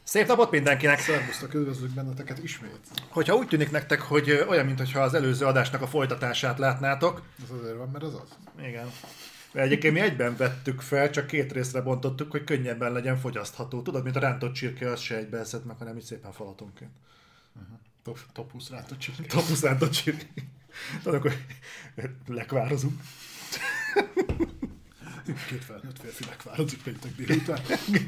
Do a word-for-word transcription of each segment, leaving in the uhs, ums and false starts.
Szép napot mindenkinek! Szervusztok, üdvözlök benneteket ismét. Hogyha úgy tűnik nektek, hogy olyan, mintha az előző adásnak a folytatását látnátok. Ez azért van, mert az az. Igen. Egyébként mi egyben vettük fel, csak két részre bontottuk, hogy könnyebben legyen fogyasztható. Tudod, mint a rántott csirke, az se egybe eszed meg, hanem így szépen falatonként. Uh-huh. Top, top húsz rántott csirke. Top húsz rántott csirke. Tudod, hogy lekvározunk. Két felnőtt férfi lekvározik péntek délután.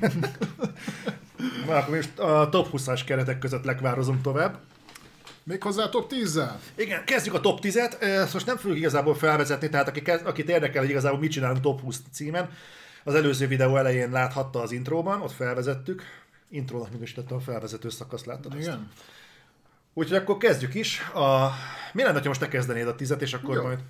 Na, akkor most a top húszas keretek között lekvározunk tovább. Méghozzá top tízzel. Igen, kezdjük a top tízet. Ezt most nem fogjuk igazából felvezetni, tehát aki kezd, akit érdekel, hogy igazából mit csinálunk top húsz címen, az előző videó elején láthatta az intróban, ott felvezettük. Intrónak minősítettem, a felvezető szakaszt láttad. Igen. Úgyhogy akkor kezdjük is. A... Mi lenne, ha most te kezdenéd a tizet, és akkor Jó. majd...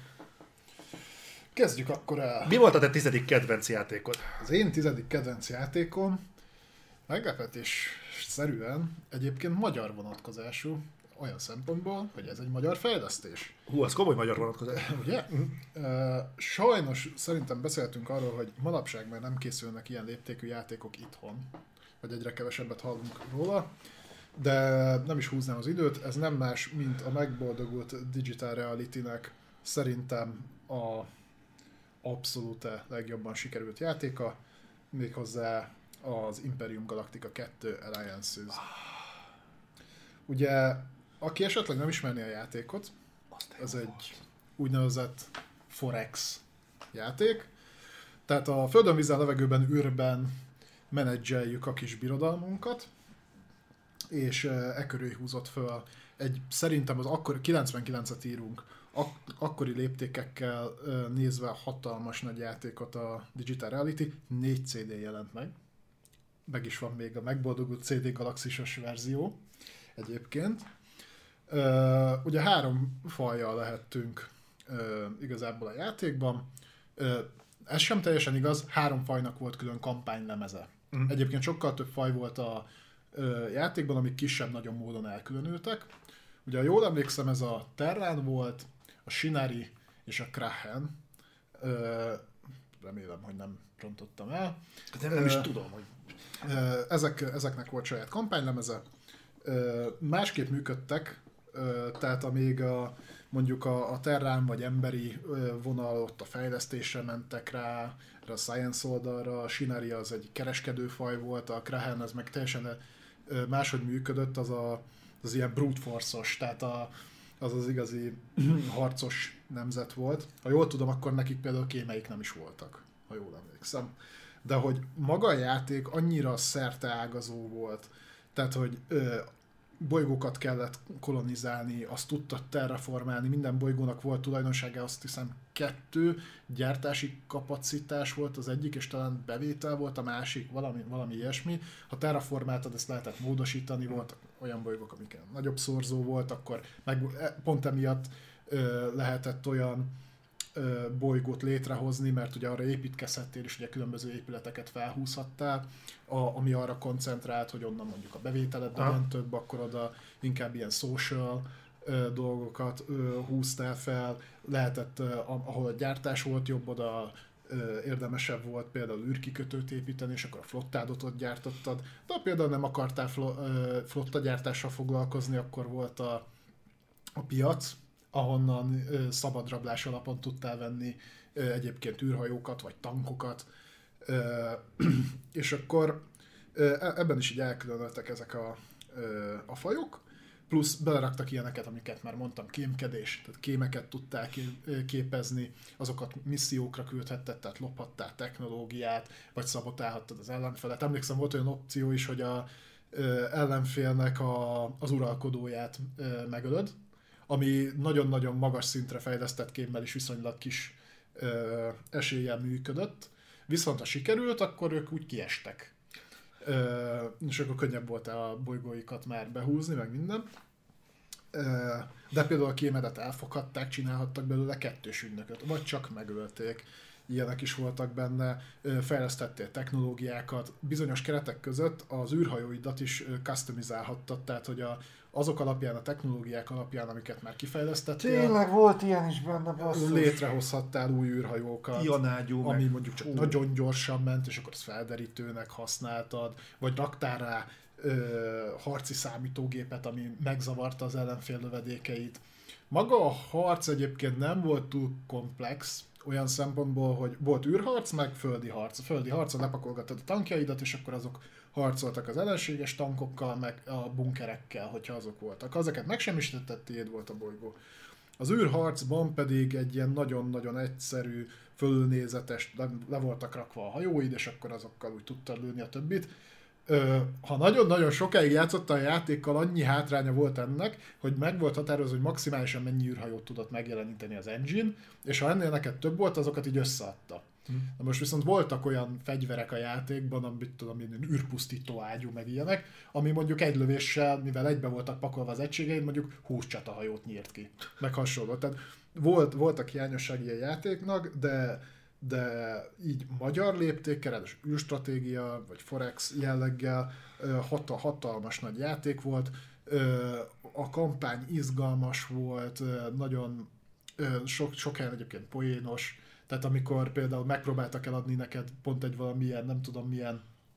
Kezdjük akkor el. Mi volt a te tizedik kedvenc játékod? Az én tizedik kedvenc játékom meglepetés szerűen egyébként magyar vonatkozású, olyan szempontból, hogy ez egy magyar fejlesztés. Hú, az komoly magyar vonatkozás. Ugye? Uh, sajnos szerintem beszéltünk arról, hogy manapság már nem készülnek ilyen léptékű játékok itthon, vagy egyre kevesebbet hallunk róla, de nem is húznám az időt, ez nem más, mint a megboldogult Digital Reality-nek szerintem a abszolút legjobban sikerült játéka, méghozzá az Imperium Galactica kettő Alliances. Ugye, aki esetleg nem ismerné a játékot, ez egy úgynevezett Forex játék. Tehát a földön, vízen, levegőben, űrben menedzseljük a kis birodalmunkat, és e körül húzott föl egy, szerintem az akkor kilencvenkilencet írunk, ak- akkori léptékekkel nézve hatalmas nagy játékot a Digital Reality, négy cé dé jelent meg. Meg is van még a megboldogult cé dé Galaxisos verzió egyébként. Uh, ugye három fajjal lehettünk uh, igazából a játékban. Uh, ez sem teljesen igaz, három fajnak volt külön kampánylemeze. Mm. Egyébként sokkal több faj volt a uh, játékban, amik kisebb-nagyobb módon elkülönültek. Ugye, ha jól emlékszem, ez a Terran volt, a Shinari és a Kraken. Uh, remélem, hogy nem rontottam el. Nem, nem is uh, tudom, hogy... Uh, ezek, ezeknek volt saját kampánylemeze. Uh, másképp működtek, uh, tehát amíg a, mondjuk a, a Terrán vagy emberi uh, vonal ott a fejlesztésre mentek rá, a science oldalra, a Shinari az egy kereskedőfaj volt, a Kraken az meg teljesen uh, máshogy működött, az a, az ilyen brute force-os, tehát a, az az igazi harcos nemzet volt. Ha jól tudom, akkor nekik például kémeik nem is voltak, ha jól emlékszem. De hogy maga a játék annyira szerteágazó volt, tehát hogy ö, bolygókat kellett kolonizálni, azt tudta terraformálni, minden bolygónak volt tulajdonsága, azt hiszem kettő gyártási kapacitás volt az egyik, és talán bevétel volt a másik, valami, valami ilyesmi. Ha terraformáltad, ezt lehetett módosítani, volt olyan bolygók, amik nagyobb szorzó volt, akkor meg pont emiatt ö, lehetett olyan bolygót létrehozni, mert ugye arra építkezhettél, és ugye különböző épületeket felhúzhattál, a, ami arra koncentrált, hogy onnan mondjuk a bevételed legyen több, akkor oda inkább ilyen social ö, dolgokat ö, húztál fel, lehetett, ö, ahol a gyártás volt jobb, oda ö, érdemesebb volt például űrkikötőt építeni, és akkor a flottádot ott gyártottad, de ha például nem akartál flo, ö, flottagyártással foglalkozni, akkor volt a, a piac, ahonnan ö, szabadrablás alapon tudtál venni ö, egyébként űrhajókat, vagy tankokat, ö, és akkor ö, ebben is így elkülönöltek ezek a, ö, a fajok, plusz beleraktak ilyeneket, amiket már mondtam, kémkedés, tehát kémeket tudtál képezni, azokat missziókra küldhetted, tehát lophattál technológiát, vagy szabotálhattad az ellenfelet. Emlékszem, volt olyan opció is, hogy a ö, ellenfélnek a, az uralkodóját ö, megölöd, ami nagyon-nagyon magas szintre fejlesztett kémmel is viszonylag kis ö, eséllyel működött. Viszont ha sikerült, akkor ők úgy kiestek. Ö, és akkor könnyebb volt a bolygóikat már behúzni, meg minden. Ö, de például a kémedet elfoghatták, csinálhattak belőle kettős ügynököt, vagy csak megölték. Ilyenek is voltak benne, fejlesztettél technológiákat, bizonyos keretek között az űrhajóidat is customizálhattad, tehát hogy a, azok alapján, a technológiák alapján, amiket már kifejlesztettél. Tényleg volt ilyen is benne, basszus. Létrehozhattál új űrhajókat, Ionágyú, ami meg... mondjuk csak Ó. nagyon gyorsan ment, és akkor azt felderítőnek használtad, vagy raktál rá ö, harci számítógépet, ami megzavarta az ellenfél lövedékeit. Maga a harc egyébként nem volt túl komplex, olyan szempontból, hogy volt űrharc, meg földi harc. A földi harcon lepakolgattad a tankjaidat, és akkor azok harcoltak az ellenséges tankokkal, meg a bunkerekkel, hogyha azok voltak. Azeket megsemmisítetted, tiéd volt a bolygó. Az űrharcban pedig egy ilyen nagyon-nagyon egyszerű, fölülnézetes, le, le voltak rakva a hajóid, és akkor azokkal úgy tudtad lőni a többit. Ö, ha nagyon-nagyon sokáig játszottál a játékkal, annyi hátránya volt ennek, hogy meg volt határozva, hogy maximálisan mennyi űrhajót tudott megjeleníteni az engine, és ha ennél neked több volt, azokat így összeadta. Hmm. Na most viszont voltak olyan fegyverek a játékban, amit tudom én, űrpusztító ágyú, meg ilyenek, ami mondjuk egy lövéssel, mivel egybe voltak pakolva az egységeid, mondjuk húsz csatahajót nyírt ki, meg hasonló. Tehát volt, voltak hiányossági a játéknak, de de így magyar léptékkel, ez űrstratégia, vagy Forex jelleggel hatal, hatalmas nagy játék volt, a kampány izgalmas volt, nagyon sok, sok helyen egyébként poénos, tehát amikor például megpróbáltak eladni neked pont egy valamilyen, nem tudom milyen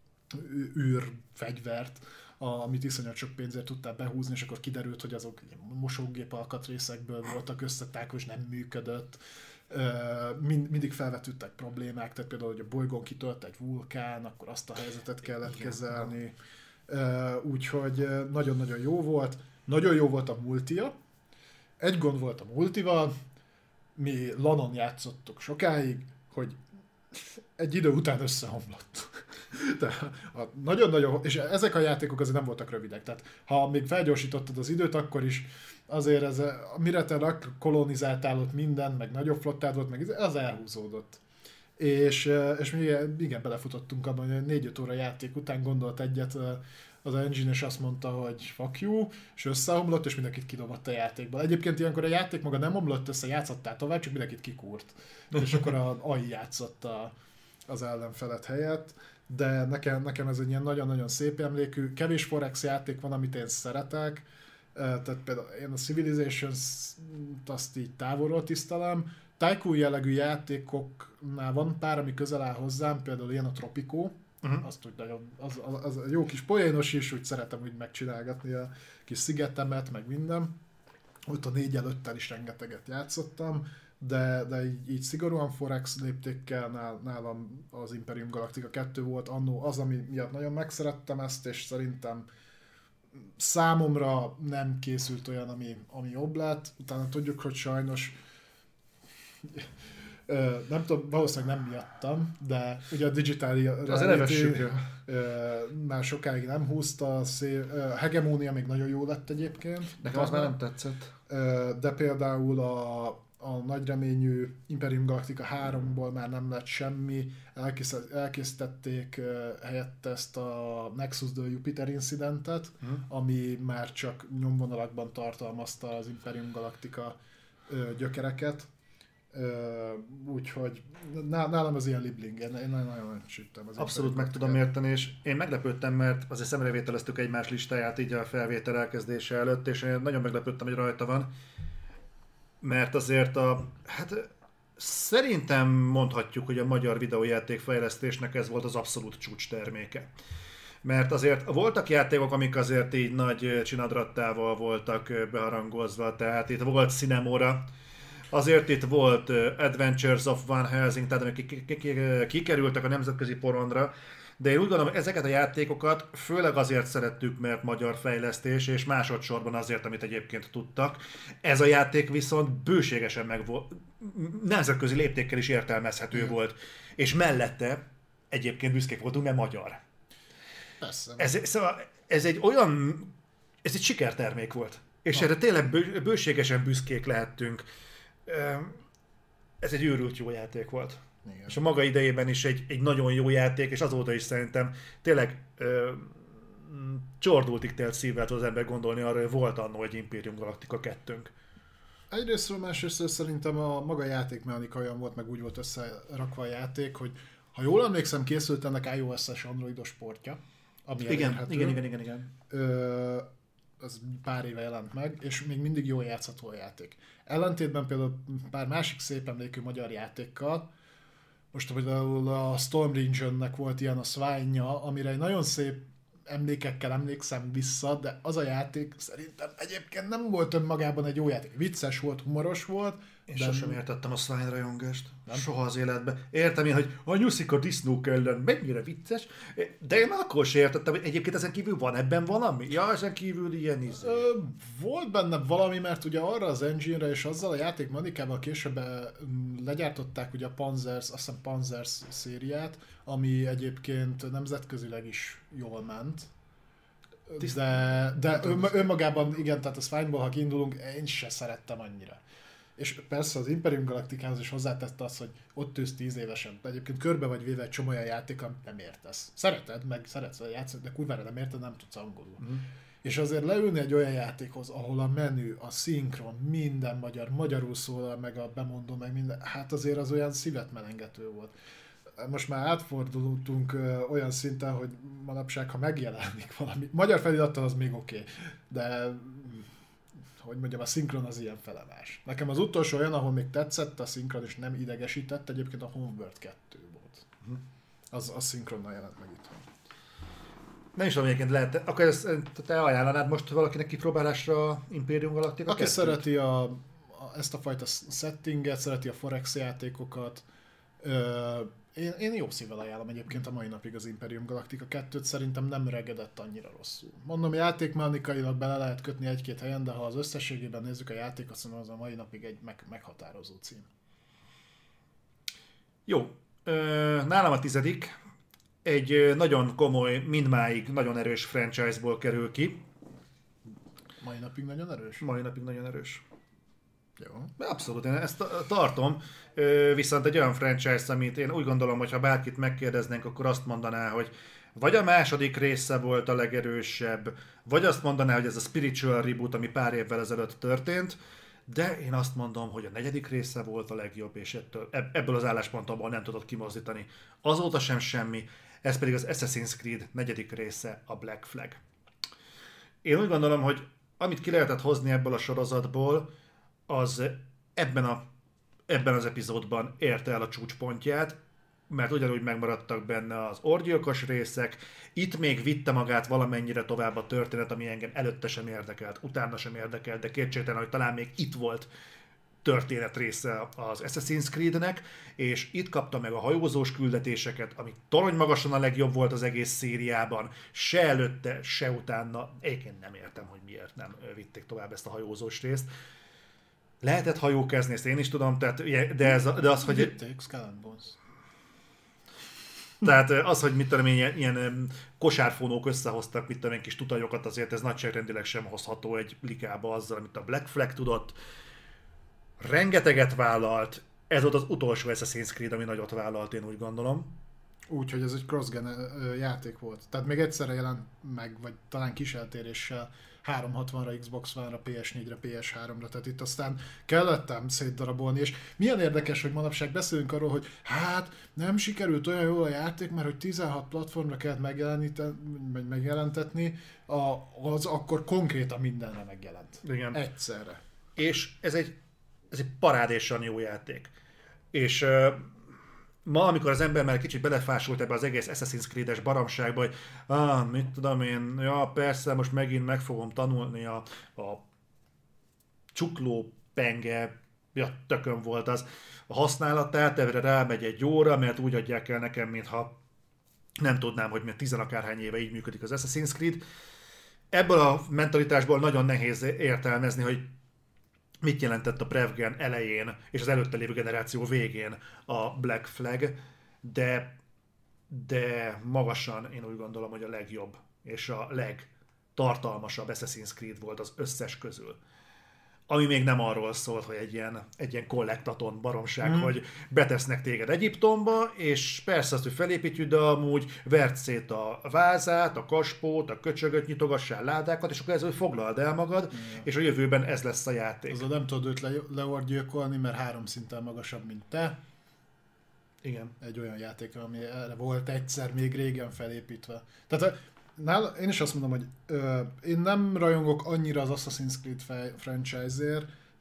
űrfegyvert, amit iszonyat sok pénzért tudtál behúzni, és akkor kiderült, hogy azok mosógép alkatrészekből voltak összetákolva, és nem működött. Mind, mindig felvetődtek problémák, tehát például, hogy a bolygón kitölt egy vulkán, akkor azt a helyzetet kellett kezelni. Úgyhogy nagyon-nagyon jó volt. Nagyon jó volt a multia. Egy gond volt a multival, mi lanon játszottuk sokáig, hogy egy idő után összeomlott. Nagyon-nagyon, és ezek a játékok azért nem voltak rövidek, tehát ha még felgyorsítottad az időt, akkor is azért ez, mire te kolonizáltál ott minden, meg nagyobb flottád volt, meg az elhúzódott. És, és mi igen, belefutottunk abban, hogy négy-öt óra játék után gondolt egyet az engine, és azt mondta, hogy fuck you, és összeomlott, és mindenkit kidobott a játékból. Egyébként ilyenkor a játék maga nem omlott össze, játszottál tovább, csak mindenkit kikúrt. És akkor a á i játszotta az ellenfelet helyett. De nekem, nekem ez egy ilyen nagyon-nagyon szép emlékű, kevés Forex játék van, amit én szeretek, tehát például én a Civilizations-t azt így távolról tisztelem. Tycoon jellegű játékoknál van pár, ami közel áll hozzám, például ilyen a Tropico, uh-huh. azt úgy nagyon, az, az, az jó kis poénos is, úgy szeretem úgy megcsinálgatni a kis szigetemet, meg minden. Ott a négyel, öttel is rengeteget játszottam, de, de így, így szigorúan Forex léptékkel nál, nálam az Imperium Galactica kettő volt annó az, ami miatt nagyon megszerettem ezt, és szerintem számomra nem készült olyan, ami, ami jobb lett. Utána tudjuk, hogy sajnos nem tudom, valószínűleg nem miattam, de ugye a Digital Reality már sokáig nem húzta, a Hegemónia még nagyon jó lett egyébként. Nekem az már nem tetszett. De például a, a nagyreményű Imperium Galactica háromból már nem lett semmi, elkészítették helyett ezt a Nexus the Jupiter incidentet, hmm. ami már csak nyomvonalakban tartalmazta az Imperium Galactica gyökereket. Úgyhogy nálam az ilyen libling, én nagyon süttem. Abszolút meg tudom érteni, és én meglepődtem, mert azért szemrevételeztük egymás listáját így a felvétel elkezdése előtt, és én nagyon meglepődtem, hogy rajta van. Mert azért a, hát szerintem mondhatjuk, hogy a magyar videójátékfejlesztésnek ez volt az abszolút csúcs terméke. Mert azért voltak játékok, amik azért így nagy csinadrattával voltak beharangozva, tehát itt volt Cinemora, azért itt volt Adventures of Van Helsing, tehát amik kikerültek a nemzetközi porondra, de én úgy gondolom, hogy ezeket a játékokat főleg azért szerettük, mert magyar fejlesztés, és másodszorban azért, amit egyébként tudtak. Ez a játék viszont bőségesen meg volt, nemzetközi léptékkel is értelmezhető mm. volt, és mellette egyébként büszkék voltunk, mert magyar. Persze. Ez, szóval ez egy olyan, ez egy sikertermék volt, és ha. Erre tényleg bő, bőségesen büszkék lehettünk. Ez egy őrült jó játék volt. Igen. És a maga idejében is egy, egy nagyon jó játék, és azóta is szerintem tényleg ö, csordultig telt szívvel tud az ember gondolni arra, hogy volt annó egy Imperium Galactica kettőnk. Egyrésztről, másrésztről szerintem a maga játékmechanika olyan volt, meg úgy volt összerakva a játék, hogy ha jól emlékszem, készült ennek iOS-es androidos portja, ami igen, elérhető. igen, igen, igen, igen. Ö, az pár éve jelent meg, és még mindig jól játszható a játék. Ellentétben például pár másik szép emlékű magyar játékkal, most például a Storm Legion-nek volt ilyen a Swine-ja, amire egy nagyon szép emlékekkel emlékszem vissza, de az a játék szerintem egyébként nem volt önmagában egy jó játék. Vicces volt, humoros volt. Én de sosem értettem a Swine rajongást. Nem? Soha az életben. Értem én, hogy a nyuszik a disznók ellen, mennyire vicces, de én akkor sem értettem, hogy egyébként ezen kívül van ebben valami? Ja, ezen kívül ilyen izé. Ö, volt benne valami, mert ugye arra az engine-re és azzal a játék mechanikával később legyártották ugye a Panzers, azt hiszem Panzers szériát, ami egyébként nemzetközileg is jól ment. De, de ön, önmagában, igen, tehát a Swine-ból, ha kiindulunk, én se szerettem annyira. És persze az Imperium Galactikához is hozzátette azt, hogy ott ülsz tíz évesen. De egyébként körbe vagy véve egy csomó olyan játék, amit nem értesz. Szereted, meg szeretsz vele játszani, de kurvára nem érted, nem tudsz angolul. Mm. És azért leülni egy olyan játékhoz, ahol a menü, a szinkron, minden magyar, magyarul szólal, meg a bemondó, meg minden, hát azért az olyan szívet melengető volt. Most már átfordultunk ö, olyan szinten, hogy manapság, ha megjelenik valami, magyar felirattal az még oké, okay, de hogy mondjam, a szinkron az ilyen felemás. Nekem az utolsó olyan, ahol még tetszett a szinkron és nem idegesített, egyébként a Homeworld kettő volt. Az, az szinkronnal jelent meg itthon. Nem is tudom, egyébként lehet, akkor ezt, te ajánlanád most valakinek kipróbálásra Imperium Galactica Aki kettőt? szereti a, a, ezt a fajta settinget, szereti a Forex játékokat, ö, én, én jó szívvel ajánlom egyébként a mai napig az Imperium Galactica kettőt, szerintem nem regedett annyira rosszul. Mondom, játékmechanikailag bele lehet kötni egy-két helyen, de ha az összességében nézzük a játékot, szerintem az a mai napig egy meg, meghatározó cím. Jó, Ö, nálam a tizedik, egy nagyon komoly, mindmáig nagyon erős franchise-ból kerül ki. Mai napig nagyon erős? Mai napig nagyon erős. Jó. Abszolút, én ezt tartom, viszont egy olyan franchise, amit én úgy gondolom, hogy ha bárkit megkérdeznénk, akkor azt mondaná, hogy vagy a második része volt a legerősebb, vagy azt mondaná, hogy ez a spiritual reboot, ami pár évvel ezelőtt történt, de én azt mondom, hogy a negyedik része volt a legjobb, és ettől, ebből az álláspontomból nem tudott kimozdítani. Azóta sem semmi, ez pedig az Assassin's Creed negyedik része, a Black Flag. Én úgy gondolom, hogy amit ki lehetett hozni ebből a sorozatból, az ebben, a, ebben az epizódban érte el a csúcspontját, mert ugyanúgy megmaradtak benne az orgyilkos részek, itt még vitte magát valamennyire tovább a történet, ami engem előtte sem érdekelt, utána sem érdekelt, de kétségtelen, hogy talán még itt volt történet része az Assassin's Creednek, és itt kapta meg a hajózós küldetéseket, ami torony magasan a legjobb volt az egész szériában, se előtte, se utána. Egyébként nem értem, hogy miért nem vitték tovább ezt a hajózós részt. Lehetett hajókezni, ezt én is tudom, tehát, de, ez, de az, hogy... Vitték, Skull and Bones. Tehát az, hogy mit tudom én, ilyen, ilyen kosárfónók összehoztak, mit tudom én, kis tutajokat, azért ez nagyságrendileg sem hozható egy ligába azzal, amit a Black Flag tudott. Rengeteget vállalt, ez volt az utolsó Assassin's Creed, ami nagyot vállalt, én úgy gondolom. Úgy, hogy ez egy cross-gen játék volt. Tehát még egyszerre jelent meg, vagy talán kis eltéréssel háromszázhatvanra, Xbox One-ra, P S négyre, P S háromra, tehát itt aztán kellettem szétdarabolni, és milyen érdekes, hogy manapság beszélünk arról, hogy hát nem sikerült olyan jól a játék, mert hogy tizenhat platformra kellett megjelentetni, az akkor konkrétan mindenre megjelent. Igen. Egyszerre. És ez egy, ez egy parádésan jó játék. És uh, ma, amikor az ember már kicsit belefásult ebbe az egész Assassin's Creed-es baromságba, hogy ah, mit tudom én, ja persze, most megint meg fogom tanulni a, a csukló penge, ja, tökön volt az, a használatát, erre rámegy egy óra, mert úgy adják el nekem, mintha nem tudnám, hogy miért tizenakárhány éve így működik az Assassin's Creed. Ebből a mentalitásból nagyon nehéz értelmezni, hogy mit jelentett a Prevgen elején és az előtte lévő generáció végén a Black Flag, de, de magasan én úgy gondolom, hogy a legjobb és a legtartalmasabb Assassin's Creed volt az összes közül. Ami még nem arról szólt, hogy egy ilyen, egy ilyen kollektaton baromság, mm. hogy betesznek téged Egyiptomba, és persze azt, hogy felépítjük, de amúgy vert szét a vázát, a kaspót, a köcsögöt, nyitogassál ládákat, és akkor ez, hogy foglald el magad, mm. és a jövőben ez lesz a játék. Azon nem tudod őt le, leorgyilkolni, mert három szinten magasabb, mint te. Igen. Egy olyan játék, ami erre volt egyszer még régen felépítve. Tehát nála, én is azt mondom, hogy ö, én nem rajongok annyira az Assassin's Creed franchise-ért,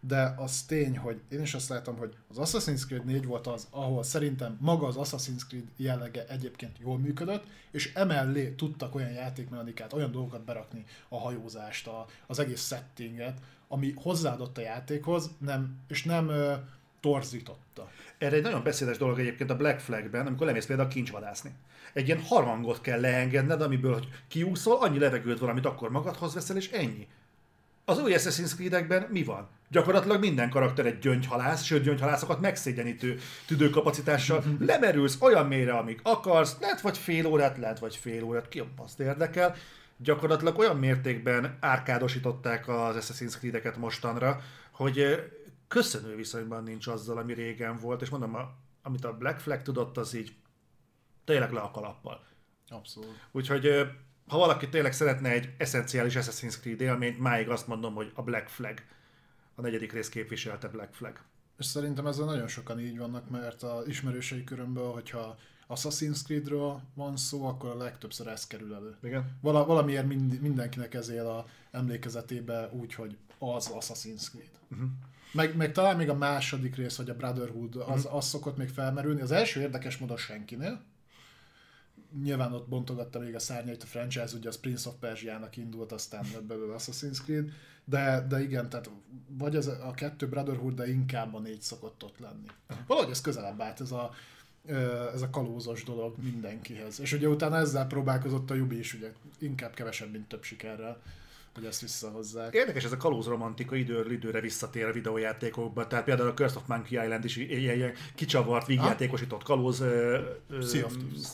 de az tény, hogy én is azt látom, hogy az Assassin's Creed négy volt az, ahol szerintem maga az Assassin's Creed jellege egyébként jól működött, és emellé tudtak olyan játékmechanikát, olyan dolgokat berakni, a hajózást, a, az egész settinget, ami hozzáadott a játékhoz, nem, és nem ö, torzította. Erre egy nagyon beszédes dolog egyébként a Black Flagben, amikor lemész például kincsvadászni. Egy ilyen harmangot kell leengedned, amiből, hogy kiúszol, annyi levegőt van, amit akkor magadhoz veszel, és ennyi. Az új Assassin's Creed-ekben mi van? Gyakorlatilag minden karakter egy gyöngyhalász, sőt gyöngyhalászokat megszégyenítő tüdőkapacitással. Lemerülsz olyan mélyre, amíg akarsz, lehet vagy fél órát, lehet vagy fél órát, ki azt érdekel. Gyakorlatilag olyan mértékben árkádosították az Assassin's Creed-eket mostanra, hogy köszönő viszonyban nincs azzal, ami régen volt, és mondom, amit a Black Flag tudott, az így tényleg le a kalappal. Abszolút. Úgyhogy ha valaki tényleg szeretne egy eszenciális Assassin's Creed élményt, máig azt mondom, hogy a Black Flag. A negyedik rész képviselte Black Flag. És szerintem ezzel nagyon sokan így vannak, mert az ismerősei körömből, hogyha Assassin's Creedről van szó, akkor a legtöbbször ez kerül elő. Igen. Val- valamiért mind- mindenkinek ez él a emlékezetébe úgy, hogy az Assassin's Creed. Uh-huh. Meg, meg talán még a második rész, vagy a Brotherhood, az, uh-huh. az szokott még felmerülni. Az első érdekes módon senkinél. Nyilván ott bontogatta még a szárnyait a franchise, ugye az Prince of Persia-nak indult, aztán lett belőle Assassin's Creed, de, de igen, tehát vagy ez a kettő Brotherhood, de inkább a négy szokott ott lenni. Valahogy ez közelebb állt, ez a, ez a kalózos dolog mindenkihez. És ugye utána ezzel próbálkozott a Ubi is, ugye inkább kevesebb, mint több sikerrel, hogy ezt visszahozzák. Érdekes ez a kalóz romantika időről időre visszatér a videójátékokba, tehát például a Curse of Monkey Island is ilyen, ilyen kicsavart, vígjátékosított kalóz. Sea of Thieves.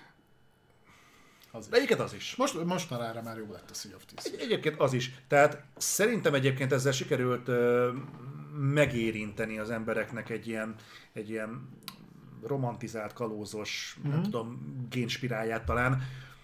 Az egyiket az is. Most, mostanára már jobb lett a Sea of Thieves. Egy, egyébként az is. Tehát szerintem egyébként ezzel sikerült ö, megérinteni az embereknek egy ilyen, egy ilyen romantizált, kalózos, mm-hmm. nem tudom, génspirálját talán.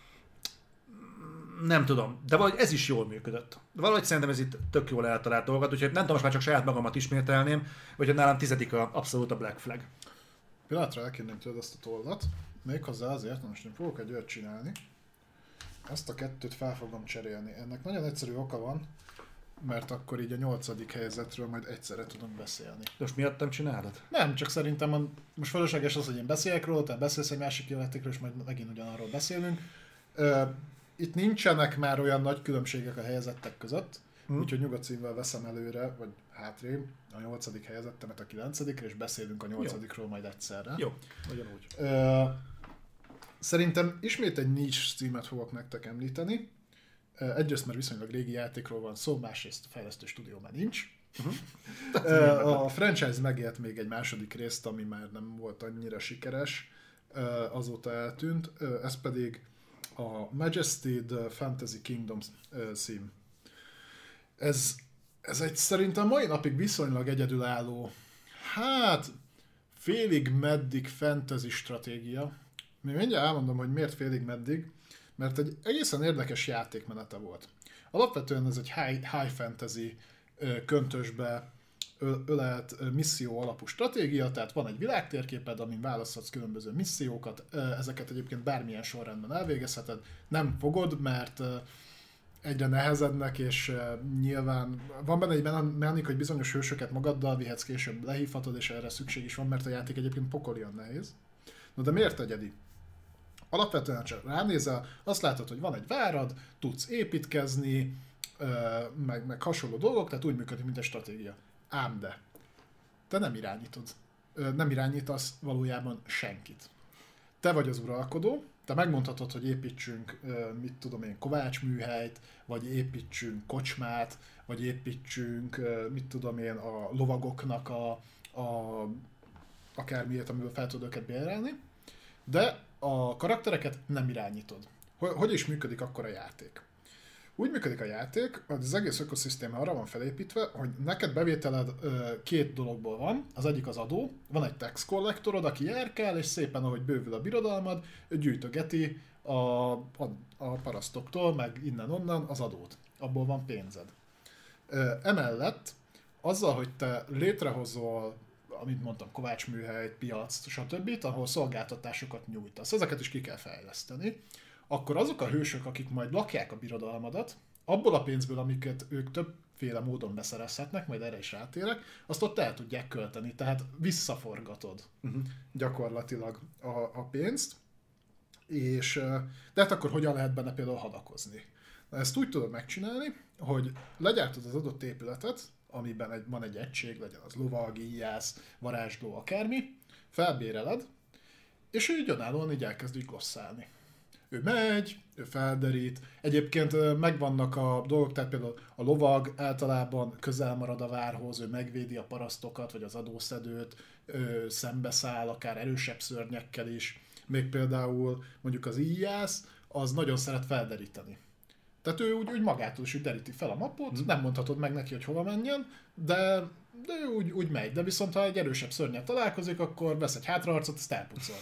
Nem tudom, de valahogy ez is jól működött. Valahogy szerintem ez itt tök jól eltalált dolgokat, úgyhogy nem tudom, most már csak saját magamat ismételném, hogy nálam tizedik a, abszolút a Black Flag. Pillanatra elkérném tőled ezt a tollat, méghozzá azért, most én fogok egy olyat csinálni, ezt a kettőt fel fogom cserélni. Ennek nagyon egyszerű oka van, mert akkor így a nyolcadik helyzetről majd egyszerre tudunk beszélni. De most miattam csinálod? Nem, csak szerintem a, most felesleges az, hogy én beszéljek róla, te beszélsz egy másik játékról, és majd megint ugyanarról beszélünk. Ö, itt nincsenek már olyan nagy különbségek a helyezettek között, hmm. úgyhogy nyugodt szívvel veszem előre, vagy hátrébb a nyolcadik helyezettemet a kilencedikre, és beszélünk a nyolcadikról majd egyszerre. Jó, ugyanúgy. Ö, Szerintem ismét egy niche címet fogok nektek említeni. Egyrészt, mert viszonylag régi játékról van szó, másrészt a fejlesztő stúdió már nincs. Uh-huh. A franchise megélt még egy második részt, ami már nem volt annyira sikeres, azóta eltűnt. Ez pedig a Majesty The Fantasy Kingdoms cím. Ez, ez egy szerintem mai napig viszonylag egyedülálló, hát félig meddig fantasy stratégia. Még mindjárt elmondom, hogy miért félig meddig, mert egy egészen érdekes játékmenete volt. Alapvetően ez egy high, high fantasy köntösbe ölelt misszió alapú stratégia, tehát van egy világtérképed, amin választhatsz különböző missziókat, ezeket egyébként bármilyen sorrendben elvégezheted, nem fogod, mert egyre nehezednek, és nyilván van benne egy mechanika, hogy bizonyos hősöket magaddal vihetsz, később lehívhatod, és erre szükség is van, mert a játék egyébként pokolian nehéz. Na de miért egyedi? Alapvetően csak ránézel, azt látod, hogy van egy várad, tudsz építkezni, meg, meg hasonló dolgok, tehát úgy működik, mint egy stratégia. Ám de, te nem irányítod. Nem irányítasz valójában senkit. Te vagy az uralkodó, te megmondhatod, hogy építsünk, mit tudom én, kovácsműhelyt, vagy építsünk kocsmát, vagy építsünk, mit tudom én, a lovagoknak a, a akármiért, amiből fel tudod őket bérelni, de a karaktereket nem irányítod. Hogy is működik akkor a játék? Úgy működik a játék, hogy az egész ökoszisztéma arra van felépítve, hogy neked bevételed két dologból van. Az egyik az adó, van egy tax kollektorod, aki járkál, és szépen, ahogy bővül a birodalmad, gyűjtögeti a, a, a parasztoktól, meg innen-onnan az adót. Abból van pénzed. Emellett, azzal, hogy te létrehozol, amit mondtam, kovácsműhely, piac, stb., ahol szolgáltatásokat nyújtasz. Ezeket is ki kell fejleszteni. Akkor azok a hősök, akik majd lakják a birodalmadat, abból a pénzből, amiket ők többféle módon beszerezhetnek, majd erre is rátérek, azt ott el tudják költeni, tehát visszaforgatod uh-huh. gyakorlatilag a, a pénzt, és de hát akkor hogyan lehet benne például hadakozni? Na, ezt úgy tudod megcsinálni, hogy legyártod az adott épületet, amiben egy, van egy egység, legyen az lovag, íjász, varázsló, akármi, felbéreled, és ő így önállóan így elkezd így glosszálni. Ő megy, ő felderít, egyébként megvannak a dolgok, tehát például a lovag általában közel marad a várhoz, ő megvédi a parasztokat, vagy az adószedőt, ő szembeszáll akár erősebb szörnyekkel is, még például mondjuk az íjász, az nagyon szeret felderíteni. Tehát ő úgy, úgy magától is úgy deríti fel a mapot, hmm. nem mondhatod meg neki, hogy hova menjen, de, de ő úgy, úgy megy. De viszont ha egy erősebb szörnyel találkozik, akkor vesz egy hátraharcot, azt elpucol.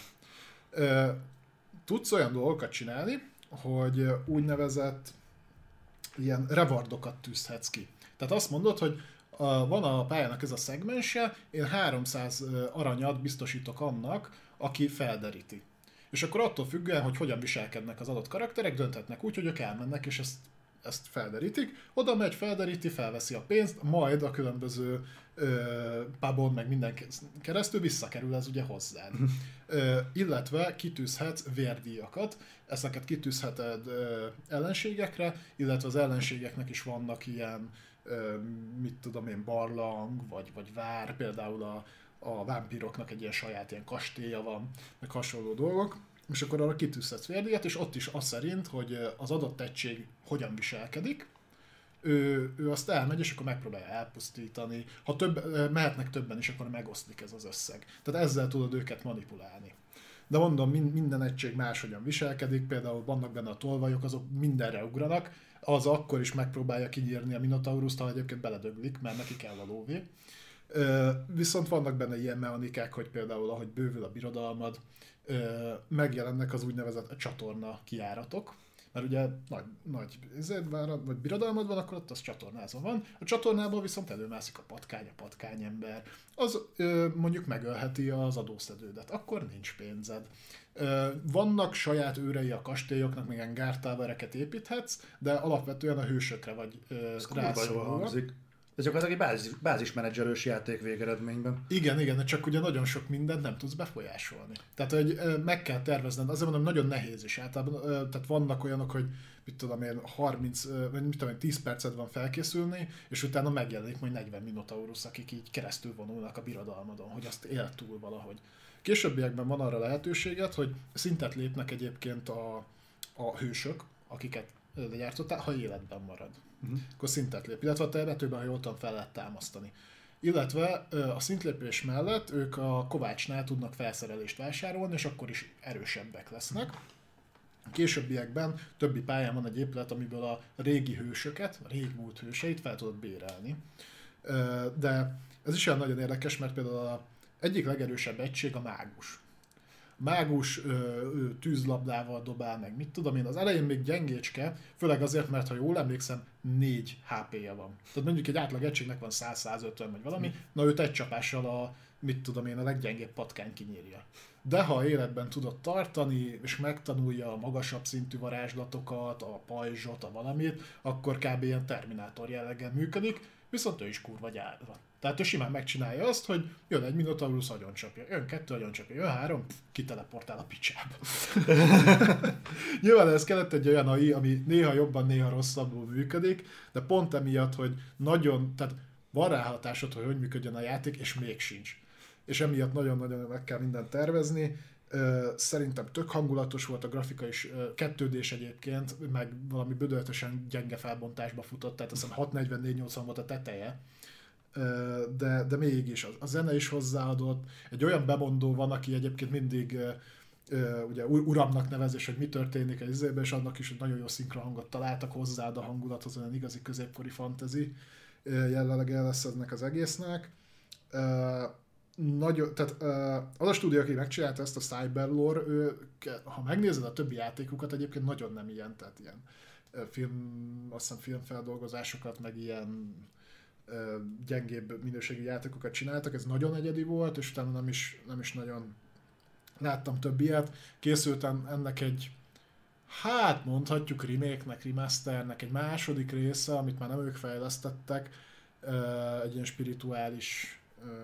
Tudsz olyan dolgokat csinálni, hogy úgynevezett ilyen rewardokat tűzhetsz ki. Tehát azt mondod, hogy a, van a pályának ez a szegmense, én háromszáz aranyat biztosítok annak, aki felderíti. És akkor attól függően, hogy hogyan viselkednek az adott karakterek, dönthetnek úgy, hogy ők elmennek, és ezt, ezt felderítik. Oda megy, felderíti, felveszi a pénzt, majd a különböző ö, pubon, meg minden keresztül visszakerül ez ugye hozzád. ö, illetve kitűzhetsz vérdíjakat, ezeket kitűzheted ö, ellenségekre, illetve az ellenségeknek is vannak ilyen, ö, mit tudom én, barlang, vagy, vagy vár, például a a vámpíroknak egy ilyen saját ilyen kastélya van, meg hasonló dolgok, és akkor arra kitűzhetsz vérdíjat, és ott is az szerint, hogy az adott egység hogyan viselkedik, ő, ő azt elmegy, és akkor megpróbálja elpusztítani. Ha több, mehetnek többen is, akkor megoszlik ez az összeg. Tehát ezzel tudod őket manipulálni. De mondom, minden egység máshogyan viselkedik, például vannak benne a tolvajok, azok mindenre ugranak, az akkor is megpróbálja kinyírni a Minotaurust, ha egyébként beledöglik, mert neki kell a lóvé. Viszont vannak benne ilyen mechanikák, hogy például ahogy bővül a birodalmad, megjelennek az úgynevezett csatorna kijáratok, mert ugye nagy, nagy vagy birodalmad van, akkor ott az csatornázva van. A csatornából viszont előmászik a patkány, a patkányember. Az mondjuk megölheti az adószedődet, akkor nincs pénzed. Vannak saját őrei a kastélyoknak, még ilyen gártávereket építhetsz, de alapvetően a hősökre vagy rászólva. Ez csak az egy bázis, bázismenedzserős játék végeredményben. Igen, igen, csak ugye nagyon sok mindent nem tudsz befolyásolni. Tehát, hogy meg kell tervezned, azért mondom, nagyon nehéz is általában. Tehát vannak olyanok, hogy mit tudom én, harminc, vagy mit tudom én, tíz percet van felkészülni, és utána megjelenik majd negyven Minotaurus, akik így keresztül vonulnak a birodalmadon, hogy azt él túl valahogy. Későbbiekben van arra lehetőséget, hogy szintet lépnek egyébként a, a hősök, akiket legyártottál, ha életben marad. Uh-huh. Akkor szintet lép, illetve a temetőben, ha jól tudom, fel lehet támasztani. Illetve a szintlépés mellett ők a kovácsnál tudnak felszerelést vásárolni, és akkor is erősebbek lesznek. A későbbiekben többi pályán van egy épület, amiből a régi hősöket, a régmúlt hőseit fel tudod bérelni. De ez is olyan nagyon érdekes, mert például az egyik legerősebb egység a mágus. Mágus ö, ö, tűzlabdával dobál, meg mit tudom én, az elején még gyengécske, főleg azért, mert ha jól emlékszem, négy há pé-je van. Tehát mondjuk egy átlag egységnek van száz-százötven vagy valami, hmm. na őt egy csapással a, mit tudom én, a leggyengébb patkány kinyírja. De ha életben tudod tartani, és megtanulja a magasabb szintű varázslatokat, a pajzsot, a valamit, akkor kb. Ilyen Terminátor jelleggel működik, viszont ő is kurva gyárva. Tehát ő simán megcsinálja azt, hogy jön egy Minotaurus, agyoncsapja, jön kettő, agyoncsapja, jön három, pff, kiteleportál a picsába. Nyilván ez kellett egy olyan á i, ami néha jobban, néha rosszabbul működik, de pont emiatt, hogy nagyon, tehát van rá hatásod, hogy hogy működjön a játék, és még sincs. És emiatt nagyon-nagyon meg kell mindent tervezni. Szerintem tök hangulatos volt, a grafika is kettődés egyébként, meg valami bödöltösen gyenge felbontásba futott, tehát azt hiszem hatszáznegyven nyolcvan volt a teteje. De, de mégis a, a zene is hozzáadott. Egy olyan bemondó van, aki egyébként mindig ugye uramnak nevezés, hogy mi történik az izében, és annak is nagyon jó szinkronhangot találtak hozzád a hangulathoz, olyan igazi középkori fantasy jellege lesz ennek az egésznek. Nagyon, tehát az a stúdió, aki megcsinálta ezt a Cyberlore, ő, ha megnézed a többi játékukat, egyébként nagyon nem ilyen, tehát ilyen film, azt hiszem filmfeldolgozásokat, meg ilyen gyengébb minőségű játékokat csináltak, ez nagyon egyedi volt, és utána nem is, nem is nagyon láttam több ilyet. Készült ennek egy, Hát mondhatjuk remake-nek, remasternek, egy második része, amit már nem ők fejlesztettek, egy ilyen spirituális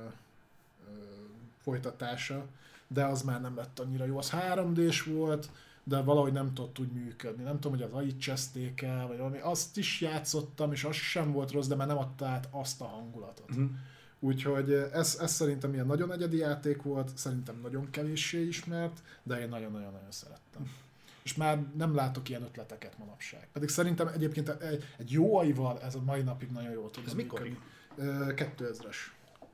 folytatása, de az már nem lett annyira jó. Az három dés volt, de valahogy nem tudott úgy működni. Nem tudom, hogy az á i cseszték el, vagy valami. Azt is játszottam, és az sem volt rossz, de már nem adta át azt a hangulatot. Mm. Úgyhogy ez, ez szerintem ilyen nagyon egyedi játék volt, szerintem nagyon kevéssé ismert, de én nagyon-nagyon-nagyon szerettem. És már nem látok ilyen ötleteket manapság. Pedig szerintem egyébként egy, egy jó á i-val ez a mai napig nagyon jól tud. Ez mikor? kétezres.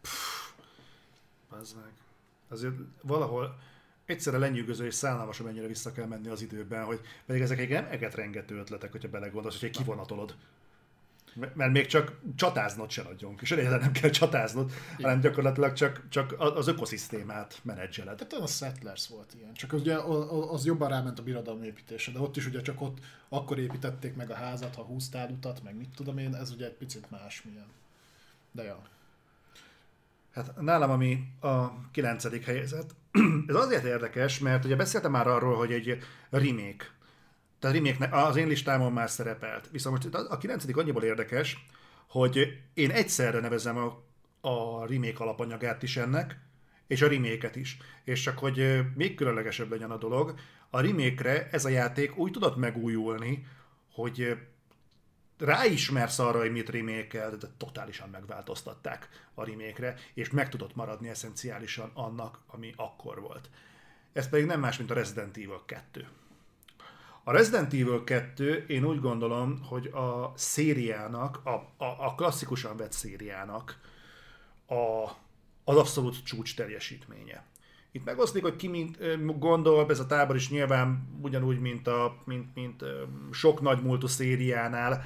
Az meg. Azért valahol egyszerre lenyűgöző és szánalmas, amennyire vissza kell menni az időben, hogy pedig ezek egy nem egetrengető ötletek, hogyha belegondolsz, hogy egy kivonatolod. Mert még csak csatáznod se nagyon, és egyáltalán nem kell csatáznod, igen, hanem gyakorlatilag csak, csak az ökoszisztémát menedzseled. Tehát a Settlers volt ilyen, csak az, ugye, az jobban ráment a birodalom építése, de ott is ugye csak ott akkor építették meg a házat, ha húztál utat, meg mit tudom én, ez ugye egy picit másmilyen. De ja. Hát nálam, ami a kilencedik helyzet, ez azért érdekes, mert ugye beszéltem már arról, hogy egy remake, tehát remake az én listámon már szerepelt. Viszont most a kilencedik annyiból érdekes, hogy én egyszerre nevezem a, a remake alapanyagát is ennek, és a remake-et is. És csak hogy még különlegesebb legyen a dolog, a remake-re ez a játék úgy tudott megújulni, hogy ráismersz arra, hogy mit remake-el, de totálisan megváltoztatták a remake-re, és meg tudott maradni eszenciálisan annak, ami akkor volt. Ez pedig nem más, mint a Resident Evil kettő. A Resident Evil kettő, én úgy gondolom, hogy a szériának, a, a, a klasszikusan vett szériának a, az abszolút csúcs teljesítménye. Itt megoszlik, hogy ki mint gondol, ez a tábor is nyilván ugyanúgy, mint, a, mint, mint sok nagy múltú szériánál.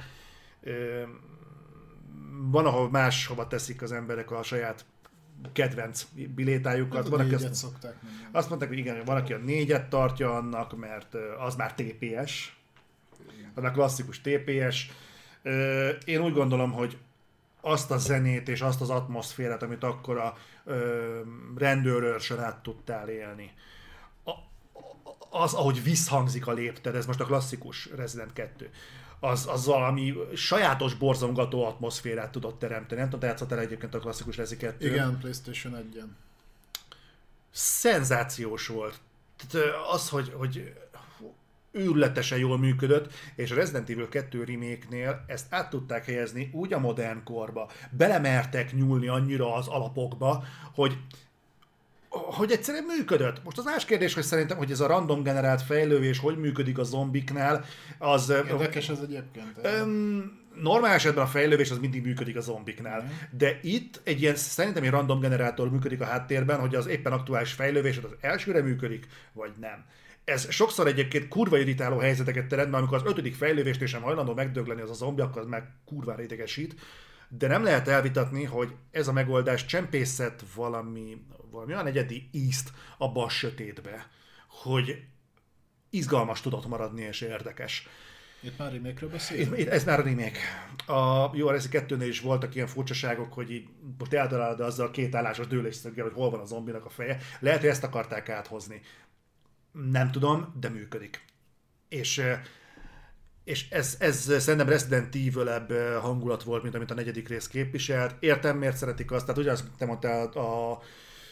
Van, ahol máshova teszik az emberek a saját kedvenc bilétájukat. Hát van, aki azt, szokták mondani. azt mondták, hogy igen, van, aki a négyet tartja annak, mert az már té pé es. Az a klasszikus té pé es. Én úgy gondolom, hogy azt a zenét és azt az atmoszférát, amit akkor a rendőrőrsön át tudtál élni. A, az, ahogy visszhangzik a lépted, ez most a klasszikus Resident kettő, az, az valami sajátos, borzongató atmoszférát tudott teremteni. Nem tudom, te játszottál egyébként a klasszikus Rezi kettő. Igen, PlayStation egyen. Szenzációs volt. Tehát az, hogy, hogy őrületesen jól működött, és a Resident Evil kettő remake-nél ezt át tudták helyezni úgy a modern korba, belemertek nyúlni annyira az alapokba, hogy hogy egyszerűen működött. Most az más kérdés, hogy szerintem, hogy ez a random generált fejlővés hogy működik a zombiknál, az... Érdekes ez egyébként. Öm, normál esetben a fejlővés az mindig működik a zombiknál, mm. de itt egy ilyen, szerintem egy random generátor működik a háttérben, hogy az éppen aktuális fejlővés az elsőre működik, vagy nem. Ez sokszor egyébként kurva irritáló helyzeteket teremt, mert amikor az ötödik fejlővésnél sem hajlandó megdögleni az a zombi, akkor az meg kurvára idegesít. De nem lehet elvitatni, hogy ez a megoldás csempészett valami, valami olyan egyedi ízt abba a sötétbe, hogy izgalmas tudott maradni és érdekes. Itt már remake-ről beszélünk? Ez már a remake. A jó, a Rezi kettőnél is voltak ilyen furcsaságok, hogy így most eltalálod azzal a két állásos dőlésszöggel, hogy hol van a zombinak a feje. Lehet, hogy ezt akarták áthozni. Nem tudom, de működik. És, és ez, ez szerintem Resident Evil-ebb hangulat volt, mint amit a negyedik rész képviselt. Értem, miért szeretik azt, tehát ugyanazt te mondtál a, a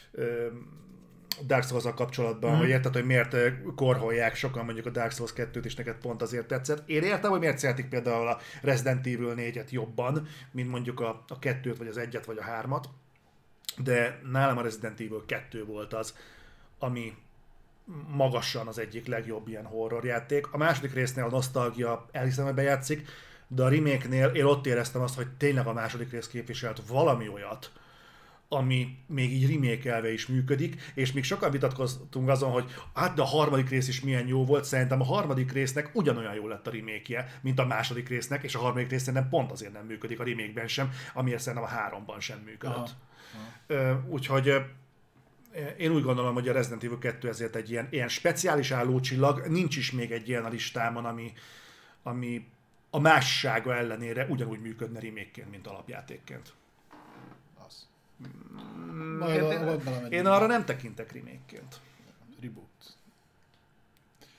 Dark Souls-al kapcsolatban, mm. hogy érted, hogy miért korholják sokan mondjuk a Dark Souls kettőt, és neked pont azért tetszett. Én értem, hogy miért szeretik például a Resident Evil négyet jobban, mint mondjuk a, a kettőt, vagy az egyet, vagy a hármat, de nálam a Resident Evil kettő volt az, ami magasan az egyik legjobb ilyen horrorjáték. A második résznél a nosztalgia elhiszem, hogy bejátszik, de a remake-nél én ott éreztem azt, hogy tényleg a második rész képviselt valami olyat, ami még így remake-elve is működik, és még sokan vitatkoztunk azon, hogy hát de a harmadik rész is milyen jó volt, szerintem a harmadik résznek ugyanolyan jó lett a remake-je, mint a második résznek, és a harmadik rész nem pont azért nem működik a remake-ben sem, amiért szerintem a háromban sem működött. Aha. Aha. Úgyhogy én úgy gondolom, hogy a Resident Evil kettő ezért egy ilyen, ilyen speciális állócsillag, nincs is még egy ilyen a listámon, ami, ami a mássága ellenére ugyanúgy működne remake-ként, mint alapjátékként. Az. Mm, én, én, én arra nem tekintek remake-ként. Reboot.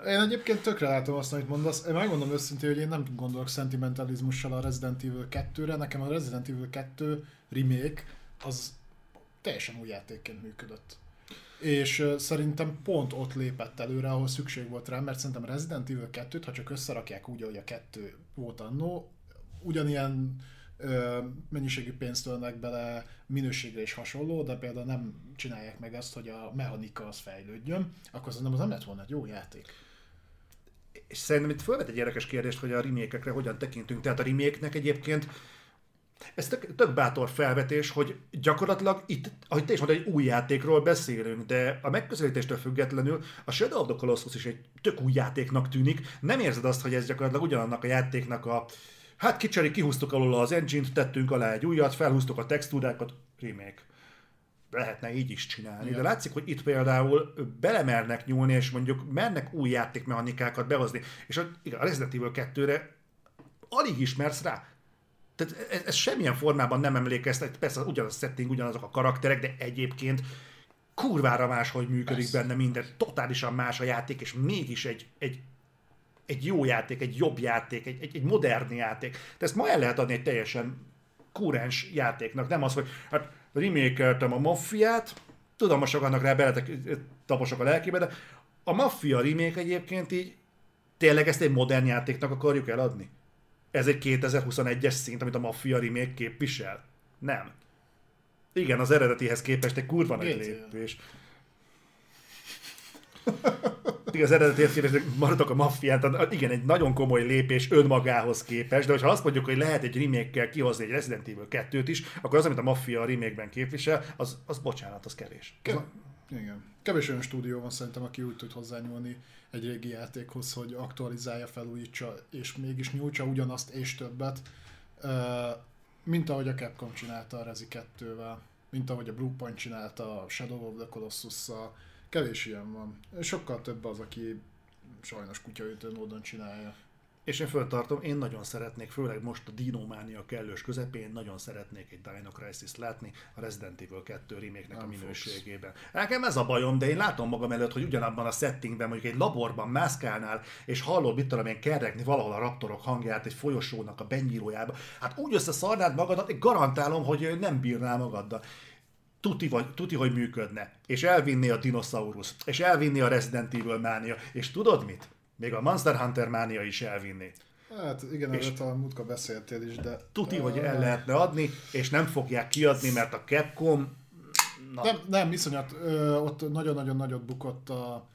Én egyébként tökre látom azt, amit mondasz. Én megmondom őszintén, hogy én nem gondolok szentimentalizmussal a Resident Evil kettőre. Nekem a Resident Evil kettő remake az teljesen új játékként működött. És uh, szerintem pont ott lépett előre, ahol szükség volt rá, mert szerintem Resident Evil kettőt, ha csak összerakják úgy, ahogy a kettő volt annó, ugyanilyen uh, mennyiségű pénzt ölnek bele, minőségre is hasonló, de például nem csinálják meg azt, hogy a mechanika az fejlődjön, akkor szerintem az nem lett volna egy jó játék. És szerintem itt felvet egy érdekes kérdést, hogy a remake-ekre hogyan tekintünk. Tehát a remake-nek egyébként ez tök, tök bátor felvetés, hogy gyakorlatilag itt, ahogy te is mondtad, egy új játékról beszélünk, de a megközelítéstől függetlenül a Shadow of the Colossus is egy tök új játéknak tűnik. Nem érzed azt, hogy ez gyakorlatilag ugyanannak a játéknak a hát kicseri, kihúztuk alól az engine-t, tettünk alá egy újat, felhúztuk a textúrákat, remake. Lehetne így is csinálni, igen. De látszik, hogy itt például belemernek nyúlni, és mondjuk mernek új játékmechanikákat behozni. És a, igen, a Resident Evil kettőre alig ismersz rá. Tehát ez, ez semmilyen formában nem emlékeztet, persze ugyanaz a setting, ugyanazok a karakterek, de egyébként kurvára máshogy működik persze. Benne minden, totálisan más a játék, és mégis egy, egy, egy jó játék, egy jobb játék, egy, egy, egy modern játék. De ezt ma el lehet adni egy teljesen kúrens játéknak, nem az, hogy hát remake-eltem a Maffiát, tudom, most sokannak rá beletek taposok a lelkébe, de a Mafia remake egyébként így tényleg ezt egy modern játéknak akarjuk eladni? Ez egy kétezer-huszonegyes szint, amit a Mafia remake képvisel? Nem. Igen, az eredetihez képest egy kurva nagy lépés. Igen, az eredetihez képest maradok a Maffián, igen, egy nagyon komoly lépés önmagához képest, de ha azt mondjuk, hogy lehet egy remake-kel kihozni egy Resident Evil kettőt is, akkor az, amit a Mafia a remake-ben képvisel, az, az bocsánat, az kevés. Ke- igen. Kevés olyan stúdió van szerintem, aki úgy tud hozzányúlni egy régi játékhoz, hogy aktualizálja, felújítsa, és mégis nyújtsa ugyanazt és többet, mint ahogy a Capcom csinálta a Rezi kettővel, mint ahogy a Bluepoint csinálta a Shadow of the Colossus-szal. Kevés ilyen van. Sokkal több az, aki sajnos kutyaütő módon csinálja. És én föltartom, én nagyon szeretnék, főleg most a Dinománia kellős közepén, nagyon szeretnék egy Dino Crisis látni a Resident Evil kettő remake-nek a minőségében. Nekem ez a bajom, de én látom magam előtt, hogy ugyanabban a settingben, mondjuk egy laborban mászkálnál, és hallod, mit tudom én, kerregni valahol a raptorok hangját egy folyosónak a benyírójába. Hát úgy összeszarnád magadat, garantálom, hogy nem bírnál magaddal. Tuti, vagy, tuti, hogy működne. És elvinni a Dinosaurus, és elvinni a Resident Evil mánia, és tudod mit? Még a Monster Hunter mánia is elvinni. Hát igen, erről talán múltkor beszéltél is, de... Tuti, hogy el lehetne adni, és nem fogják kiadni, mert a Capcom... Na. Nem, nem, iszonyat. Ö, ott nagyon-nagyon nagyot bukott a,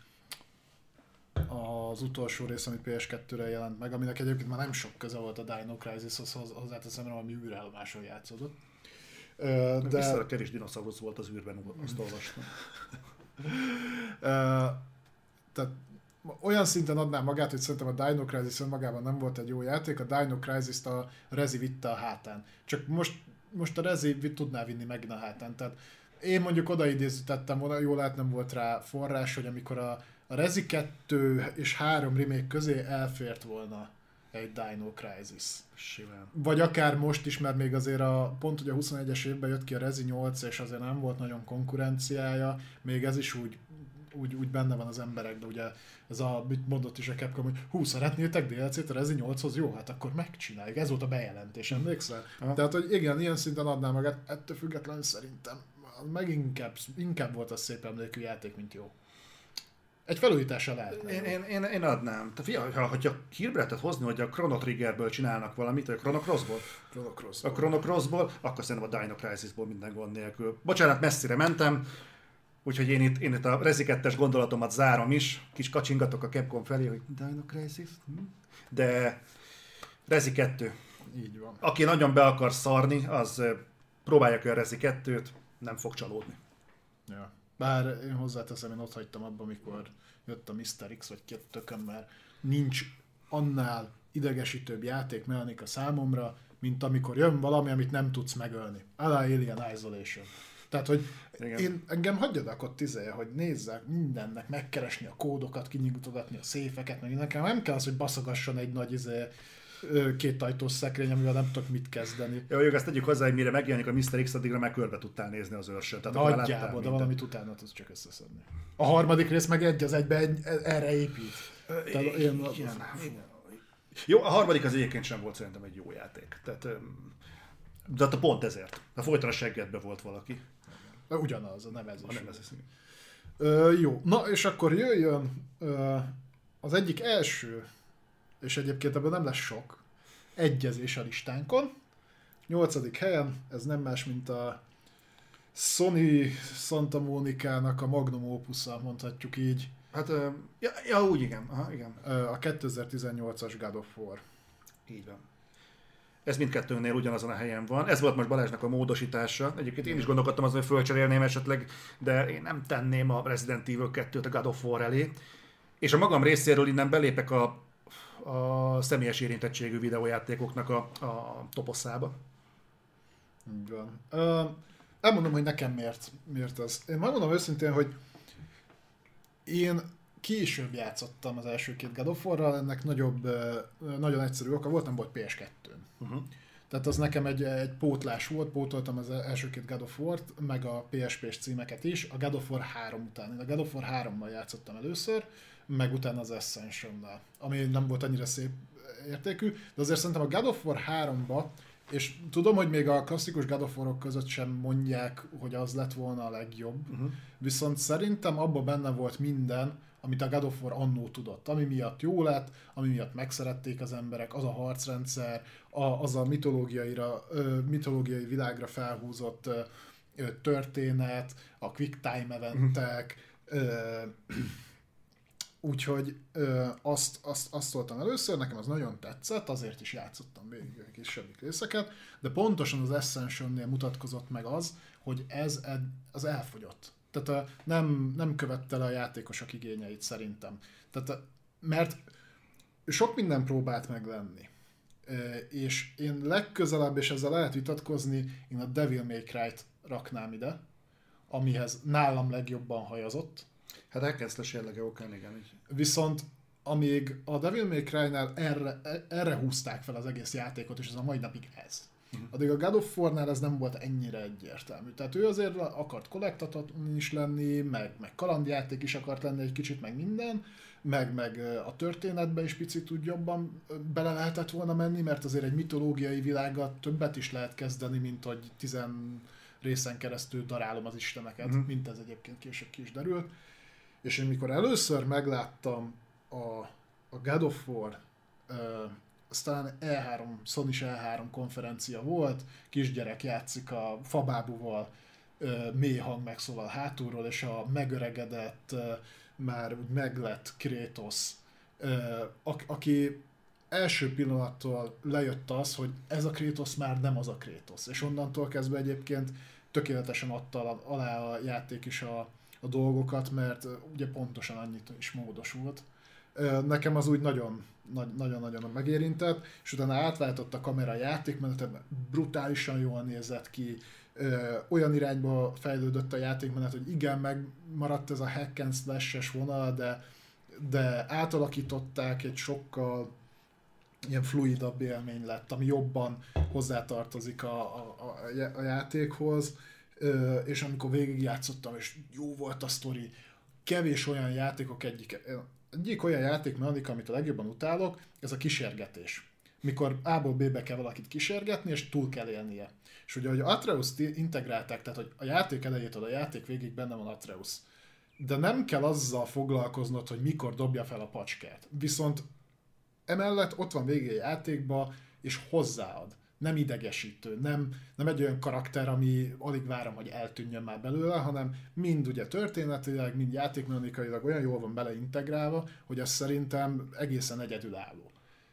az utolsó rész, ami pé es kettőre jelent meg, aminek egyébként már nem sok köze volt a Dino Crisishoz, hozzáteszem, hogy valami űrállomáson játszódott. Ö, de... Vissza kevés dinoszaurusz volt az űrben, azt olvastam. Ö, tehát olyan szinten adná magát, hogy szerintem a Dino Crisis önmagában nem volt egy jó játék, a Dino Crisis-t a Rezi vitte a hátán. Csak most, most a Rezi tudná vinni megint a hátán. Tehát én mondjuk odaidézítettem, oda jól lát, nem volt rá forrás, hogy amikor a, a Rezi kettő és három remake közé elfért volna egy Dino Crisis. Simán. Vagy akár most is, mert még azért a, pont ugye a huszonegyes évben jött ki a Rezi nyolc, és azért nem volt nagyon konkurenciája, még ez is úgy Úgy, úgy benne van az emberekben, ugye ez a, mit mondott is a Capcom, hogy hú, szeretnétek dé el cét a Rezi nyolchoz? Jó, hát akkor megcsináljuk. Ez volt a bejelentés, emlékszel? Aha. Tehát, hogy igen, ilyen szinten adná magát, ettől függetlenül szerintem meg inkább, inkább volt az szép emlékű játék, mint jó. Egy felújítása lehetne. Én, én, én, én adnám. Tehát figyelj, ha, ha hírbretet hozni, hogy a Chrono Triggerből csinálnak valamit, vagy a Chrono Crossból, Chrono Crossból. a Chrono Crossból, akkor szerintem a Dino Crisisból minden gond nélkül. Bocsánat, messzire mentem. Úgyhogy én itt, én itt a Rezi kettes gondolatomat zárom is, kis kacsingatok a Capcom felé, hogy Dino Crisis, de Rezi kettő. Így van. Aki nagyon be akar szarni, az próbálja ki a Rezi kettőt, nem fog csalódni. Ja. Bár én hozzáteszem, én ott hagytam abban, amikor jött a miszter X, vagy két tökön, mert nincs annál idegesítőbb játékmechanika számomra, mint amikor jön valami, amit nem tudsz megölni. Alien Isolation. Tehát, hogy én, engem hagyjanak ott izé, hogy nézzek mindennek, megkeresni a kódokat, kinyitogatni a széfeket, meg nekem nem kell az, hogy baszogasson egy nagy izé, két ajtós szekrény, amivel nem tudok mit kezdeni. Jó, jó, ezt tegyük hozzá, hogy mire megjelenik a miszter X, addigra már körbe tudtál nézni az őrsöt. Nagyjából, de valamit utána tudsz csak összeszedni. A harmadik rész meg egy az egybe egy, erre épít. Tehát én... Igen, igen. Jó, a harmadik az egyébként sem volt szerintem egy jó játék. Tehát, de hát pont ezért. A folyton a seggedbe volt valaki. Ugyanaz, a nevezés. A nevezés. Ö, jó, na és akkor jöjjön ö, az egyik első, és egyébként ebben nem lesz sok, egyezés a listánkon. Nyolcadik helyen, ez nem más, mint a Sony Santa Monica-nak a magnum opusza, mondhatjuk így. Hát, ja, ja úgy igen. Aha, igen. A kétezer-tizennyolcas God of War. Így van. Ez mindkettőnél ugyanazon a helyen van. Ez volt most Balázsnak a módosítása. Egyébként én is gondolkodtam azon, hogy fölcserélném esetleg, de én nem tenném a Resident Evil kettőt a God of War elé. És a magam részéről innen belépek a, a személyes érintettségű videójátékoknak a, a toposzába. Így van. Uh, elmondom, hogy nekem miért, miért ez. Én megmondom őszintén, hogy én később játszottam az első két God of War-ral, ennek nagyobb, nagyon egyszerű oka volt, nem volt pé es kettőn. Uh-huh. Tehát az nekem egy, egy pótlás volt, pótoltam az első két God of War-t, meg a pé es pés címeket is, a God of War három után. Én a God of War hárommal játszottam először, meg utána az Ascension-nal, ami nem volt annyira szép értékű, de azért szerintem a God of War háromba, és tudom, hogy még a klasszikus God of War-ok között sem mondják, hogy az lett volna a legjobb, uh-huh. viszont szerintem abban benne volt minden, amit a God of War annó tudott, ami miatt jó lett, ami miatt megszerették az emberek, az a harcrendszer, a, az a mitológiaira, ö, mitológiai világra felhúzott ö, történet, a quick time eventek, ö, úgyhogy ö, azt, azt, azt szóltam először, nekem az nagyon tetszett, azért is játszottam végig a kisebbik részeket, de pontosan az Ascension-nél mutatkozott meg az, hogy ez az elfogyott. Tehát a, nem, nem követte le a játékosok igényeit szerintem. Tehát a, mert sok minden próbált meg lenni. E, és én legközelebb, és ezzel lehet vitatkozni, én a Devil May Cry-t raknám ide, amihez nálam legjobban hajazott. Hát elkezdtes jellege okán, igen. Így. Viszont amíg a Devil May Cry-nál erre, erre húzták fel az egész játékot, és ez a mai napig ez. Uh-huh. Addig a God of War-nál ez nem volt ennyire egyértelmű. Tehát ő azért akart kollektatatlan is lenni, meg, meg kalandjáték is akart lenni egy kicsit, meg minden, meg, meg a történetbe is picit úgy jobban bele lehetett volna menni, mert azért egy mitológiai világgal többet is lehet kezdeni, mint hogy tizen részen keresztül darálom az isteneket, uh-huh. mint ez egyébként később ki is derült. És én mikor először megláttam a, a God of War, uh, aztán E három, Sony-s E három konferencia volt, kisgyerek játszik a fabábúval, uh, mély hang megszólal hátulról, és a megöregedett, uh, már úgy meglett Kratos, uh, a- aki első pillanattól lejött az, hogy ez a Kratos már nem az a Kratos, és onnantól kezdve egyébként tökéletesen adta alá a játék is a a dolgokat, mert ugye pontosan annyit is módosult. Nekem az úgy nagyon, nagyon-nagyon megérintett, és utána átváltott a kamera a játékmenetet, brutálisan jól nézett ki, olyan irányba fejlődött a játékmenet, hogy igen, megmaradt ez a hack and slash-es vonal, de, de átalakították, egy sokkal ilyen fluidabb élmény lett, ami jobban hozzátartozik a, a, a, a játékhoz. Uh, és amikor végigjátszottam, és jó volt a sztori, kevés olyan játékok egyik, egyik olyan játékmechanika, amit a legjobban utálok, ez a kísérgetés. Mikor A-ból B-be kell valakit kísérgetni, és túl kell élnie. És ugye, hogy Atreus-t integrálták, tehát hogy a játék elejétől a játék végig benne van Atreus. De nem kell azzal foglalkoznod, hogy mikor dobja fel a pacskát. Viszont emellett ott van végig a játékba, és hozzáad. Nem idegesítő, nem, nem egy olyan karakter, ami alig várom, hogy eltűnjön már belőle, hanem mind ugye történetileg, mind játékmechanikailag olyan jól van beleintegrálva, hogy az szerintem egészen egyedülálló.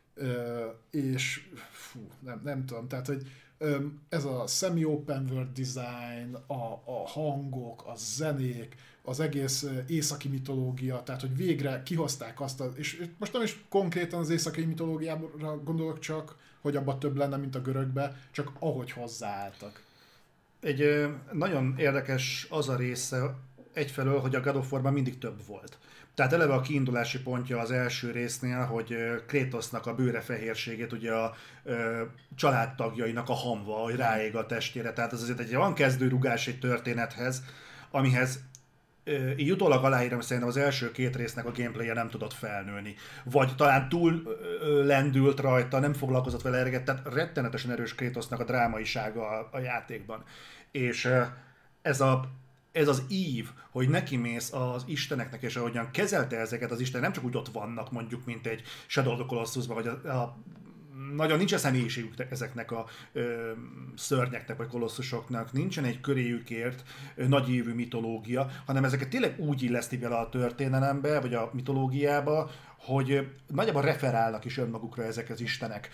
Ö, és fú, nem, nem tudom, tehát hogy ö, ez a semi-open world design, a, a hangok, a zenék, az egész északi mitológia, tehát hogy végre kihozták azt, a, és most nem is konkrétan az északi mitológiára gondolok csak, hogy abban több lenne, mint a görögbe, csak ahogy hozzáálltak. Egy ö, nagyon érdekes az a része egyfelől, hogy a God of War-ban mindig több volt. Tehát eleve a kiindulási pontja az első résznél, hogy Kratosnak a bőrefehérségét ugye a ö, családtagjainak a hamva, hogy ráég a testére. Tehát ez azért egy olyan kezdőrugás egy történethez, amihez így utólag aláírom, hogy szerintem az első két résznek a gameplay-je nem tudott felnőni. Vagy talán túl ö, lendült rajta, nem foglalkozott vele eleget, tehát rettenetesen erős Kratosnak a drámaisága a, a játékban. És ö, ez, a, ez az ív, hogy neki mész az isteneknek, és ahogyan kezelte ezeket az istenek, nem csak úgy ott vannak mondjuk, mint egy Shadow of the Colossusban, vagy a, a nagyon nincs a személyiségük ezeknek a ö, szörnyeknek vagy kolosszusoknak, nincsen egy köréjükért ö, nagyívű mitológia, hanem ezeket tényleg úgy illeszti bele a történelembe, vagy a mitológiába, hogy ö, nagyjából referálnak is önmagukra ezek az istenek.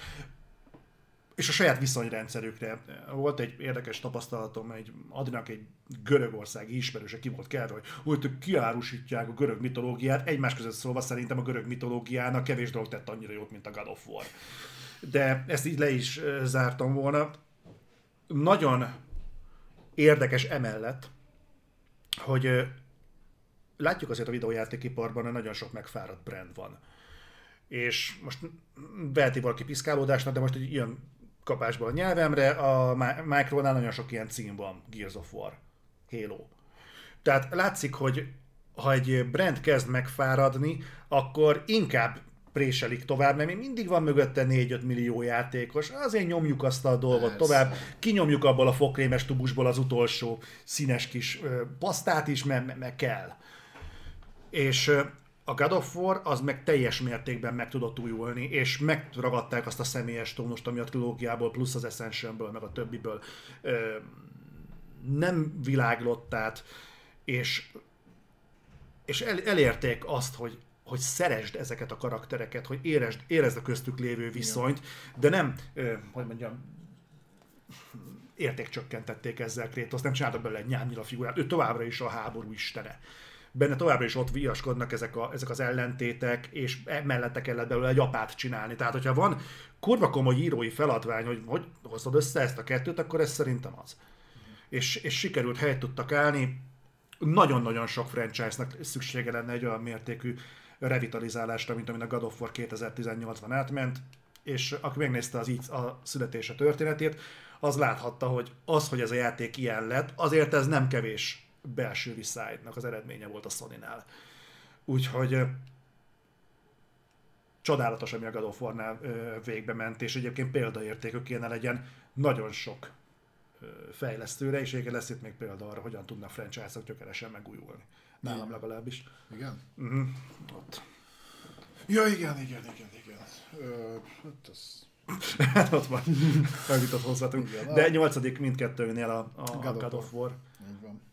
És a saját viszonyrendszerükre. Volt egy érdekes tapasztalatom, egy Adrinak egy görögországi ismerőse ki volt kelve, hogy úgy ők kiárusítják a görög mitológiát, egymás között szólva szerintem a görög mitológiának kevés dolog tett annyira jót, mint a God of War. De ezt így le is zártam volna. Nagyon érdekes emellett, hogy látjuk azért a videójátékiparban, hogy nagyon sok megfáradt brand van. És most veheti valaki piszkálódásnak, de most egy ilyen kapásból a nyelvemre, a Micronál nagyon sok ilyen cím van, Gears of War, Halo. Tehát látszik, hogy ha egy brand kezd megfáradni, akkor inkább préselik tovább, mert még mindig van mögötte négy-öt millió játékos, azért nyomjuk azt a dolgot Persze. tovább, kinyomjuk abból a fogkrémes tubusból az utolsó színes kis ö, pasztát is, mert, mert kell. És ö, a God of War az meg teljes mértékben meg tudott újulni, és megragadták azt a személyes tónust, ami a trilógiából, plusz az Ascensionből, meg a többiből ö, nem világlott át, és, és el, elérték azt, hogy hogy szeresd ezeket a karaktereket, hogy érezd, érezd a köztük lévő viszonyt, de nem, ö, hogy mondjam, értékcsökkentették ezzel Kratos, nem csináltak belőle egy nyámnyira figurát, ő továbbra is a háború istene. Benne továbbra is ott viaskodnak ezek, a, ezek az ellentétek, és mellette kellett belőle egy apát csinálni. Tehát, hogyha van kurva komoly írói feladvány, hogy hogy hozod össze ezt a kettőt, akkor ez szerintem az. Mm. És, és sikerült, helyet tudtak állni. Nagyon-nagyon sok franchise-nak szüksége lenne egy olyan mértékű revitalizálásra, mint amin a God of War kétezer-tizennyolcban átment, és aki megnézte az így a születése történetét, az láthatta, hogy az, hogy ez a játék ilyen lett, azért ez nem kevés belső viszálynak az eredménye volt a Sonynál. Úgyhogy csodálatos, ami a God of War-nál végbe ment, és egyébként példaértékű kéne legyen nagyon sok fejlesztőre, és egyébként lesz itt még példa arra, hogyan tudnak franchise-ok gyökeresen megújulni. Nálam igen. legalábbis. Igen? Uh-huh. Ott. Ja, igen, igen, igen, igen. Ö, hát ez... hát ott van. Megjutott hozzátunk. Igen, de a... nyolcadik mindkettőnél a, a God, God of War. Így van.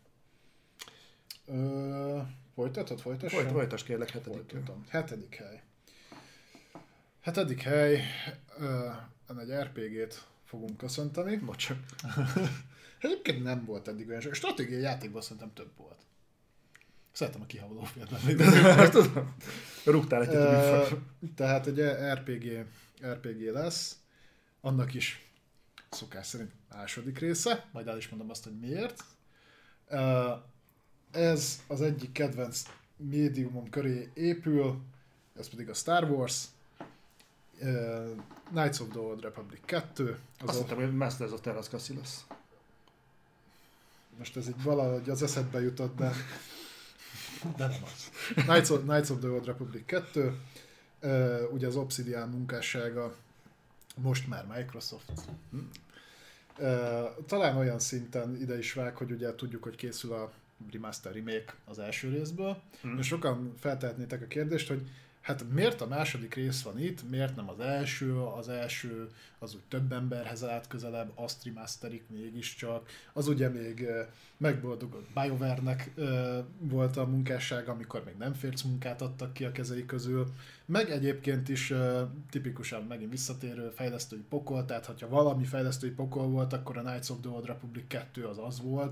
Ö, folytatod? Folytassam? Folyt, folytass kérlek, hetedik. Folytatom. Hetedik hely. Hetedik hely. Ö, egy er pé gét fogunk köszönteni. Bocs. Egyébként nem volt eddig olyan sok. Stratégiai játékban szerintem több volt. Szeretem a kihavaló filmet. Tudom. Rúgtál egy uh, Tehát egy er pé gé, er pé gé lesz. Annak is szokás szerint második része. Majd el is mondom azt, hogy miért. Uh, ez az egyik kedvenc médiumom köré épül. Ez pedig a Star Wars. Uh, Knights of the Old Republic kettő. Az azt hittem, hogy Masters of Terras lesz. Most ez így valahogy az eszedbe jutott, de... de nem az. Knights of, Knights of the Old Republic kettő. Uh, ugye az Obsidian munkássága most már Microsoft. Uh, talán olyan szinten ide is vág, hogy ugye tudjuk, hogy készül a remaster remake az első részből. Mm. És sokan feltehetnétek a kérdést, hogy hát miért a második rész van itt, miért nem az első, az első az úgy több emberhez állt közelebb, azt remasterik mégiscsak, az ugye még megboldogott BioWare-nek volt a munkássága, amikor még nem férc munkát adtak ki a kezei közül, meg egyébként is tipikusan megint visszatérő fejlesztői pokol, tehát ha valami fejlesztői pokol volt, akkor a Knights of the Old Republic kettő az az volt.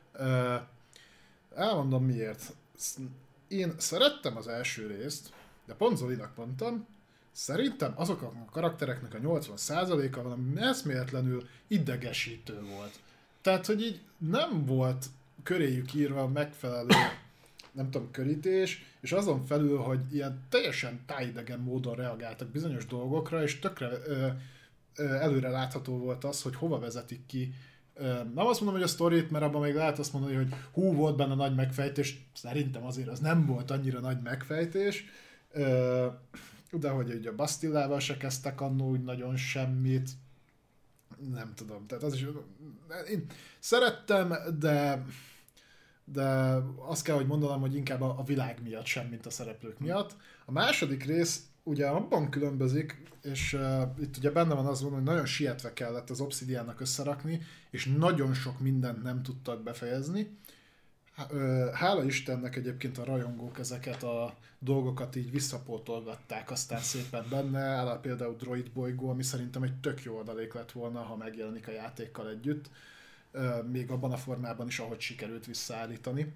Elmondom miért. Én szerettem az első részt, de pont Zolinak mondtam, szerintem azok a karaktereknek a nyolcvan százaléka valami eszméletlenül idegesítő volt. Tehát, hogy így nem volt köréjük írva megfelelő, nem tudom, körítés, és azon felül, hogy ilyen teljesen tájidegen módon reagáltak bizonyos dolgokra, és tökre ö, ö, előre látható volt az, hogy hova vezetik ki Nem azt mondom, hogy a sztorit, mert abban még lehet azt mondani, hogy hú, volt benne nagy megfejtés, szerintem azért az nem volt annyira nagy megfejtés, de hogy ugye a Bastillával se kezdtek annó úgy nagyon semmit, nem tudom, tehát az is, én szerettem, de, de azt kell, hogy mondanom, hogy inkább a világ miatt sem, mint a szereplők miatt. A második rész ugye abban különbözik, és uh, itt ugye benne van az, hogy nagyon sietve kellett az Obsidiannak összerakni, és nagyon sok mindent nem tudtak befejezni. Hála Istennek egyébként a rajongók ezeket a dolgokat így visszapótolgatták aztán szépen benne, áll például Droid bolygó, ami szerintem egy tök jó adalék lett volna, ha megjelenik a játékkal együtt, még abban a formában is, ahogy sikerült visszaállítani.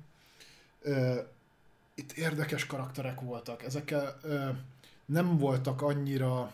Itt érdekes karakterek voltak, ezekkel nem voltak annyira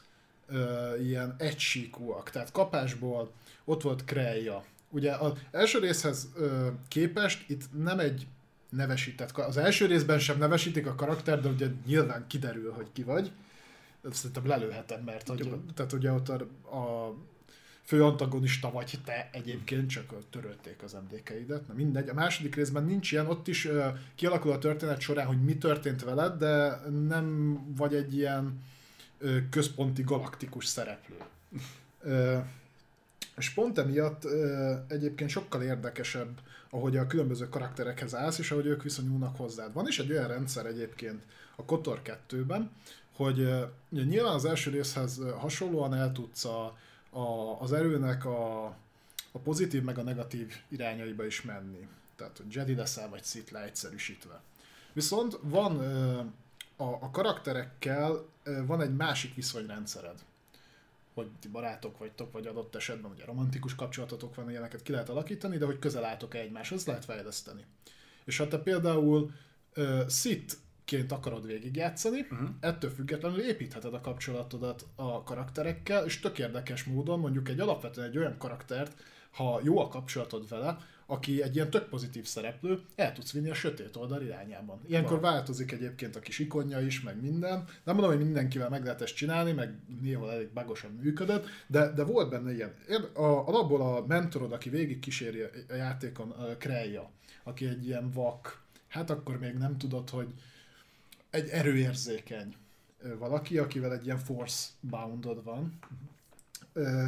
ilyen egysíkúak, tehát kapásból ott volt Kreia. Ugye az első részhez ö, képest itt nem egy nevesített, az első részben sem nevesítik a karakter, de ugye nyilván kiderül, hogy ki vagy. Szerintem lelőhetem, mert hogy, tehát ugye ott a, a fő antagonista vagy te egyébként, csak törölték az emlékeidet. Na mindegy, a második részben nincs ilyen, ott is ö, kialakul a történet során, hogy mi történt veled, de nem vagy egy ilyen ö, központi galaktikus szereplő. Ö, És pont emiatt ö, egyébként sokkal érdekesebb, ahogy a különböző karakterekhez állsz, és ahogy ők viszonyulnak hozzád. Van is egy olyan rendszer egyébként a KOTOR kettőben, hogy ö, ugye nyilván az első részhez hasonlóan el tudsz a, a, az erőnek a, a pozitív meg a negatív irányaiba is menni. Tehát, hogy Jedi leszel, vagy Sith leegyszerűsítve. Viszont van ö, a, a karakterekkel ö, van egy másik viszonyrendszered. Hogy ti barátok vagytok, vagy adott esetben ugye romantikus kapcsolatotok van, ilyeneket ki lehet alakítani, de hogy közel álltok egymáshoz, lehet fejleszteni. És ha te például uh, Sith-ként akarod végigjátszani, uh-huh. ettől függetlenül építheted a kapcsolatodat a karakterekkel, és tök érdekes módon mondjuk egy alapvetően egy olyan karaktert, ha jó a kapcsolatod vele, aki egy ilyen tök pozitív szereplő, el tudsz vinni a sötét oldal irányában. Ilyenkor wow. változik egyébként a kis ikonja is, meg minden. Nem mondom, hogy mindenkivel meg lehet ezt csinálni, meg néha elég bagosan működött, de, de volt benne ilyen. A, alapból a mentorod, aki végig kíséri a játékon, a Kreia, aki egy ilyen vak, hát akkor még nem tudod, hogy egy erőérzékeny valaki, akivel egy ilyen force boundod van. Ö,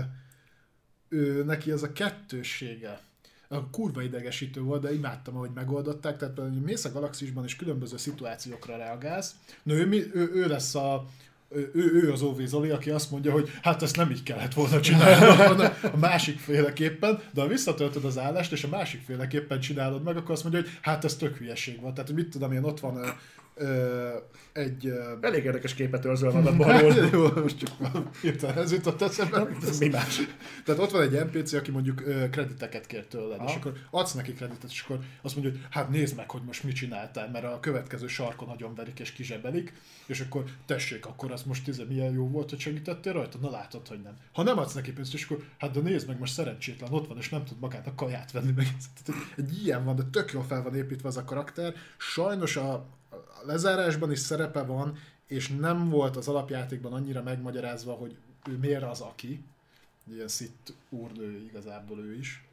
ő, neki ez a kettőssége a kurva idegesítő volt, de imádtam, ahogy megoldották, tehát például mész a Galaxisban és különböző szituációkra reagálsz. No, ő, ő, ő lesz a ő, ő az ó vé Zoli, aki azt mondja, hogy hát ezt nem így kellett volna csinálni a másik féleképpen, de ha visszatöltöd az állást, és a másik féleképpen csinálod meg, akkor azt mondja, hogy hát ez tök hülyeség volt. Tehát mit tudom én, ott van ö, egy... Ö... Elég érdekes képet őrzöl van a balról. Jó, most csak hirtelen ez jutott eszembe. Mi más? Tehát ott van egy en pé cé, aki mondjuk ö, krediteket kér tőled, ha. És akkor adsz neki kreditet, és akkor azt mondja, hogy hát nézd meg, hogy most mit csináltál, mert a következő sarkon nagyon verik és kizsebelik, és akkor tessék, akkor az most tíze milyen jó volt, hogy segítettél rajta? Na látod, hogy nem. Ha nem adsz neki pénzt, és akkor hát de nézd meg, most szerencsétlen ott van, és nem tud magának kaját venni meg. Egy ilyen van, de tök jól fel van építve az a karakter. Sajnos a, a lezárásban is szerepe van, és nem volt az alapjátékban annyira megmagyarázva, hogy ő miért az aki. Ilyen Sith úrnő igazából ő is.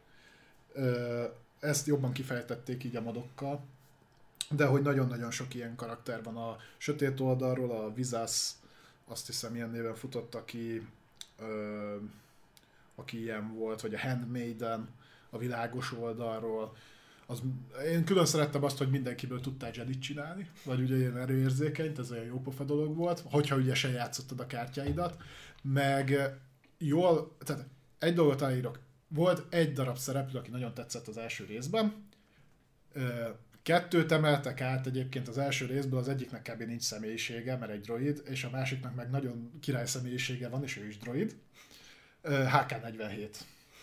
Ezt jobban kifejtették így a modokkal. De hogy nagyon-nagyon sok ilyen karakter van a sötét oldalról, a Vizas, azt hiszem ilyen néven futott, aki, ö, aki ilyen volt, vagy a Handmaiden a világos oldalról. Az, én külön szerettem azt, hogy mindenkiből tudtál Jedit csinálni, vagy ugye ilyen erőérzékenyt, ez olyan jópofa dolog volt, hogyha ügyesen játszottad a kártyáidat, meg jól, tehát egy dolgot elírok, volt egy darab szereplő, aki nagyon tetszett az első részben, kettőt emeltek át egyébként az első részből, az egyiknek kb. Nincs személyisége, mert egy droid, és a másiknak meg nagyon király személyisége van, és ő is droid. há ká negyvenhét.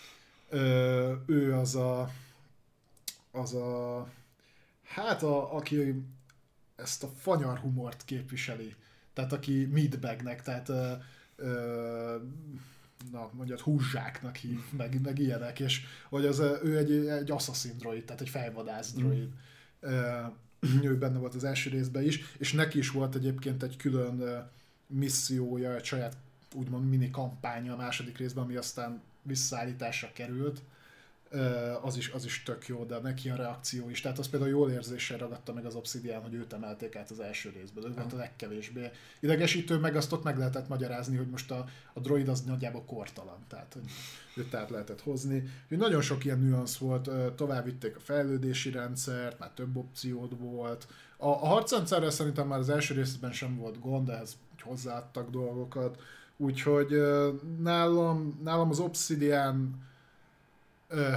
Ő az a az a hát a, aki ezt a fanyar humort képviseli, tehát aki meatbagnek, tehát ö, ö, na mondjad húszsáknak hív, meg, meg ilyenek, és hogy az, ő egy, egy assassin droid, tehát egy fejvadász droid. Mm. Ő benne volt az első részben is, és neki is volt egyébként egy külön missziója, egy saját úgymond mini kampánya a második részben, ami aztán visszaállításra került. az is, az is tök jó, de neki a reakció is. Tehát az például jól érzéssel ragadta meg az Obsidian, hogy őt emelték át az első részből. Ő volt a legkevésbé idegesítő, meg azt ott meg lehetett magyarázni, hogy most a, a droid az nagyjából kortalan, tehát hogy őt át lehetett hozni. Úgy nagyon sok ilyen nüansz volt, tovább vitték a fejlődési rendszert, már több opciód volt. A, a harcrendszerrel szerintem már az első részben sem volt gond, de ez hozzáadtak dolgokat. Úgyhogy nálam, nálam az Obsidian Ö,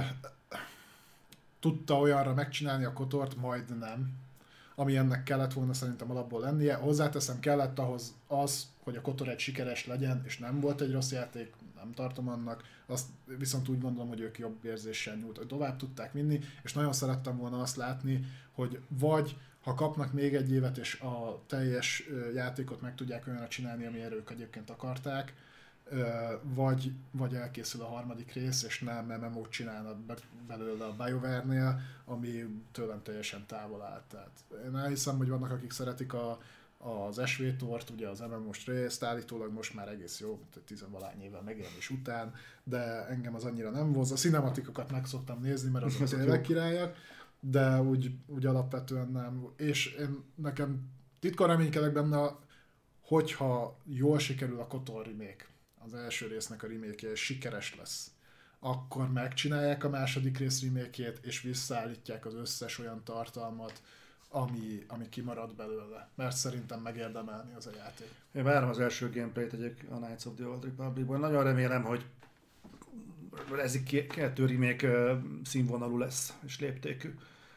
tudta olyanra megcsinálni a kotort, majd nem. Ami ennek kellett volna szerintem alapból lennie. Hozzáteszem, kellett ahhoz az, hogy a kotor egy sikeres legyen, és nem volt egy rossz játék, nem tartom annak. Azt viszont úgy gondolom, hogy ők jobb érzéssel nyújt, hogy tovább tudták vinni, és nagyon szerettem volna azt látni, hogy vagy ha kapnak még egy évet, és a teljes játékot meg tudják olyanra csinálni, amilyen ők egyébként akarták, vagy, vagy elkészül a harmadik rész, és nem em em ó-t csinálnak belőle a BioWare-nél, ami tőlem teljesen távol áll. Tehát én elhiszem, hogy vannak, akik szeretik a, az es vé tort, ugye az em em ó-s részt, állítólag most már egész jó, tizenvalány évvel megjelenés után, de engem az annyira nem vonz. A cinematikokat meg szoktam nézni, mert azok tényleg királyak, de úgy, úgy alapvetően nem. És én, nekem titkon reménykedek benne, hogyha jól sikerül a KOTOR remake, az első résznek a remake-je, és sikeres lesz, akkor megcsinálják a második rész remake-jét, és visszaállítják az összes olyan tartalmat, ami, ami kimarad belőle. Mert szerintem megérdemelni az a játék. Én várom az első gameplayt egyik a Knights of the Old Republicból. Nagyon remélem, hogy ez egy kettő remake színvonalú lesz, és léptékű.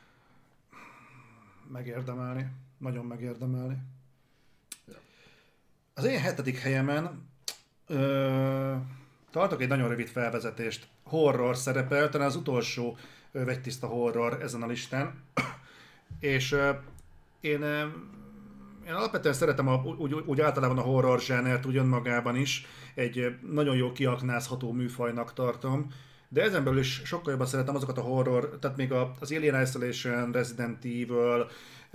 Megérdemelni. Nagyon megérdemelni. Ja. Az én hetedik helyemen Ö, tartok egy nagyon rövid felvezetést. Horror szerepel, talán az utolsó ö, vegytiszta horror ezen a listán. És ö, én, ö, én alapvetően szeretem a, úgy, úgy általában a horror zsánert úgy önmagában is. Egy ö, nagyon jó kiaknázható műfajnak tartom. De ezen belül is sokkal jobban szeretem azokat a horror, tehát még az Alien Isolation, Resident Evil,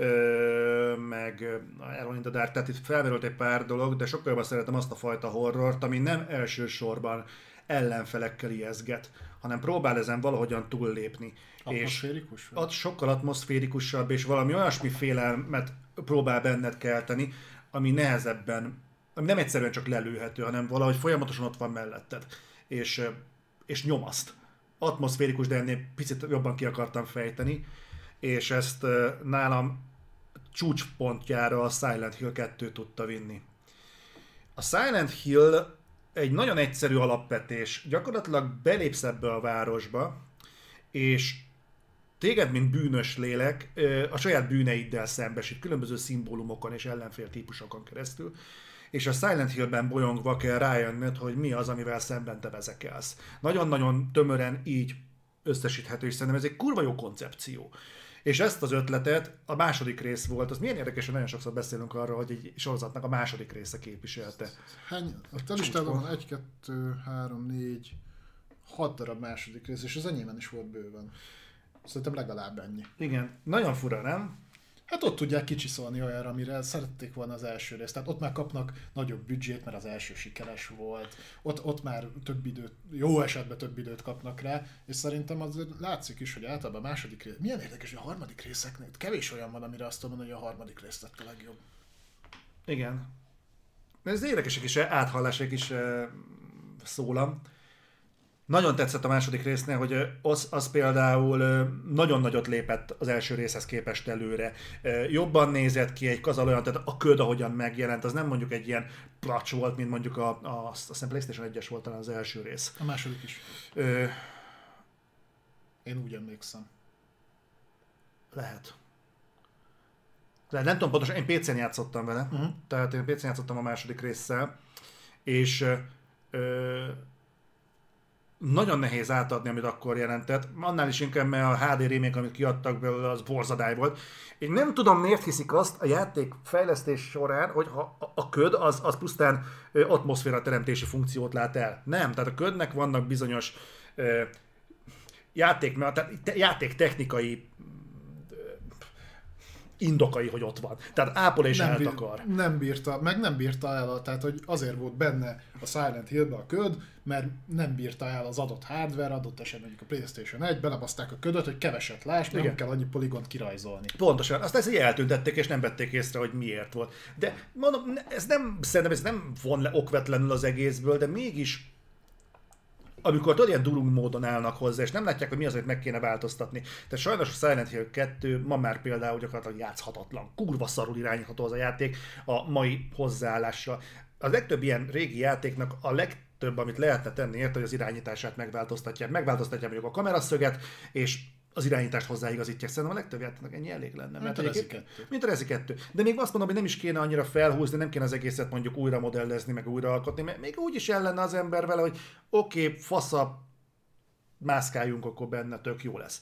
Ö, meg Alone in the Dark, tehát itt felmerült egy pár dolog, de sokkal jobban szeretem azt a fajta horrort, ami nem elsősorban ellenfelekkel ijeszget, hanem próbál ezen valahogyan túllépni. Atmoszférikus? És sokkal atmoszférikusabb, és valami olyasmi félelmet próbál benned kelteni, ami nehezebben, ami nem egyszerűen csak lelőhető, hanem valahogy folyamatosan ott van melletted, és, és nyomaszt. Atmoszférikus, de ennél picit jobban ki akartam fejteni, és ezt nálam csúcspontjára a Silent Hill kettő tudta vinni. A Silent Hill egy nagyon egyszerű alapvetés. Gyakorlatilag belépsz ebbe a városba, és téged, mint bűnös lélek, a saját bűneiddel szembesít, különböző szimbólumokon és ellenfél típusokon keresztül, és a Silent Hillben bolyongva kell rájönnöd, hogy mi az, amivel szemben te vezekelsz. Nagyon-nagyon tömören így összesíthető, és szerintem ez egy kurva jó koncepció. És ezt az ötletet a második rész volt, az milyen érdekes, hogy nagyon sokszor beszélünk arról, hogy egy sorozatnak a második része képviselte. Hány, a te listádon van egy, kettő, három, négy, hat darab második rész, és az enyémen is volt bőven. Szerintem legalább ennyi. Igen, nagyon fura, nem? Hát ott tudják kicsiszolni olyanra, amire szerették volna az első részt. Tehát ott már kapnak nagyobb büdzsét, mert az első sikeres volt. Ott, ott már több időt, jó esetben több időt kapnak rá, és szerintem azért látszik is, hogy általában a második rész... Milyen érdekes, hogy a harmadik részeknél kevés olyan van, amire azt mondom, hogy a harmadik rész lett a legjobb. Igen. Ez érdekes egy kis áthallás, egy kis uh, szólam. Nagyon tetszett a második résznél, hogy az, az például nagyon nagyot lépett az első részhez képest előre. Jobban nézett ki egy kazal olyan, tehát a köd, ahogyan megjelent, az nem mondjuk egy ilyen placs volt, mint mondjuk a, a, azt hiszem PlayStation egyes volt talán az első rész. A második is. Ö... Én úgy emlékszem. Lehet. De nem tudom pontosan, én pé cén játszottam vele, uh-huh. tehát én pé cén játszottam a második résszel, és ö, nagyon nehéz átadni, amit akkor jelentett. Annál is inkább, mert a há dé remake, amit kiadtak belőle, az borzadály volt. Én nem tudom, miért hiszik azt a játék fejlesztés során, hogy ha a köd az, az pusztán atmoszféra teremtési funkciót lát el. Nem, tehát a ködnek vannak bizonyos ö, játék, tehát játék technikai indokai, hogy ott van. Tehát ápol és nem, eltakar. bír, nem bírta, meg nem bírta el, tehát hogy azért volt benne a Silent Hill-be a köd, mert nem bírta el az adott hardware, adott esetben mondjuk a PlayStation egy, belebaszták a ködöt, hogy keveset láss, nem kell annyi poligont kirajzolni. Pontosan. Azt ezt így eltüntették, és nem vették észre, hogy miért volt. De mondom, ez nem, szerintem ez nem von le okvetlenül az egészből, de mégis amikor tudod, ilyen durung módon állnak hozzá, és nem látják, hogy mi az, hogy meg kéne változtatni. Tehát sajnos a Silent Hill kettő ma már például gyakorlatilag játszhatatlan. Kurva szarul irányítható az a játék a mai hozzáállással. A legtöbb ilyen régi játéknak a legtöbb, amit lehetne tenni érte, hogy az irányítását megváltoztatják. Megváltoztatják mondjuk a kameraszöget, és az irányítást hozzáigazítják. Szerintem a legtöbb játéknak ennyi elég lenne. Mint a Rezi kettő. Mint a Rezi kettő. De még azt mondom, hogy nem is kéne annyira felhúzni, nem kéne az egészet mondjuk újra modellezni, meg újra alkotni, mert még úgy is ellenne az ember vele, hogy oké, okay, fasza, mászkáljunk, akkor benne tök jó lesz.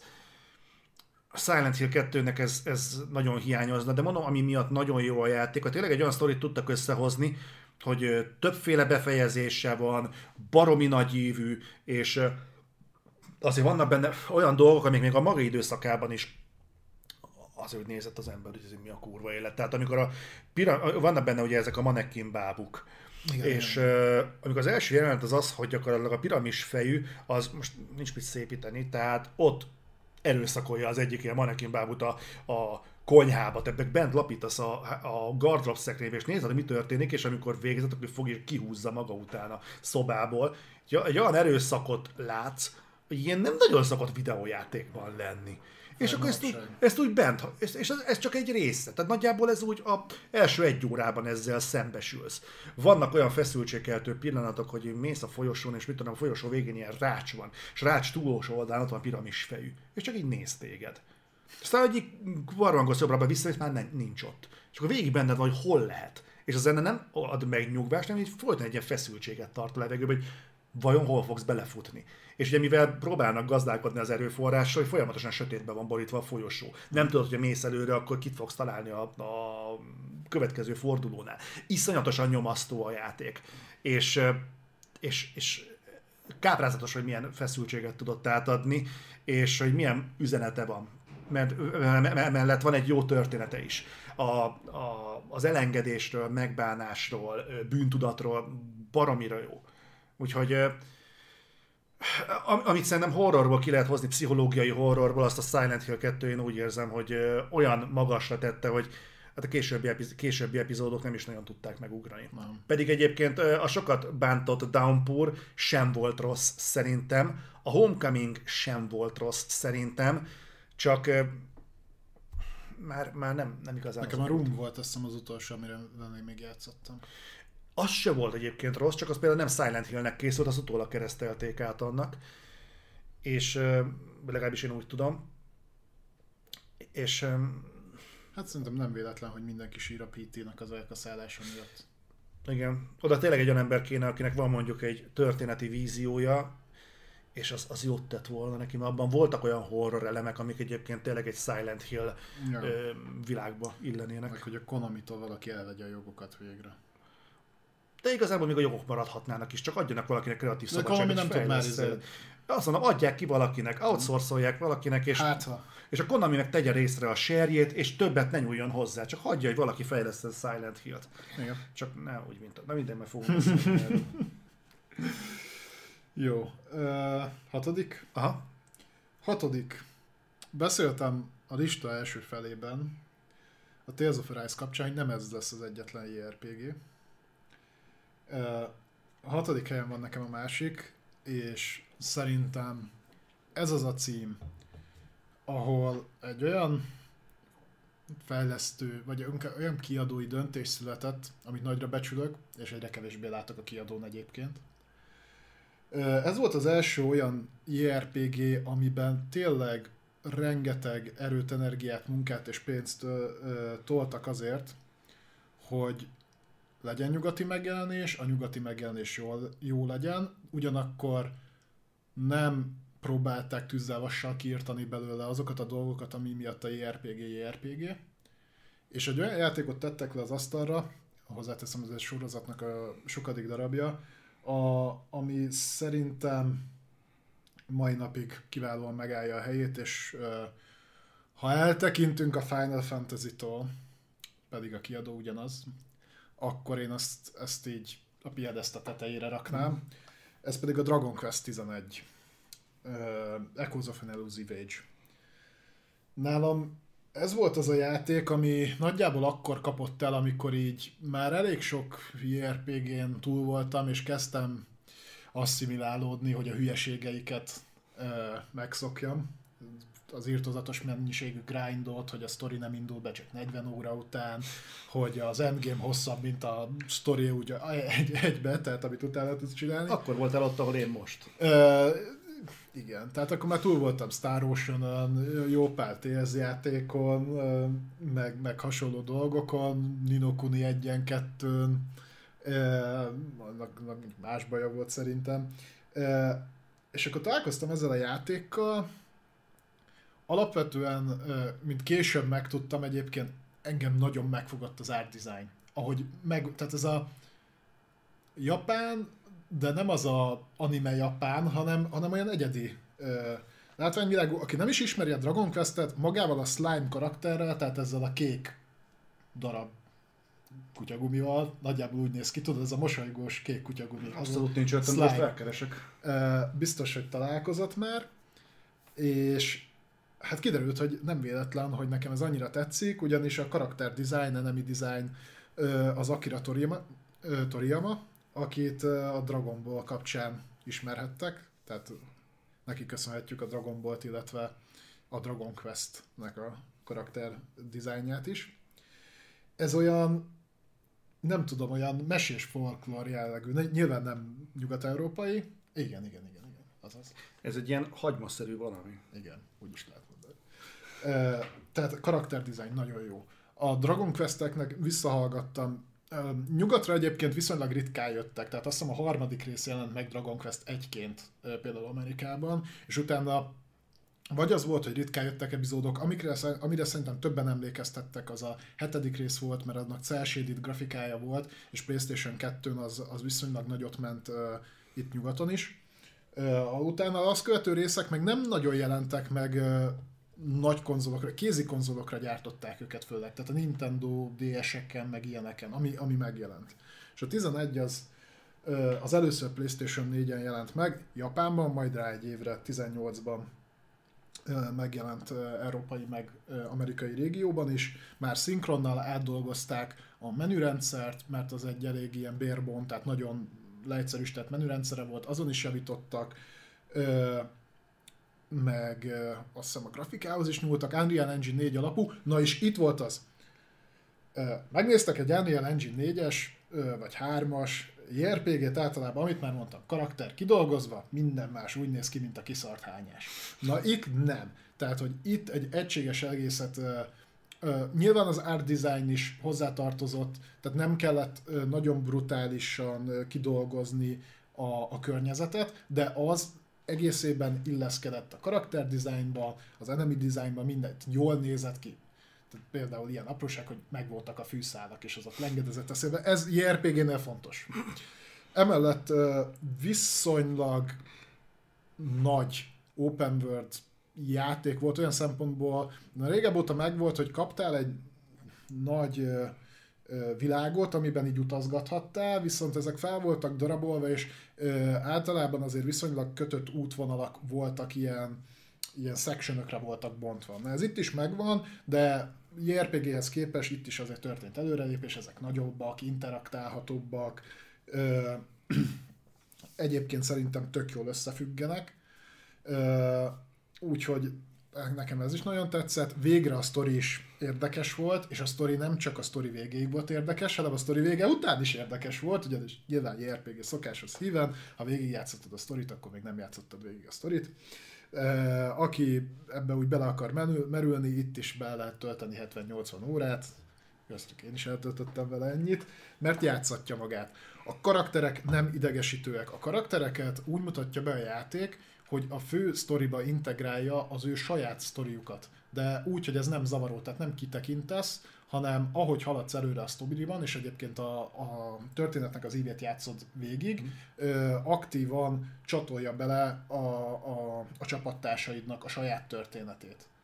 A Silent Hill kettőnek ez, ez nagyon hiányozna, de mondom, ami miatt nagyon jó a játék, hogy tényleg egy olyan sztorit tudtak összehozni, hogy többféle befejezése van, baromi nagyívű, és azért vannak benne olyan dolgok, amik még a maga időszakában is azért, hogy nézett az ember, hogy ez mi a kurva élet. Tehát amikor a pira- vannak benne ugye ezek a mannequin bábuk, igen, és uh, amikor az első jelenet az az, hogy gyakorlatilag a piramis fejű, az most nincs mit szépíteni, tehát ott erőszakolja az egyik ilyen mannequin bábut a, a konyhába, te bent lapítasz a, a gardrop szekrénybe, és nézed, hogy mi történik, és amikor végzett, akkor fog és kihúzza maga után a szobából. Egy olyan erőszakot látsz, hogy ilyen nem nagyon szokott videójátékban lenni. És akkor ezt úgy, ezt úgy bent, és ez, ez csak egy része. Tehát nagyjából ez úgy az első egy órában ezzel szembesülsz. Vannak olyan feszültségkeltő pillanatok, hogy mész a folyosón, és mit tudom, a folyosó végén ilyen rács van, és rács túlsó oldalán ott van piramis fejű. És csak így néz téged. Aztán egyik barlangos jobbra visszamész, már nem, nincs ott. És akkor végig benned van, hogy hol lehet. És a zene nem ad megnyugvást, hanem így folyton egy ilyen feszültséget tart a levegőben, hogy vajon hol fogsz belefutni. És ugye mivel próbálnak gazdálkodni az erőforrással, hogy folyamatosan sötétben van borítva a folyosó. Nem tudod, hogy a mész előre, akkor kit fogsz találni a, a következő fordulónál. Iszonyatosan nyomasztó a játék. És, és, és káprázatos, hogy milyen feszültséget tudott átadni, és hogy milyen üzenete van. Mert mellett van egy jó története is. A, a, az elengedésről, megbánásról, bűntudatról baromira jó. Úgyhogy amit szerintem horrorból ki lehet hozni, pszichológiai horrorból, azt a Silent Hill kettő én úgy érzem, hogy olyan magasra tette, hogy hát a későbbi, epiz- későbbi epizódok nem is nagyon tudták megugrani. Nem. Pedig egyébként a sokat bántott Downpour sem volt rossz szerintem, a Homecoming sem volt rossz szerintem, csak már, már nem, nem igazán. Nekem a Room volt, azt hiszem, az utolsó, amire én még játszottam. Az se volt egyébként rossz, csak az például nem Silent Hillnek készült, az utólag keresztelték át annak. És legalábbis én úgy tudom. És... Hát szerintem nem véletlen, hogy mindenki sír a pé té-nek az elkaszállása miatt. Igen. Oda tényleg egy olyan ember kéne, akinek van mondjuk egy történeti víziója, és az, az jót tett volna neki, mert abban voltak olyan horror elemek, amik egyébként tényleg egy Silent Hill ja. ö, világba illenének. Meg hogy a Konami-tól valaki elvegye a jogokat végre. De igazából még a jogok maradhatnának is, csak adjanak valakinek kreatív szabadságot. Nem tud már izé. Azt mondom, adják ki valakinek, outsourcolják valakinek, és, hát, és a Konami meg tegye részre a serjét, és többet ne nyúljon hozzá, csak hagyja, hogy valaki fejleszten Silent Hill-t. Igen. Csak ne úgy, mint a... Na minden, mert fogunk beszélni. Jó. Uh, hatodik? Aha. Hatodik. Beszéltem a lista első felében a Tales of Arise kapcsán, hogy nem ez lesz az egyetlen jé er pé gé. Uh, a hatodik helyen van nekem a másik, és szerintem ez az a cím, ahol egy olyan fejlesztő, vagy olyan kiadói döntés született, amit nagyra becsülök, és egyre kevésbé látok a kiadón egyébként. Ez volt az első olyan jé er pé gé, amiben tényleg rengeteg erőt, energiát, munkát és pénzt toltak azért, hogy legyen nyugati megjelenés, a nyugati megjelenés jól, jó legyen, ugyanakkor nem próbálták tűzzel vassal kiirtani belőle azokat a dolgokat, ami miatt a jé er pé gé jé er pé gé. És egy olyan játékot tettek le az asztalra, hozzáteszem, ez egy sorozatnak a sokadik darabja, a, ami szerintem mai napig kiválóan megállja a helyét, és uh, Ha eltekintünk a Final Fantasy-tól, pedig a kiadó ugyanaz, akkor én azt, ezt így a piedeszta tetejére raknám. Mm. Ez pedig a Dragon Quest tizenegy. Uh, Echoes of an Elusive Age. Nálam ez volt az a játék, ami nagyjából akkor kapott el, amikor így már elég sok jé er pé gén túl voltam, és kezdtem asszimilálódni, hogy a hülyeségeiket uh, megszokjam. Az irtózatos mennyiségű grindot, hogy a sztori nem indul be csak negyven óra után, hogy az endgame hosszabb, mint a sztori úgy egy, egybe, tehát amit utána tudsz csinálni. Akkor voltál ott, ahol én most. Uh, igen, tehát akkor már túl voltam Star Ocean-on, jó pár té es játékon, uh, meg, meg hasonló dolgokon, Ni no Kuni egyen-kettőn, uh, annak, annak más baja volt szerintem. Uh, és akkor találkoztam ezzel a játékkal. Alapvetően, mint később megtudtam, egyébként engem nagyon megfogott az art design. Ahogy meg, tehát ez a japán, de nem az a anime japán, hanem, hanem olyan egyedi látványvilágú, aki nem is ismeri a Dragon Quest-et, magával a slime karakterrel, tehát ezzel a kék darab kutyagumival, nagyjából úgy néz ki, tudod, ez a mosolygós kék kutyagumi. Abszolút nincs öttem, most felkeresek. Biztos, hogy találkozott már, és hát kiderült, hogy nem véletlen, hogy nekem ez annyira tetszik, ugyanis a karakter design, enemy design az Akira Toriyama, Toriyama, akit a Dragon Ball kapcsán ismerhettek, tehát neki köszönhetjük a Dragon Ballt, illetve a Dragon Quest-nek a karakter dizájnját is. Ez olyan, nem tudom, olyan mesés folklór jellegű, nyilván nem nyugat-európai, igen, igen, igen, igen, azaz. Ez egy ilyen hagymaszerű valami. Igen, úgy is lehet mondani. Uh, tehát a karakterdizájn nagyon jó. A Dragon Quest-eknek visszahallgattam, uh, nyugatra egyébként viszonylag ritkán jöttek, tehát azt hiszem a harmadik rész jelent meg Dragon Quest egyként uh, például Amerikában, és utána vagy az volt, hogy ritkán jöttek epizódok, amikre, amire szerintem többen emlékeztettek, az a hetedik rész volt, mert annak cel-shaded grafikája volt, és PlayStation kettőn az, az viszonylag nagyot ment uh, itt nyugaton is. Uh, utána az követő részek meg nem nagyon jelentek meg uh, nagy konzolokra, kézi konzolokra gyártották őket főleg, tehát a Nintendo dé es-eken, meg ilyeneken, ami, ami megjelent. És a tizenegy az, uh, az először PlayStation négyen jelent meg, Japánban, majd rá egy évre, tizennyolcban uh, megjelent uh, európai meg uh, amerikai régióban is, már szinkronnal átdolgozták a menürendszert, mert az egy elég ilyen barebone, tehát nagyon leegyszerűsített menürendszere volt, azon is javítottak, ö, meg ö, azt hiszem a grafikához is nyúltak, Unreal Engine négy alapú, na és itt volt az. Ö, megnéztek egy Unreal Engine négyes, ö, vagy hármas jé er pé gét általában, amit már mondtam, karakter kidolgozva, minden más úgy néz ki, mint a kiszart hányás. Na itt nem. Tehát, hogy itt egy egységes egészet ö, Uh, nyilván az art design is hozzátartozott, tehát nem kellett uh, nagyon brutálisan uh, kidolgozni a, a környezetet, de az egészében illeszkedett a karakter designba, az enemy designba, mindent jól nézett ki. Tehát például ilyen apróság, hogy megvoltak a fűszálak, és azok lengedezett eszébe. Ez jé er pé génél fontos. Emellett uh, viszonylag nagy open world játék volt olyan szempontból, na régebb óta megvolt, hogy kaptál egy nagy ö, ö, világot, amiben így utazgathattál, viszont ezek fel voltak darabolva, és ö, általában azért viszonylag kötött útvonalak voltak, ilyen, ilyen sectionökre voltak bontva. Na ez itt is megvan, de jé er pé géhez képest itt is azért történt előrelépés, ezek nagyobbak, interaktálhatóbbak, ö, egyébként szerintem tök jól összefüggenek. Ö, Úgyhogy nekem ez is nagyon tetszett. Végre a sztori is érdekes volt, és a sztori nem csak a sztori végéig volt érdekes, hanem a sztori vége után is érdekes volt, ugyanis nyilván jé er pé gé szokáshoz híven, ha végig játszottad a sztorit, akkor még nem játszottad végig a sztorit. Aki ebbe úgy bele akar merülni, itt is be lehet tölteni hetven-nyolcvan órát, köztük én is eltöltöttem vele ennyit, mert játszatja magát. A karakterek nem idegesítőek. A karaktereket úgy mutatja be a játék, hogy a fő sztoriba integrálja az ő saját sztoriukat. De úgy, hogy ez nem zavaró, tehát nem kitekintesz, hanem ahogy haladsz előre a sztoriban, és egyébként a, a történetnek az ívét játszod végig, mm. ö, aktívan csatolja bele a, a, a csapattársaidnak a saját történetét.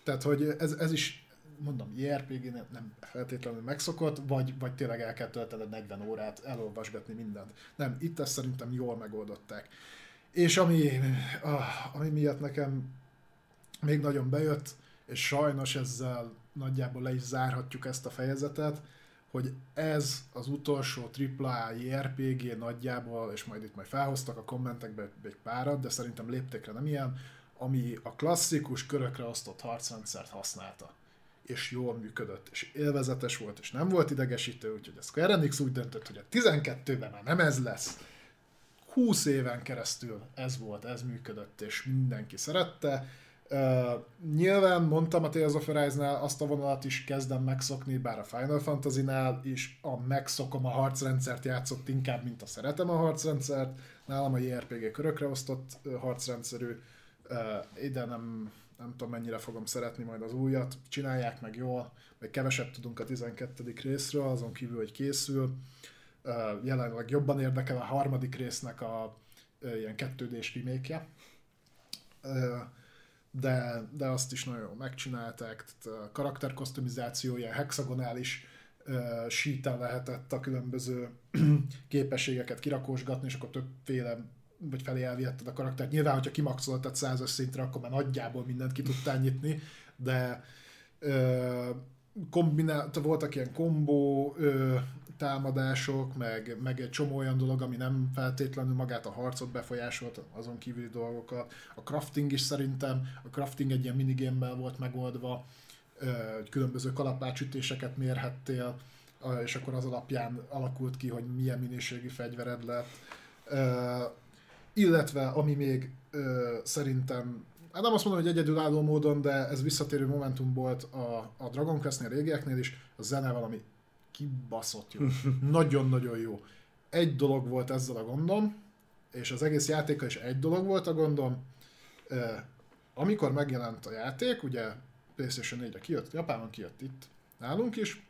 Tehát, hogy ez, ez is, mondom, jé er pé gé nem feltétlenül megszokott, vagy, vagy tényleg el kell töltened negyven órát, elolvasgatni mindent. Nem, itt ezt szerintem jól megoldották. És ami, ah, ami miatt nekem még nagyon bejött, és sajnos ezzel nagyjából le is zárhatjuk ezt a fejezetet, hogy ez az utolsó tripla á jé er pé gé nagyjából, és majd itt majd felhoztak a kommentekbe egy párat, de szerintem léptékre nem ilyen, ami a klasszikus körökre osztott harcrendszert használta. És jól működött, és élvezetes volt, és nem volt idegesítő, úgyhogy a Square Enix úgy döntött, hogy a tizenkettőben már nem ez lesz. húsz éven keresztül ez volt, ez működött, és mindenki szerette. Uh, nyilván mondtam a Tales of Arise-nál, azt a vonalat is kezdem megszokni, bár a Final Fantasy-nál is a megszokom a harcrendszert játszott inkább, mint a szeretem a harcrendszert. Nálam a jé er pé gé körökre osztott uh, harcrendszerű. Uh, ide nem, nem tudom mennyire fogom szeretni majd az újat. Csinálják meg jól, még kevesebb tudunk a tizenkettedik részről, azon kívül, hogy készül. Uh, jelenleg jobban érdekel a harmadik résznek a uh, ilyen kettődés remake-je. Uh, De, de azt is nagyon jól megcsinálták, tehát a karakterkosztumizáció ilyen hexagonális uh, síten lehetett a különböző képességeket kirakósgatni, és akkor többféle, vagy felé elvihetted a karaktert. Nyilván, hogyha kimaxoltad százas szintre, akkor már nagyjából mindent ki tudtál nyitni, de uh, kombinált, voltak ilyen kombó uh, támadások, meg, meg egy csomó olyan dolog, ami nem feltétlenül magát a harcot befolyásolt, azon kívüli dolgokat. A crafting is szerintem, a crafting egy ilyen minigame-mel volt megoldva, hogy különböző kalapácsütéseket mérhettél, és akkor az alapján alakult ki, hogy milyen minőségű fegyvered lett. Illetve, ami még szerintem, hát nem azt mondom, hogy egyedülálló módon, de ez visszatérő momentum volt a, a Dragon Quest-nél, régieknél is, a zene valami kibaszott jó. Nagyon-nagyon jó. Egy dolog volt ezzel a gondom, és az egész játéka is egy dolog volt a gondom. Amikor megjelent a játék, ugye PlayStation négyre kijött, Japánban kijött itt, nálunk is,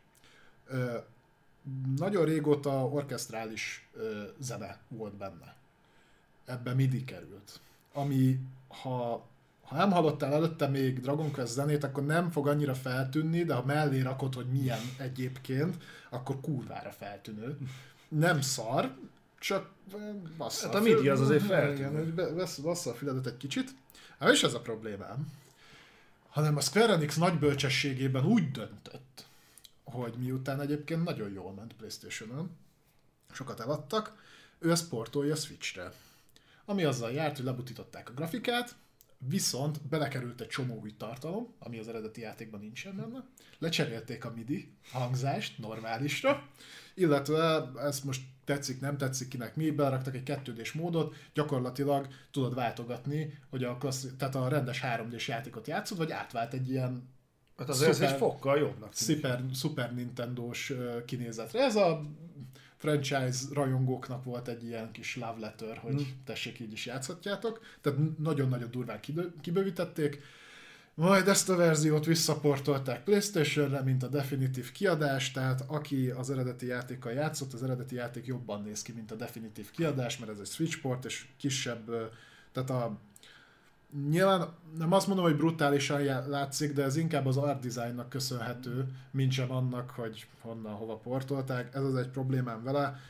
nagyon régóta orkesztrális zene volt benne. Ebbe midi került. Ami, ha Ha nem hallottál előtte még Dragon Quest zenét, akkor nem fog annyira feltűnni, de ha mellé rakod, hogy milyen egyébként, akkor kurvára feltűnő. Nem szar, csak bassza. Hát a midi az azért feltűnő. Bassza a füledet egy kicsit. Hát is ez a problémám. Hanem a Square Enix nagy bölcsességében úgy döntött, hogy miután egyébként nagyon jól ment PlayStation-on, sokat eladtak, ő ezt portolja Switchre. Ami azzal járt, hogy lebutították a grafikát, viszont belekerült egy csomó új tartalom, ami az eredeti játékban nincsen benne. Lecserélték a midi hangzást normálisra, illetve ezt most tetszik, nem tetszik kinek mi, beleraktak egy kettődés módot, gyakorlatilag tudod váltogatni, hogy a, klassz, tehát a rendes három dés játékot játszod, vagy átvált egy ilyen hát azért szuper, ez egy fokkal jobbnak. Super, Super Nintendo-s kinézetre. Ez a franchise rajongóknak volt egy ilyen kis love letter, hogy hmm. tessék, így is játszhatjátok. Tehát nagyon-nagyon durván kibővítették. Majd ezt a verziót visszaportolták PlayStation-re, mint a definitív kiadás, tehát aki az eredeti játékkal játszott, az eredeti játék jobban néz ki, mint a definitív kiadás, mert ez egy Switch port, és kisebb, tehát a nyilván nem azt mondom, hogy brutálisan látszik, de ez inkább az art designnak köszönhető, mint sem annak, hogy honnan, hova portolták. Ez az egy problémám vele.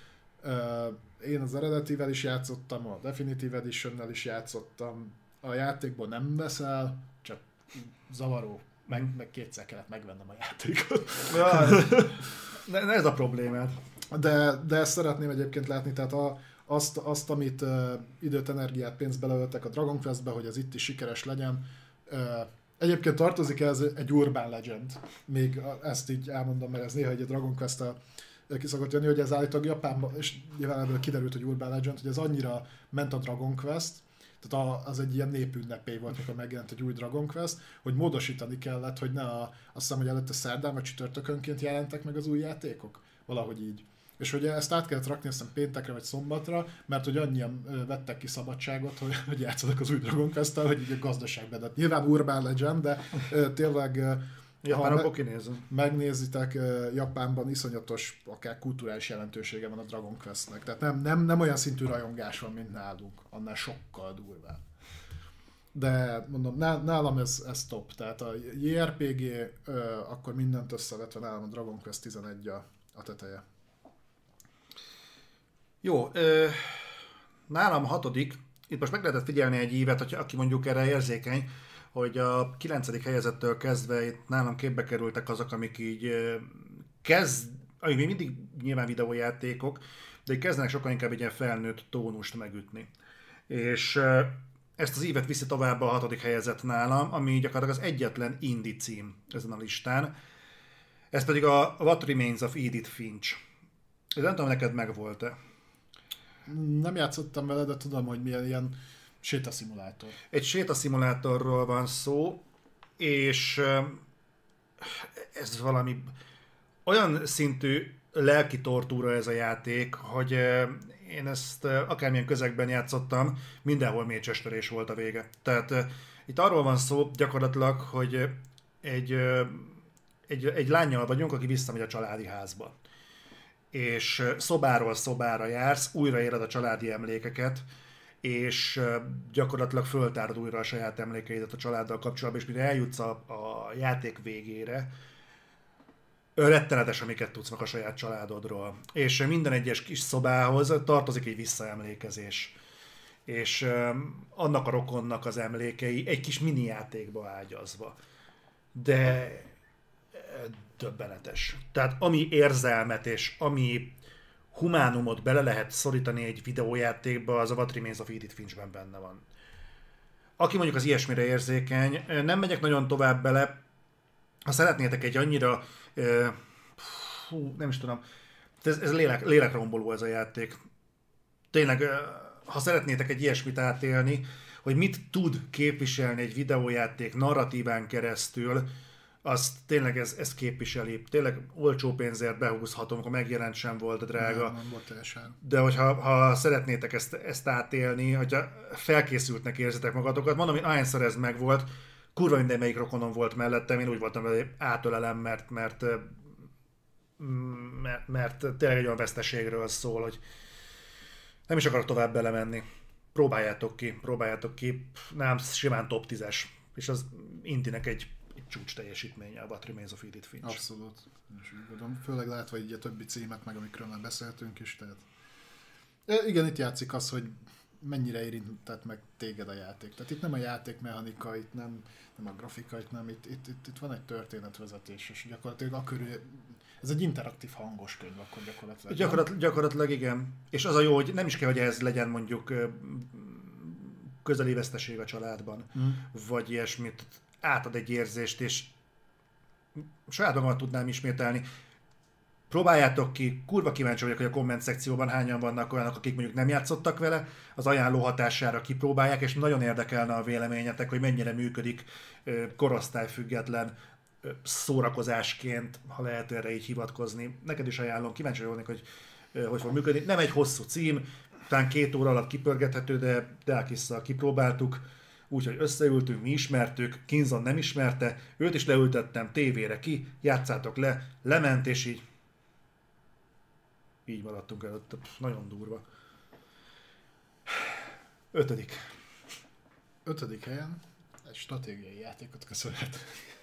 Én az eredetivel is játszottam, a Definitive Edition-nel is játszottam. A játékból nem veszel, csak zavaró. Meg, meg kétszer kellett megvennem a játékot. Ja, ne, ez a problémád. De, de ezt szeretném egyébként látni, tehát a Azt, azt, amit uh, időt, energiát, pénzt beleöltek a Dragon Questbe, hogy az itt is sikeres legyen. Uh, egyébként tartozik ez egy Urban Legend. Még ezt így elmondom, mert ez néha egy a Dragon Quest-tel ki szokott jönni, hogy ez állítólag Japánban, és nyilván ebből kiderült, hogy Urban Legend, hogy ez annyira ment a Dragon Quest, tehát az egy ilyen népünnepély volt, amikor megjelent egy új Dragon Quest, hogy módosítani kellett, hogy ne a, azt hiszem, hogy előtte szerdán vagy csütörtökönként jelentek meg az új játékok. Valahogy így. És hogy ezt át kellett rakni, azt hiszem péntekre vagy szombatra, mert hogy annyian vettek ki szabadságot, hogy, hogy játszanak az új Dragon Quest-tel, hogy így a gazdaságban. De nyilván Urban Legend, de tényleg, Japán, ha me- megnézitek, Japánban iszonyatos, akár kulturális jelentősége van a Dragon Questnek. Tehát nem, nem, nem olyan szintű rajongás van, mint nálunk, annál sokkal durvább. de mondom, nálam ez, ez top, tehát a jé er pé gé, akkor mindent összevetve nálam a Dragon Quest tizenegy a, a teteje. Jó, ö, nálam a hatodik, itt most meg lehetett figyelni egy évet, hogy aki mondjuk erre érzékeny, hogy a kilencedik helyezettől kezdve itt nálam képbe kerültek azok, amik így ö, kezd, amik még mindig nyilván videójátékok, de így kezdenek sokkal inkább egy ilyen felnőtt tónust megütni. És ö, ezt az évet viszi tovább a hatodik helyezett nálam, ami gyakorlatilag az egyetlen indie cím ezen a listán. Ez pedig a What Remains of Edith Finch. Ez nem tudom, neked megvolt-e? Nem játszottam vele, de tudom, hogy milyen ilyen sétaszimulátor. Egy sétaszimulátorról van szó, és ez valami olyan szintű lelki tortúra ez a játék, hogy én ezt akármilyen közegben játszottam, mindenhol mécsestörés volt a vége. Tehát itt arról van szó gyakorlatilag, hogy egy, egy, egy lánnyal vagyunk, aki visszamegy a családi házba. És szobáról szobára jársz, újraéled a családi emlékeket, és gyakorlatilag föltárod újra a saját emlékeidet a családdal kapcsolatban, és mire eljutsz a, a játék végére, rettenetes, amiket tudsz meg a saját családodról. És minden egyes kis szobához tartozik egy visszaemlékezés. És annak a rokonnak az emlékei egy kis mini játékba ágyazva. De döbbenetes. Tehát ami érzelmet és ami humánumot bele lehet szorítani egy videójátékba, az a What Remains of Edith Finchben benne van. Aki mondjuk az ilyesmire érzékeny, nem megyek nagyon tovább bele, ha szeretnétek egy annyira, hú, nem is tudom, ez, ez lélek, lélekromboló ez a játék. Tényleg, ha szeretnétek egy ilyesmit átélni, hogy mit tud képviselni egy videójáték narratíván keresztül, azt tényleg ez, ez képviseli. Tényleg olcsó pénzért behúzhatom, amikor megjelent sem volt drága. Nem, nem volt teljesen. De hogyha ha szeretnétek ezt, ezt átélni, hogyha felkészültnek érzitek magatokat, mondom, hogy ahányszor ez megvolt, kurva minden melyik rokonom volt mellettem, én úgy voltam, hogy átölelem, mert, mert, mert, mert tényleg egy olyan veszteségről szól, hogy nem is akarok tovább belemenni. Próbáljátok ki, próbáljátok ki. Nem, simán top tízes. És az Indinek egy csúcs teljesítménye a What Remains of Edith Finch. Abszolút. És úgy gondolom, főleg látva így a többi címet, meg amikről már beszéltünk is, tehát... De igen, itt játszik az, hogy mennyire érintett meg téged a játék. Tehát itt nem a játékmechanika, itt nem, nem a grafika, itt nem, itt, itt, itt, itt van egy történetvezetés, és gyakorlatilag akkor ez egy interaktív hangos könyv, akkor gyakorlatilag. Gyakorlat, gyakorlatilag igen. És az a jó, hogy nem is kell, hogy ez legyen mondjuk közeli veszteség a családban, hmm. vagy ilyesmit. Átad egy érzést, és saját magamat tudnám ismételni. Próbáljátok ki, kurva kíváncsi vagyok, hogy a komment szekcióban hányan vannak olyanok, akik mondjuk nem játszottak vele, az ajánló hatására kipróbálják, és nagyon érdekelne a véleményetek, hogy mennyire működik korosztályfüggetlen szórakozásként, ha lehet erre így hivatkozni. Neked is ajánlom, kíváncsi vagyok, hogy hogy fog működni. Nem egy hosszú cím, talán két óra alatt kipörgethető, de Delkisszal kipróbáltuk. Úgyhogy összeültünk, mi ismertük, Kinzon nem ismerte, őt is leültettem tévére ki, játszátok le, lement, és így így maradtunk előtte. Pff, nagyon durva. Ötödik. Ötödik helyen egy stratégiai játékot köszönhet.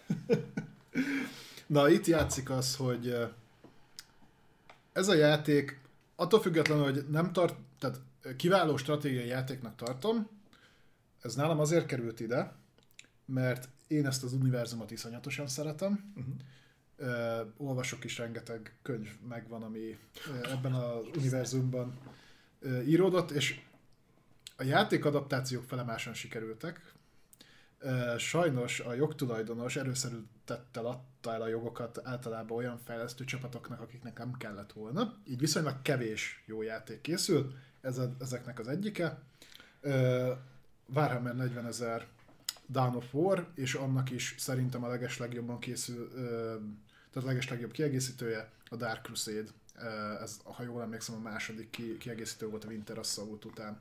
Na, itt játszik az, hogy ez a játék, attól függetlenül, hogy nem tart, tehát kiváló stratégiai játéknak tartom, ez nálam azért került ide, mert én ezt az univerzumot iszonyatosan szeretem. Uh-huh. Uh, olvasok is, rengeteg könyv megvan, ami uh, ebben az univerzumban uh, íródott, és a játék adaptációk felemásan sikerültek. Uh, sajnos a jogtulajdonos erőszerűtettel adta el a jogokat általában olyan fejlesztő csapatoknak, akiknek nem kellett volna. Így viszonylag kevés jó játék készül, ez a, ezeknek az egyike. Uh, Warhammer negyvenezer Dawn of War, és annak is szerintem a legeslegjobban készül, tehát a legeslegjobb kiegészítője a Dark Crusade. Ez, ha jól emlékszem, a második kiegészítő volt a Winter Assault után.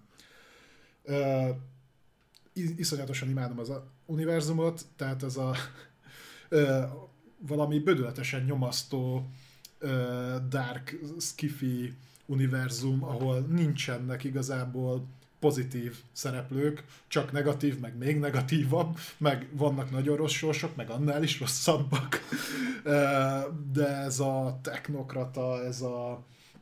Iszonyatosan imádom az a univerzumot, tehát ez a valami bődületesen nyomasztó dark skiffy univerzum, ahol nincsenek igazából pozitív szereplők, csak negatív, meg még negatívabb, meg vannak nagyon rossz sorsok, meg annál is rosszabbak. De ez a technokrata, ez a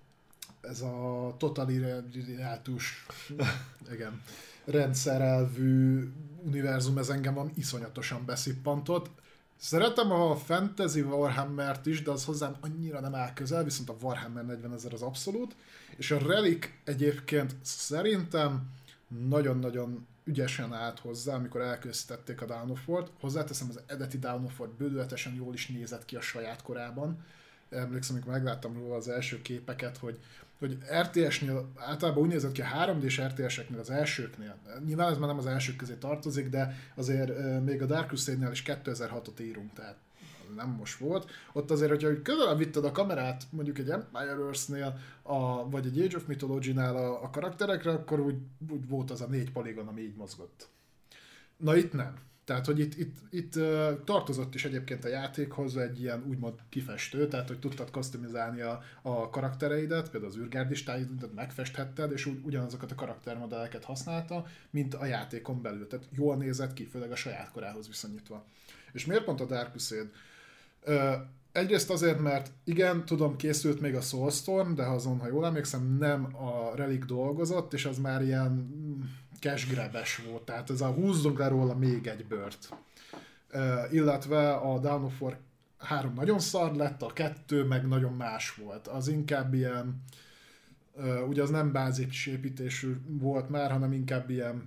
ez a totalitáriátus igen, rendszerelvű univerzum, ez engem van iszonyatosan beszippantott. Szeretem a fantasy Warhammert is, de az hozzám annyira nem áll közel, viszont a Warhammer negyvenezer az abszolút, és a Relic egyébként szerintem nagyon-nagyon ügyesen állt hozzá, amikor elkészítették a Dawn of War-t. Hozzáteszem, az eredeti Dawn of War bődületesen jól is nézett ki a saját korában. Emlékszem, amikor megláttam róla az első képeket, hogy hogy er té es-nél általában úgy nézett ki a három dés er té eseknél, az elsőknél. Nyilván ez már nem az elsők közé tartozik, de azért euh, még a Dark Crusade-nél is kétezer-hatot írunk, tehát nem most volt. Ott azért, hogyha közelebb vitted a kamerát mondjuk egy Empire Earth-nél, a, vagy egy Age of Mythology-nál a, a karakterekre, akkor úgy, úgy volt az a négy poligon, ami így mozgott. Na itt nem. Tehát, hogy itt, itt, itt uh, tartozott is egyébként a játékhoz egy ilyen úgymond kifestő, tehát, hogy tudtad customizálni a, a karaktereidet, például az űrgárdistáidat megfesthetted, és úgy, ugyanazokat a karaktermodelleket használta, mint a játékon belül. Tehát jól nézett ki, főleg a saját korához viszonyítva. És miért pont a Dark Crusade? Uh, egyrészt azért, mert igen, tudom, készült még a Soulstorm, de azon, ha jól emlékszem, nem a Relic dolgozott, és az már ilyen cash grab-es volt, tehát ez a húzzunk le róla még egy bört. Uh, illetve a Dawn of War három nagyon szar lett, a kettő meg nagyon más volt. Az inkább ilyen, uh, ugye az nem bázisépítésű volt már, hanem inkább ilyen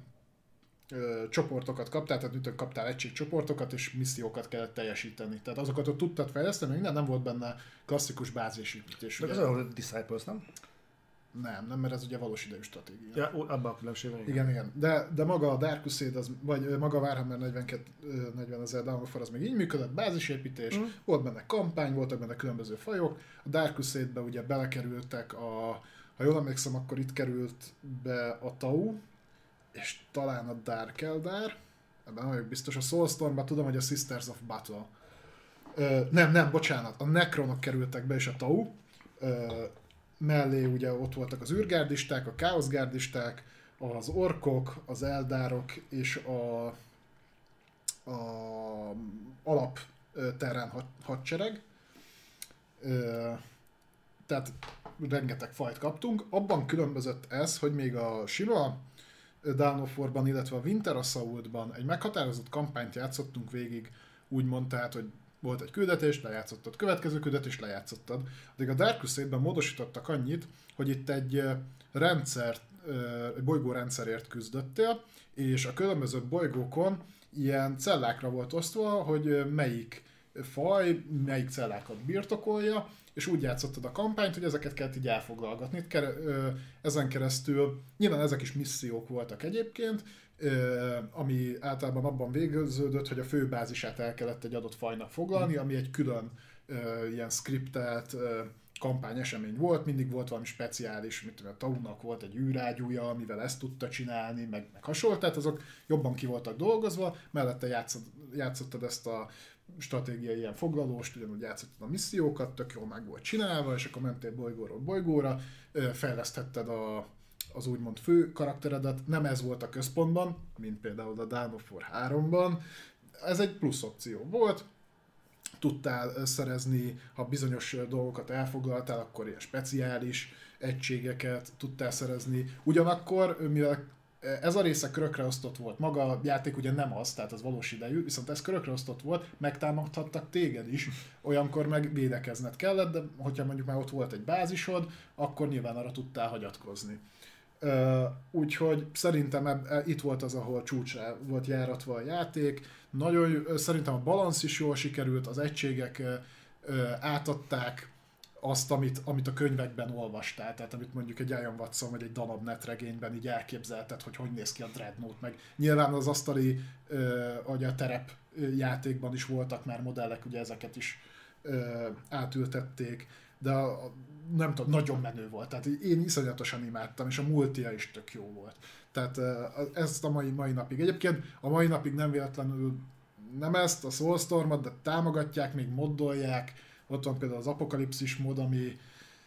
uh, csoportokat kaptál, tehát mint kaptál egységcsoportokat, és missziókat kellett teljesíteni. Tehát azokat ott tudtad fejleszteni, minden nem volt benne klasszikus bázisépítés. De ez a Disciples, nem? Nem, nem, mert ez ugye valós idejű stratégia. Ja, abban a különbségben. Igen, igen. igen. De, de maga a Dark Crusade, az, vagy maga a Warhammer negyven ezer Dawn of War az még így működött, bázisépítés, mm. volt benne kampány, voltak benne különböző fajok. A Dark Crusade-be ugye belekerültek a, ha jól emlékszem, akkor itt került be a Tau, és talán a Dark Eldar, ebben nem vagyok biztos, a Soulstormban tudom, hogy a Sisters of Battle. Ö, nem, nem, bocsánat, a Necronok kerültek be, és a Tau. Ö, mellé ugye ott voltak az űrgárdisták, a káoszgárdisták, az orkok, az eldárok és a, a alap terrán hadsereg. Tehát rengeteg fajt kaptunk. Abban különbözött ez, hogy még a sima Dawn of War-ban, illetve a Winter Assault-ban egy meghatározott kampányt játszottunk végig, úgymond, tehát, hogy volt egy küldetés, lejátszottad, következő küldetés, lejátszottad. Addig a Dark Crusade-ben módosítottak annyit, hogy itt egy rendszer, egy bolygórendszerért küzdöttél, és a különböző bolygókon ilyen cellákra volt osztva, hogy melyik faj, melyik cellákat birtokolja, és úgy játszottad a kampányt, hogy ezeket kellett így elfoglalgatni. Ezen keresztül, nyilván ezek is missziók voltak egyébként, ami általában abban végződött, hogy a főbázisát el kellett egy adott fajnak foglalni, ami egy külön ilyen skriptelt kampányesemény volt, mindig volt valami speciális, mint a Taunak volt egy űrágyúja, amivel ezt tudta csinálni, meg, meg hasonló, tehát azok jobban ki voltak dolgozva, mellette játszod, játszottad ezt a stratégiai ilyen foglalóst, ugyanúgy játszottad a missziókat, tök jól meg volt csinálva, és akkor mentél bolygóról bolygóra, fejleszthetted a, az úgymond fő karakteredet, nem ez volt a központban, mint például a Dawn of War háromban, ez egy plusz opció volt, tudtál szerezni, ha bizonyos dolgokat elfoglaltál, akkor ilyen speciális egységeket tudtál szerezni. Ugyanakkor, mivel ez a része körökre osztott volt, maga a játék ugye nem az, tehát az valós idejű, viszont ez körökre osztott volt, megtámadhattak téged is, olyankor meg védekezned kellett, de hogyha mondjuk már ott volt egy bázisod, akkor nyilván arra tudtál hagyatkozni. Uh, úgyhogy szerintem eb- e- itt volt az, ahol csúcsra volt járatva a játék. Nagyon, uh, szerintem a balansz is jól sikerült, az egységek uh, uh, átadták azt, amit, amit a könyvekben olvastál, tehát amit mondjuk egy Ian Watson vagy egy Danab Net regényben így elképzelted, hogy hogy néz ki a Dreadnought, meg nyilván az asztali, uh, a terep játékban is voltak már modellek, ugye ezeket is uh, átültették, de a, nem tudom, nagyon menő volt, tehát én iszonyatosan imádtam, és a multia is tök jó volt. Tehát ezt a mai, mai napig. Egyébként a mai napig nem véletlenül nem ezt, a Soulstormot, de támogatják, még moddolják. Ott van például az apokalipszis mód, ami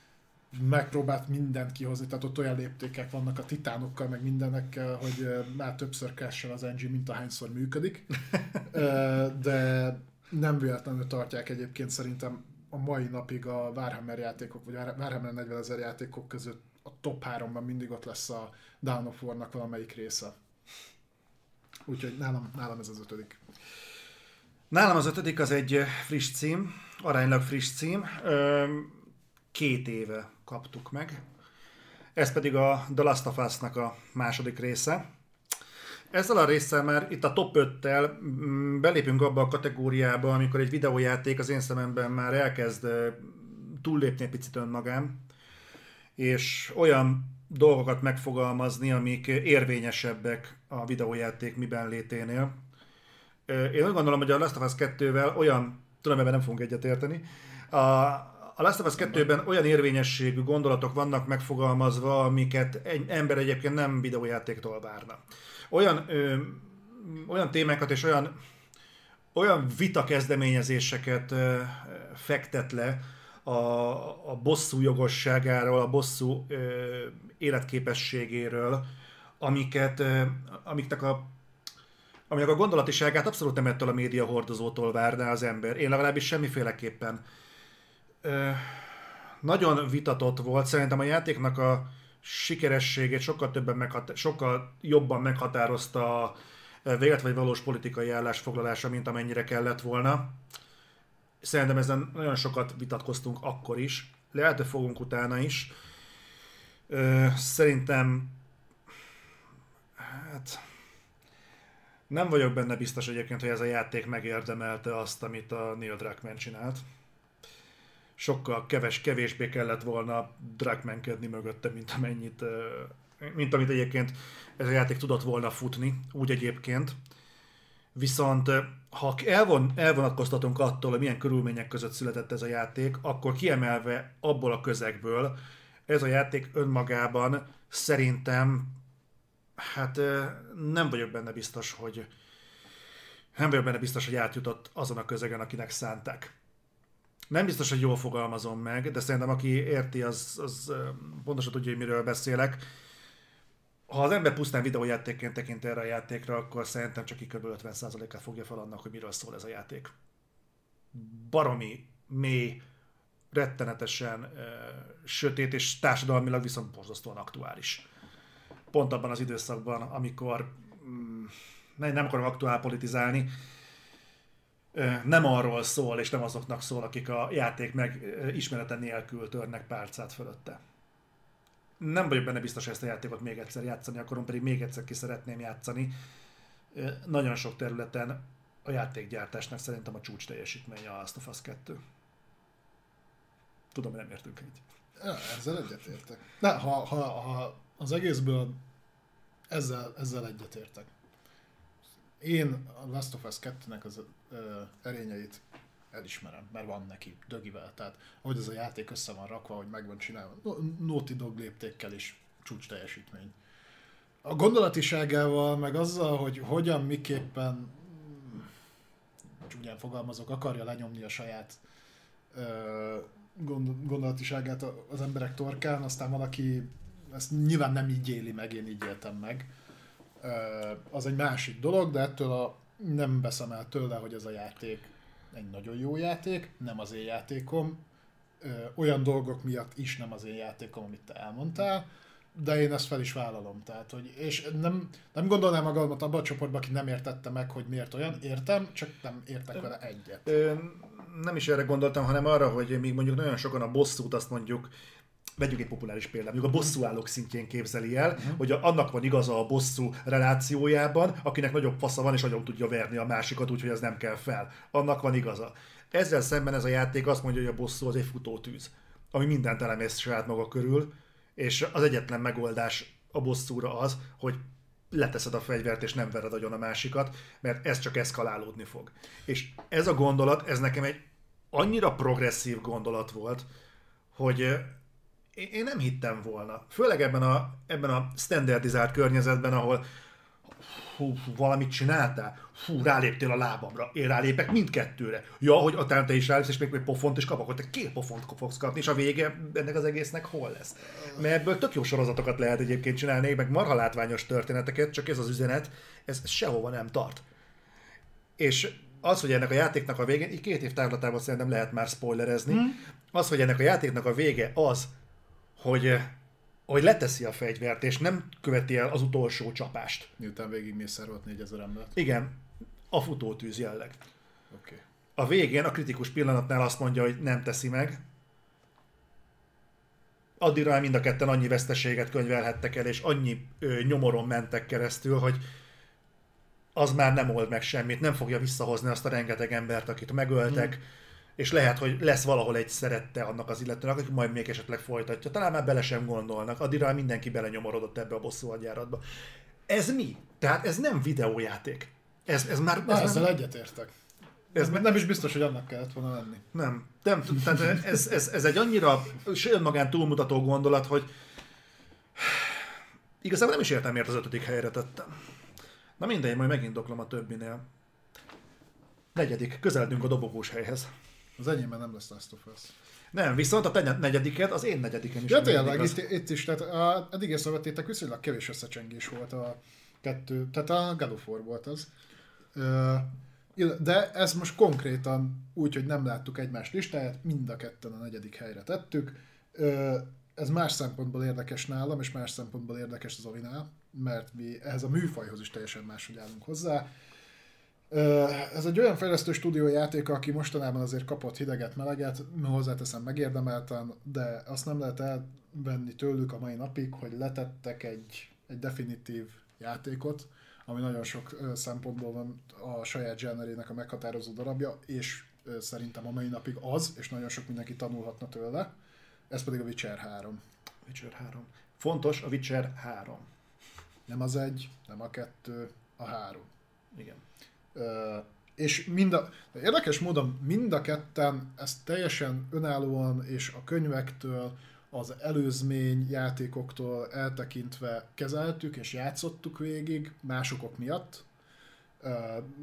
megpróbált mindent kihozni, tehát ott olyan léptékek vannak a titánokkal, meg mindenekkel, hogy már többször crash az engine, mint ahányszor működik. De nem véletlenül tartják egyébként szerintem a mai napig a Warhammer játékok, vagy Warhammer negyvenezer játékok között a top háromban mindig ott lesz a Dawn of War-nak valamelyik része. Úgyhogy nálam, nálam ez az ötödik. Nálam az ötödik az egy friss cím, aránylag friss cím. Két éve kaptuk meg. Ez pedig a The Last of Us-nak a második része. Ezzel a résszel már itt a top öttel belépünk abba a kategóriába, amikor egy videójáték az én szememben már elkezd túllépni egy picit önmagán, és olyan dolgokat megfogalmazni, amik érvényesebbek a videójáték miben léténél. Én úgy gondolom, hogy a Last of Us kettővel olyan, tudom, ebben nem fogunk egyetérteni, a, a Last of Us kettőben olyan érvényességű gondolatok vannak megfogalmazva, amiket egy ember egyébként nem videójátéktól várna. Olyan, ö, olyan témákat és olyan, olyan vita kezdeményezéseket ö, fektet le a, a bosszú jogosságáról, a bosszú ö, életképességéről, amiket, ö, amiknek a aminek a gondolatiságát abszolút nem ettől a média hordozótól várná az ember. Én legalábbis semmiféleképpen. Ö, nagyon vitatott volt, szerintem a játéknak a sikerességét sokkal, többen meghat- sokkal jobban meghatározta a vélt vagy valós politikai állásfoglalása, mint amennyire kellett volna. Szerintem ezen nagyon sokat vitatkoztunk akkor is, lehet, hogy fogunk utána is. Ö, szerintem hát nem vagyok benne biztos egyébként, hogy ez a játék megérdemelte azt, amit a Neil Druckmann csinált. Sokkal keves, kevésbé kellett volna Druckmannkedni mögötte, mint amennyit, mint amit egyébként ez a játék tudott volna futni, úgy egyébként. Viszont ha elvon, elvonatkoztatunk attól, hogy milyen körülmények között született ez a játék, akkor kiemelve abból a közegből, ez a játék önmagában szerintem hát nem vagyok benne biztos, hogy nem vagyok benne biztos, hogy átjutott azon a közegen, akinek szánták. Nem biztos, hogy jól fogalmazom meg, de szerintem aki érti, az, az pontosan tudja, hogy miről beszélek. Ha az ember pusztán videójátékként tekint erre a játékra, akkor szerintem csak kb. ötven százalékát fogja fel annak, hogy miről szól ez a játék. Baromi, mély, rettenetesen uh, sötét, és társadalmilag viszont borzasztóan aktuális. Pont abban az időszakban, amikor mm, nem akarom aktuál politizálni, nem arról szól, és nem azoknak szól, akik a játék meg ismerete nélkül törnek pálcát fölötte. Nem vagyok benne biztos, hogy ezt a játékot még egyszer játszani akarom, pedig még egyszer ki szeretném játszani. Nagyon sok területen a játékgyártásnak szerintem a csúcs teljesítménye a Last of Us kettő. Tudom, hogy nem értünk így. Ja, ezzel egyetértek. De ha, ha, ha az egészből ezzel, ezzel egyetértek. Én a Last of Us kettőnek az ö, erényeit elismerem, mert van neki dögivel. Tehát ahogy ez a játék össze van rakva, hogy meg van csinálva, Naughty Dog léptékkel is csúcs teljesítmény. A gondolatiságával, meg azzal, hogy hogyan, miképpen csúnyán fogalmazok, akarja lenyomni a saját ö, gondolatiságát az emberek torkán, aztán valaki ezt nyilván nem így éli meg, én így éltem meg. Az egy másik dolog, de ettől a, nem veszem el tőle, hogy ez a játék egy nagyon jó játék, nem az én játékom. Olyan dolgok miatt is nem az én játékom, amit te elmondtál, de én ezt fel is vállalom. Tehát, hogy, és nem, nem gondolnám magamat abban a csoportban, aki nem értette meg, hogy miért olyan. Értem, csak nem értek vele egyet. Ö, nem is erre gondoltam, hanem arra, hogy még mondjuk nagyon sokan a bosszút azt mondjuk, vegyük egy populáris példát, mondjuk a bosszúállók szintjén képzeli el, uh-huh. hogy annak van igaza a bosszú relációjában, akinek nagyobb fasza van és nagyon tudja verni a másikat, úgyhogy ez nem kell fel. Annak van igaza. Ezzel szemben ez a játék azt mondja, hogy a bosszú az egy futótűz, ami mindent elemész saját maga körül, és az egyetlen megoldás a bosszúra az, hogy leteszed a fegyvert és nem vered agyon a másikat, mert ez csak eszkalálódni fog. És ez a gondolat, ez nekem egy annyira progresszív gondolat volt, hogy én nem hittem volna. Főleg ebben a, ebben a standardizált környezetben, ahol Hú, hú, valamit csináltál? Fú, ráléptél a lábamra. Én rálépek mindkettőre. Ja, hogy a te is rálépsz, és még egy pofont is kapok, hogy te két pofont fogsz kapni, és a vége ennek az egésznek hol lesz? Mert ebből tök jó sorozatokat lehet egyébként csinálni, meg marha látványos történeteket, csak ez az üzenet, ez sehova nem tart. És az, hogy ennek a játéknak a vége, így két év távlatában szerintem lehet már spoilerezni, hmm. az, hogy ennek a játéknak a vége az, hogy hogy leteszi a fegyvert, és nem követi el az utolsó csapást. Miután végig mészárolt négyezer embert. Igen, a futótűz jelleg. Okay. A végén, a kritikus pillanatnál azt mondja, hogy nem teszi meg. Addigra mind a ketten annyi veszteséget könyvelhettek el, és annyi ö, nyomoron mentek keresztül, hogy az már nem old meg semmit, nem fogja visszahozni azt a rengeteg embert, akit megöltek, hmm. és lehet, hogy lesz valahol egy szerette annak az illetőnek, aki majd még esetleg folytatja. Talán már bele sem gondolnak, addigra mindenki belenyomorodott ebbe a bosszúagyáratba. Ez mi? Tehát ez nem videójáték. Ez, ez már... Na, ez ezzel nem... egyetértek. Ez nem, nem is biztos, hogy annak kellett volna lenni. Nem. nem tehát ez, ez, ez egy annyira önmagán túlmutató gondolat, hogy igazából nem is értem, miért az ötödik helyre tettem. Na mindegy, majd megindoklom a többinél. Negyedik, közeledünk a dobogós helyhez. Az enyémben nem lesz Last of Us. Nem, viszont a te negyediket, az én negyediken is. Ja tényleg, itt, itt is, tehát a, eddig észrevettétek, viszonylag kevés összecsengés volt a kettő, tehát a God of War volt az. De ez most konkrétan úgy, hogy nem láttuk egymás listáját, mind a ketten a negyedik helyre tettük. Ez más szempontból érdekes nálam, és más szempontból érdekes az Zolinál, mert mi ehhez a műfajhoz is teljesen máshogy állunk hozzá. Ez egy olyan fejlesztő stúdió játéka, aki mostanában azért kapott hideget, meleget, hozzáteszem megérdemelten, de azt nem lehet elvenni tőlük a mai napig, hogy letettek egy, egy definitív játékot, ami nagyon sok szempontból van a saját zsánerének a meghatározó darabja, és szerintem a mai napig az, és nagyon sok mindenki tanulhatna tőle, ez pedig a Witcher három. Witcher három. Fontos, a Witcher három. Nem az egy, nem a kettő, a három. Igen. Uh, és mind a, érdekes módon mind a ketten ezt teljesen önállóan és a könyvektől, az előzmény játékoktól eltekintve kezeltük és játszottuk végig másokok miatt. Uh,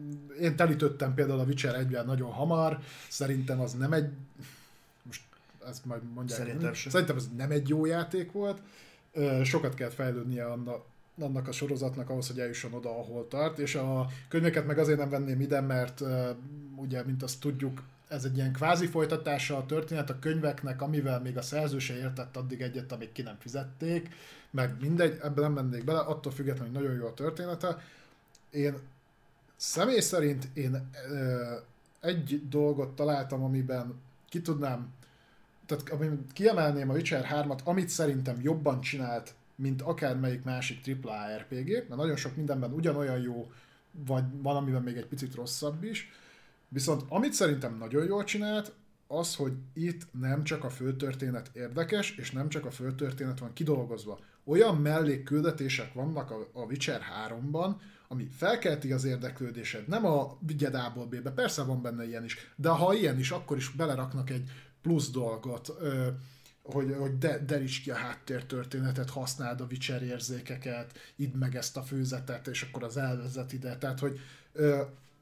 én telítöttem például a Witcher egyben nagyon hamar, szerintem az nem egy, most ezt majd mondják, szerintem, szerintem ez nem egy jó játék volt, uh, sokat kellett fejlődnie annak, annak a sorozatnak ahhoz, hogy eljusson oda, ahol tart, és a könyveket meg azért nem venném ide, mert uh, ugye, mint azt tudjuk, ez egy ilyen kvázi folytatása a történet a könyveknek, amivel még a szerző se értett addig egyet, amíg ki nem fizették, meg mindegy, ebben nem mennék bele, attól függetlenül, hogy nagyon jó a története. Én személy szerint én uh, egy dolgot találtam, amiben ki tudnám, tehát amiben kiemelném a Witcher hármat, amit szerintem jobban csinált, mint akármelyik másik tripla á er pé gé, mert nagyon sok mindenben ugyanolyan jó, vagy valamiben még egy picit rosszabb is. Viszont amit szerintem nagyon jól csinált, az, hogy itt nem csak a főtörténet érdekes, és nem csak a főtörténet van kidolgozva. Olyan mellékküldetések vannak a, a Witcher háromban, ami felkelti az érdeklődésed, nem a vigyed A-ból B-be, persze van benne ilyen is, de ha ilyen is, akkor is beleraknak egy plusz dolgot, ö, hogy, hogy de, deríts ki a háttértörténetet, használd a Witcher érzékeket, idd meg ezt a főzetet, és akkor az elvezet ide. Tehát, hogy ö,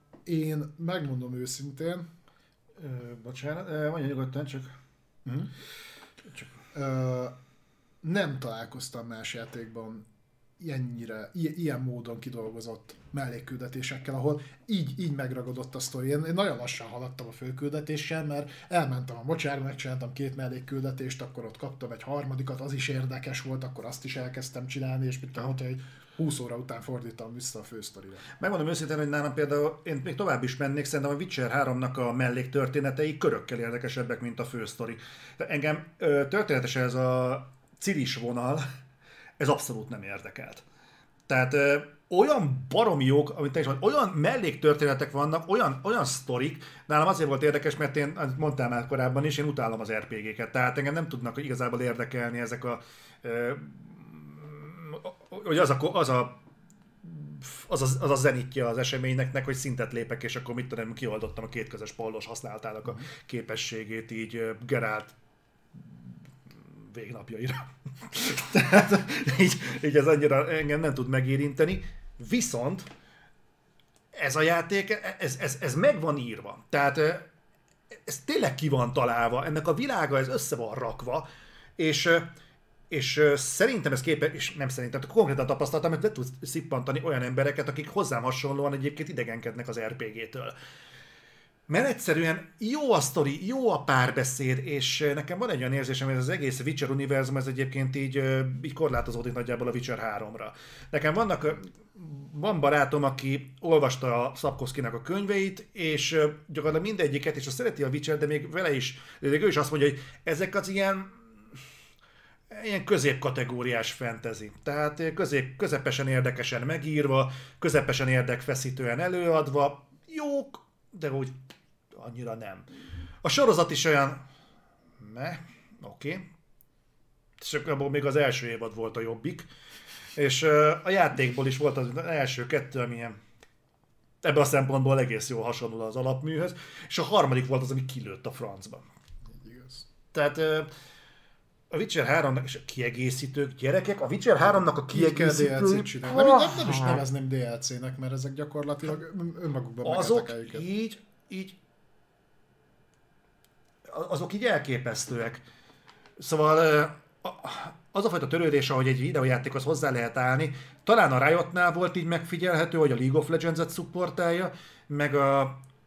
én megmondom őszintén, ö, bocsánat, ö, mondja nyugodtan, csak... Uh-huh. csak ö, nem találkoztam más játékban ennyire, i- ilyen módon kidolgozott mellékküldetésekkel, ahol így, így megragadott a sztori. Én, én nagyon lassan haladtam a főküldetéssel, mert elmentem a mocsárba, megcsináltam két mellékküldetést, akkor ott kaptam egy harmadikat, az is érdekes volt, akkor azt is elkezdtem csinálni, és mit tudom, hogy húsz óra után fordítam vissza a fősztorira. Megmondom őszintén, hogy nálam például, én még tovább is mennék, szerintem a Witcher háromnak a melléktörténetei körökkel érdekesebbek, mint a fősztori. De engem ö, történetesen ez a ciris vonal, ez abszolút nem érdekelt. Tehát ö, olyan baromi jók, amit te is mondod, olyan melléktörténetek vannak, olyan, olyan sztorik, nálam azért volt érdekes, mert én, mondtál már korábban is, én utálom az er pé géket, tehát engem nem tudnak igazából érdekelni ezek a ö, hogy az a, az a az a, az a zenitje az eseményeknek, hogy szintet lépek, és akkor mit tudom, kioldottam a kétközös pollos használtának a képességét így Geralt végnapjaira. Tehát így, így ez annyira engem nem tud megérinteni. Viszont ez a játék, ez, ez, ez meg van írva. Tehát ez tényleg ki van találva, ennek a világa, ez össze van rakva, és, és szerintem ez képes, és nem szerintem, konkrétan tapasztaltam, hogy le tudsz szippantani olyan embereket, akik hozzám hasonlóan egyébként idegenkednek az er pé gé-től. Mert egyszerűen jó a sztori, jó a párbeszéd, és nekem van egy olyan érzésem, hogy ez az egész Witcher univerzum, ez egyébként így, így korlátozódik nagyjából a Witcher háromra. Nekem vannak, van barátom, aki olvasta a Sapkowskinak a könyveit, és gyakorlatilag mindegyiket, és azt szereti a Witcher, de még vele is, de ő is azt mondja, hogy ezek az ilyen ilyen középkategóriás fantasy. Tehát közép, közepesen érdekesen megírva, közepesen érdekfeszítően előadva, jók, de úgy annyira nem. A sorozat is olyan... Meh, oké. Okay. És abból még az első évad volt a jobbik. És a játékból is volt az első kettő, amilyen ebben a szempontból egész jól hasonló az alapműhöz. És a harmadik volt az, ami kilőtt a francba. Igaz. Tehát a Witcher háromnak és a kiegészítők, gyerekek, a Witcher háromnak a kiegészítők... Nem, nem, nem is nevezném dé el cé-nek, mert ezek gyakorlatilag önmagukban azok megállták őket. így, így, azok így elképesztőek. Szóval az a fajta törődés, ahogy egy videójátékhoz hozzá lehet állni, talán a Riotnál volt így megfigyelhető, hogy a League of Legends-et szupportálja, meg a,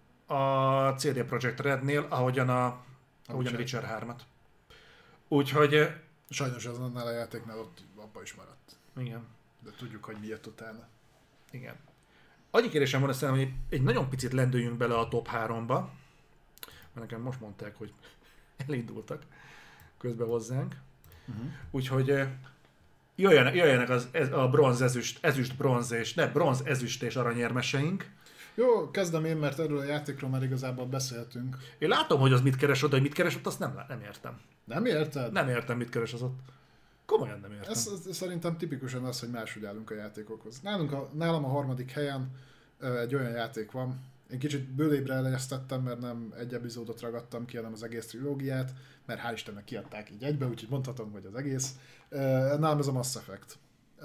a cé dé Projekt Rednél, ahogyan a, ahogyan a Witcher hármat. Úgyhogy... Sajnos az annál a játéknál ott abba is maradt. Igen. De tudjuk, hogy miért utána. Igen. Annyi kérésem van, aztán, hogy egy nagyon picit lendüljünk bele a top háromba. Mert nekem most mondták, hogy elindultak közbe hozzánk. Uh-huh. Úgyhogy jöjjenek, jöjjenek az, ez, a bronz, ezüst, ezüst, bronz és ne, bronz, ezüst és aranyérmeseink. Jó, kezdem én, mert erről a játékról már igazából beszéltünk. Én látom, hogy az mit keres ott, de hogy mit keres ott, azt nem, nem értem. Nem érted? Nem értem, mit keres az ott. Komolyan nem értem. Ez, ez szerintem tipikusan az, hogy máshogy állunk a játékokhoz. Nálunk a, nálam a harmadik helyen egy olyan játék van, én kicsit bőlébre elejeztettem, mert nem egy epizódot ragadtam ki, hanem az egész trilógiát, mert hál' Istennek kiadták így egybe, úgyhogy mondhatom, hogy az egész. Nálam ez a Mass Effect.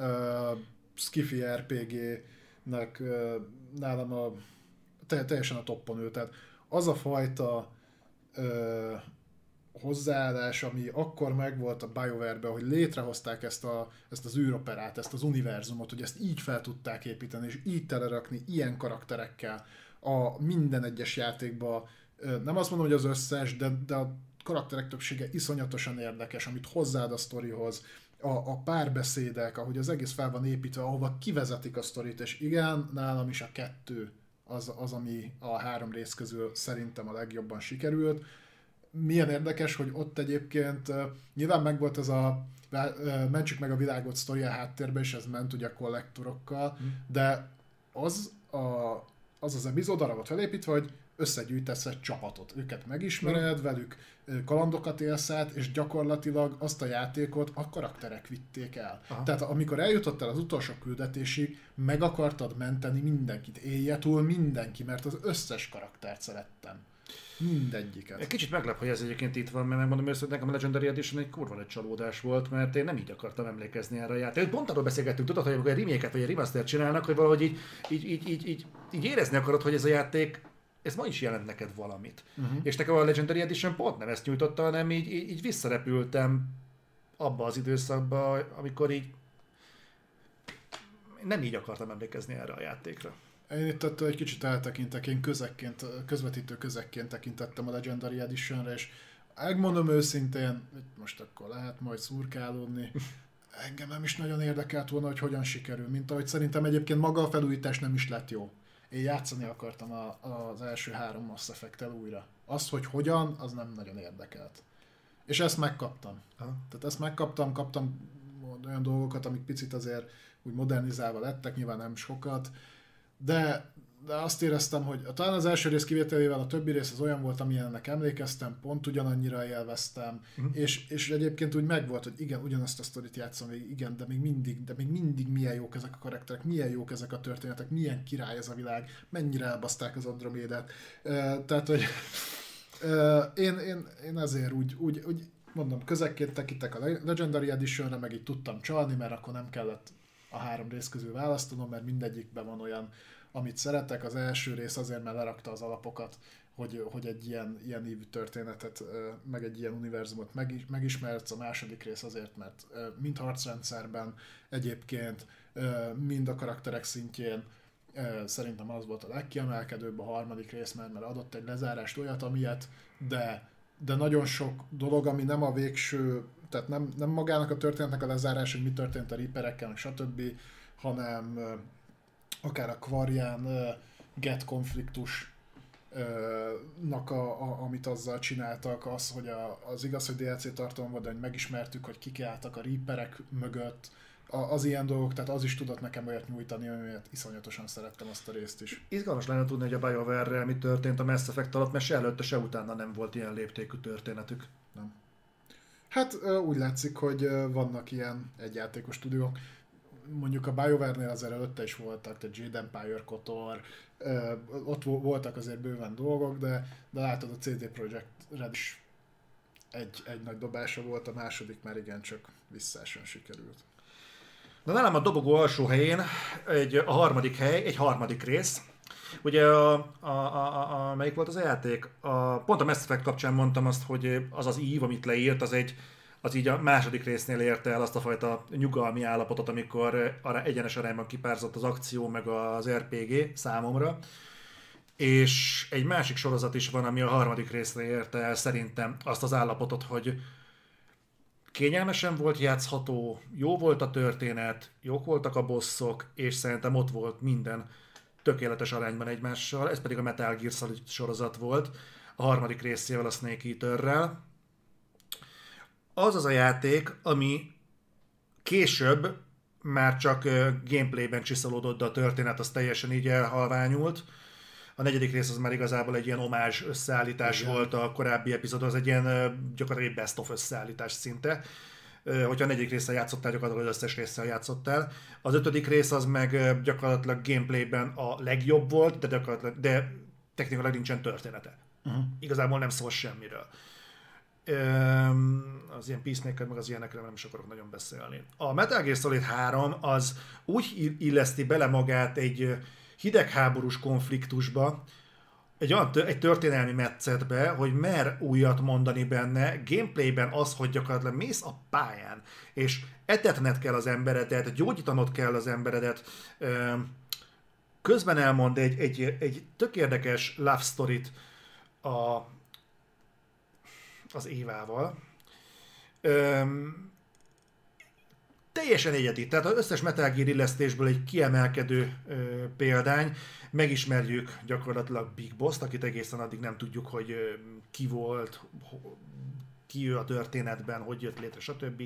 Skiffy er pé gé-nek nálam a, teljesen a toppon ő. Tehát az a fajta ö, hozzáállás, ami akkor megvolt a BioWare-ben, hogy létrehozták ezt, a, ezt az űroperát, ezt az univerzumot, hogy ezt így fel tudták építeni, és így telerakni, ilyen karakterekkel a minden egyes játékba. Nem azt mondom, hogy az összes, de, de a karakterek többsége iszonyatosan érdekes, amit hozzáad a sztorihoz, a, a párbeszédek, ahogy az egész fel van építve, ahova kivezetik a sztorit, és igen, nálam is a kettő az, az, ami a három rész közül szerintem a legjobban sikerült. Milyen érdekes, hogy ott egyébként uh, nyilván megvolt ez a uh, mentsük meg a világot sztori a háttérben, és ez ment ugye a kollektorokkal, mm. de az, a, az az epizód arra volt felépítve, hogy összegyűjtesz egy csapatot, őket megismered, mm. velük kalandokat élsz át, és gyakorlatilag azt a játékot a karakterek vitték el. Aha. Tehát amikor eljutottál az utolsó küldetésig, meg akartad menteni mindenkit, élje túl mindenki, mert az összes karaktert szerettem. Mindegyiket. Egy kicsit meglep, hogy ez egyébként itt van, mert megmondom őszintén, hogy nekem a Legendary Edition egy kurva egy csalódás volt, mert én nem így akartam emlékezni erre a játékot. Pont arról beszélgettünk, tudod, hogy amikor egy remake-et vagy egy remaster csinálnak, hogy valahogy így, így, így, így, így, így érezni akarod, hogy ez a játék, ez ma is jelent neked valamit. Uh-huh. És nekem a Legendary Edition pont nem ezt nyújtotta, hanem így, így, így visszarepültem abba az időszakba, amikor így nem így akartam emlékezni erre a játékra. Én itt ettől egy kicsit eltekintek, én közekként, közvetítő közekként tekintettem a Legendary Editionre, és megmondom őszintén, most akkor lehet majd szurkálódni, engem nem is nagyon érdekelt volna, hogy hogyan sikerül, mint ahogy szerintem egyébként maga a felújítás nem is lett jó. Én játszani akartam a, az első három Mass Effect-tel újra. Az, hogy hogyan, az nem nagyon érdekelt. És ezt megkaptam. Ha? Tehát ezt megkaptam, kaptam olyan dolgokat, amik picit azért úgy modernizálva lettek, nyilván nem sokat, de, de azt éreztem, hogy talán az első rész kivételével a többi rész az olyan volt, amilyennek emlékeztem, pont ugyanannyira élveztem, uh-huh. és, és egyébként úgy megvolt, hogy igen, ugyanazt a sztorit játszom végig, igen, de még mindig, de még mindig milyen jók ezek a karakterek, milyen jók ezek a történetek, milyen király ez a világ, mennyire elbaszták az Andromédát. Uh, tehát, hogy uh, én, én, én ezért úgy, úgy, úgy mondom, közekként tekintek a Legendary Editionre, meg így tudtam csalni, mert akkor nem kellett a három rész közül választanom, mert mindegyikben van olyan, amit szeretek. Az első rész azért, mert lerakta az alapokat, hogy, hogy egy ilyen, ilyen ívű történetet, meg egy ilyen univerzumot megismersz. A második rész azért, mert mind harcrendszerben egyébként, mind a karakterek szintjén szerintem az volt a legkiemelkedőbb, a harmadik rész, mert, mert adott egy lezárást, olyat, amilyet, de, de nagyon sok dolog, ami nem a végső, tehát nem, nem magának a történetnek a lezárás, hogy mi történt a Reaperekkel, stb., hanem akár a Quarian Get konfliktus, nak a, a, amit azzal csináltak, az, hogy a, az igaz, hogy dé el cé tartalom volt, de hogy megismertük, hogy kik álltak a Reaperek mögött, a, az ilyen dolgok, tehát az is tudott nekem olyat nyújtani, amiért iszonyatosan szerettem azt a részt is. Izgalmas lenne tudni, hogy a BioWare-rel mi történt a Mass Effect alatt, mert se előtte, se utána nem volt ilyen léptékű történetük. Nem. Hát úgy látszik, hogy vannak ilyen egyjátékos stúdiók. Mondjuk a BioWare-nél azért előtte is voltak, tehát Jade Empire, Kotor, ott voltak azért bőven dolgok, de, de látod, a cé dé Projekt Red is egy, egy nagy dobása volt, a második már igencsak visszaesen sikerült. De nálam a dobogó alsó helyén egy, a harmadik hely, egy harmadik rész. Ugye a, a, a, a, a melyik volt az a játék? A, pont a Mass Effect kapcsán mondtam azt, hogy az az ív, amit leírt, az egy az így a második résznél érte el azt a fajta nyugalmi állapotot, amikor egyenes arányban kipárzott az akció meg az er pé gé számomra. És egy másik sorozat is van, ami a harmadik részre érte el szerintem azt az állapotot, hogy kényelmesen volt játszható, jó volt a történet, jók voltak a bosszok, és szerintem ott volt minden tökéletes arányban egymással. Ez pedig a Metal Gear Solid sorozat volt, a harmadik részével, a Snake Eaterrel. Az az a játék, ami később már csak gameplayben csiszolódott, de a történet az teljesen így elhalványult. A negyedik rész az már igazából egy ilyen omázs összeállítás Igen. volt a korábbi epizód, az egy ilyen gyakorlatilag best of összeállítás szinte. Hogyha a negyedik résszel játszottál, gyakorlatilag az összes résszel játszottál. Az ötödik rész az meg gyakorlatilag gameplayben a legjobb volt, de, gyakorlatilag, de technikailag nincsen története. Uh-huh. Igazából nem szól semmiről. Az ilyen Peacemaker, meg az ilyenekre nem is akarok nagyon beszélni. A Metal Gear Solid három az úgy illeszti bele magát egy hidegháborús konfliktusba, egy, olyan, egy történelmi metszetbe, hogy mer újat mondani benne, gameplayben az, hogy gyakorlatilag mész a pályán, és etetned kell az emberedet, gyógyítanod kell az emberedet, közben elmond egy, egy, egy tök érdekes love storyt a az Évával. Öm, teljesen egyedi, tehát az összes Metal Gear illesztésből egy kiemelkedő ö, példány. Megismerjük gyakorlatilag Big Boss-t, akit egészen addig nem tudjuk, hogy ö, ki volt, ho, ki ő a történetben, hogy jött létre, stb.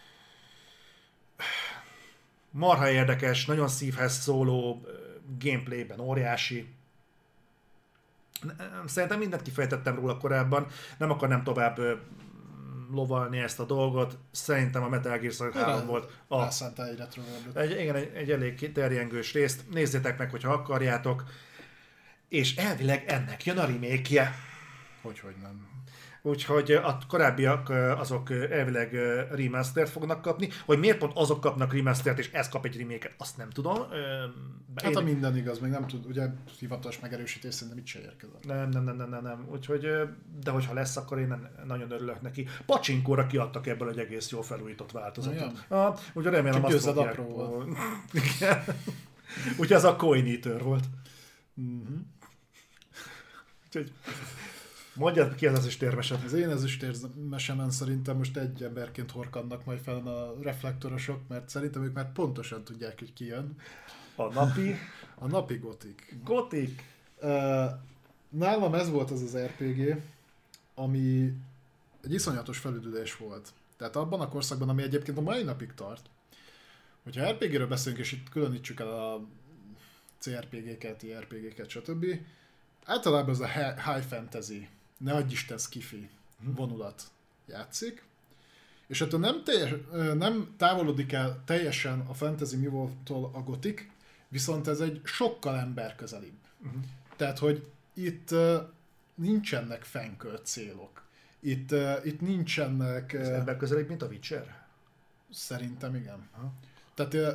Marha érdekes, nagyon szívhez szóló, ö, gameplayben óriási. Szerintem mindent kifejtettem róla korábban, nem akarnám tovább ö, lovalni ezt a dolgot. Szerintem a Metal Gear Solid három volt a... Elszántál egy retro egy, igen, egy, egy elég terjengős részt. Nézzétek meg, hogyha akarjátok. És elvileg ennek jön a remake-je. Hogyhogy nem. Úgyhogy a korábbiak azok elvileg remastert fognak kapni. Hogy miért pont azok kapnak remastert, és ez kap egy remake-et, azt nem tudom. Hát a minden igaz, még nem tud, ugye hivatalos megerősítés szerintem itt se érkezett. Nem, nem, nem, nem, nem, nem. Úgyhogy, de hogyha lesz, akkor én nem, nagyon örülök neki. Pacsinkóra kiadtak ebből egy egész jól felújított változatot. Ah, úgyhogy remélem csak azt fogják. Igen. Úgyhogy az a Coin Eater volt. Mm-hmm. Úgyhogy mondjad ki az ezüstérmeset. Az én ezüstérmesemen szerintem most egy emberként horkannak majd fel a reflektorosok, mert szerintem ők már pontosan tudják, hogy ki jön. A napi? A napi gotik. Gotik? Uh, nálam ez volt az az er pé gé, ami egy iszonyatos felüdülés volt. Tehát abban a korszakban, ami egyébként a mai napig tart, hogyha er pé géről beszélünk, és itt különítsük el a cé er pé géket, i er pé géket, stb. Általában ez a high fantasy, ne adj Isten sci-fi vonulat játszik, és ettől nem, teljes, nem távolodik el teljesen a fantasy mi voltól a gotik, viszont ez egy sokkal emberközelibb. Uh-huh. Tehát, hogy itt uh, nincsenek fenkölt célok. Itt, uh, itt nincsenek... Ez uh, emberközelibb, mint a Witcher? Szerintem igen. Uh-huh. Tehát uh,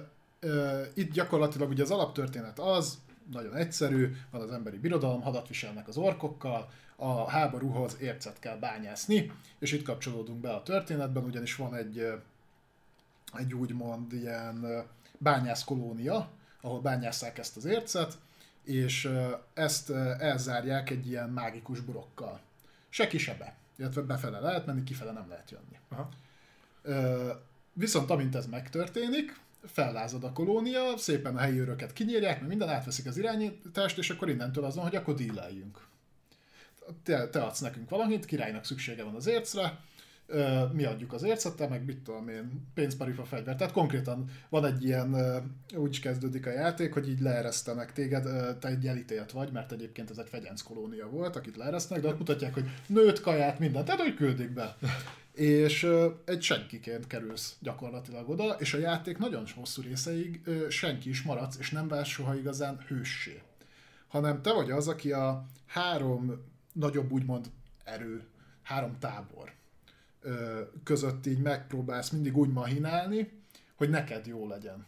Itt gyakorlatilag ugye az alaptörténet az, nagyon egyszerű, van az emberi birodalom, hadat viselnek az orkokkal, a háborúhoz ércet kell bányászni, és itt kapcsolódunk be a történetben, ugyanis van egy, egy úgymond ilyen bányászkolónia, ahol bányásszák ezt az ércet, és ezt elzárják egy ilyen mágikus burokkal. Se ki, se be. Illetve befele lehet menni, kifele nem lehet jönni. Aha. Viszont amint ez megtörténik, fellázad a kolónia, szépen a helyi őröket kinyírják, mert minden átveszik az irányítást, és akkor innentől azon, hogy akkor díleljünk. Te, te adsz nekünk valamit, királynak szüksége van az ércre, mi adjuk az ércet, te meg mit tudom én, pénzparifa fegyver. Tehát konkrétan van egy ilyen, úgy kezdődik a játék, hogy így leeresztenek téged, te egy elítélt vagy, mert egyébként ez egy fegyenc kolónia volt, akit leeresztenek, de ott mutatják, hogy nőt, kaját, mindent, tehát hogy küldik be. És egy senkiként kerülsz gyakorlatilag oda, és a játék nagyon hosszú részeig senki is maradsz, és nem válsz soha igazán hőssé. Hanem te vagy az, aki a három nagyobb úgymond erő, három tábor között így megpróbálsz mindig úgy mahinálni, hogy neked jó legyen.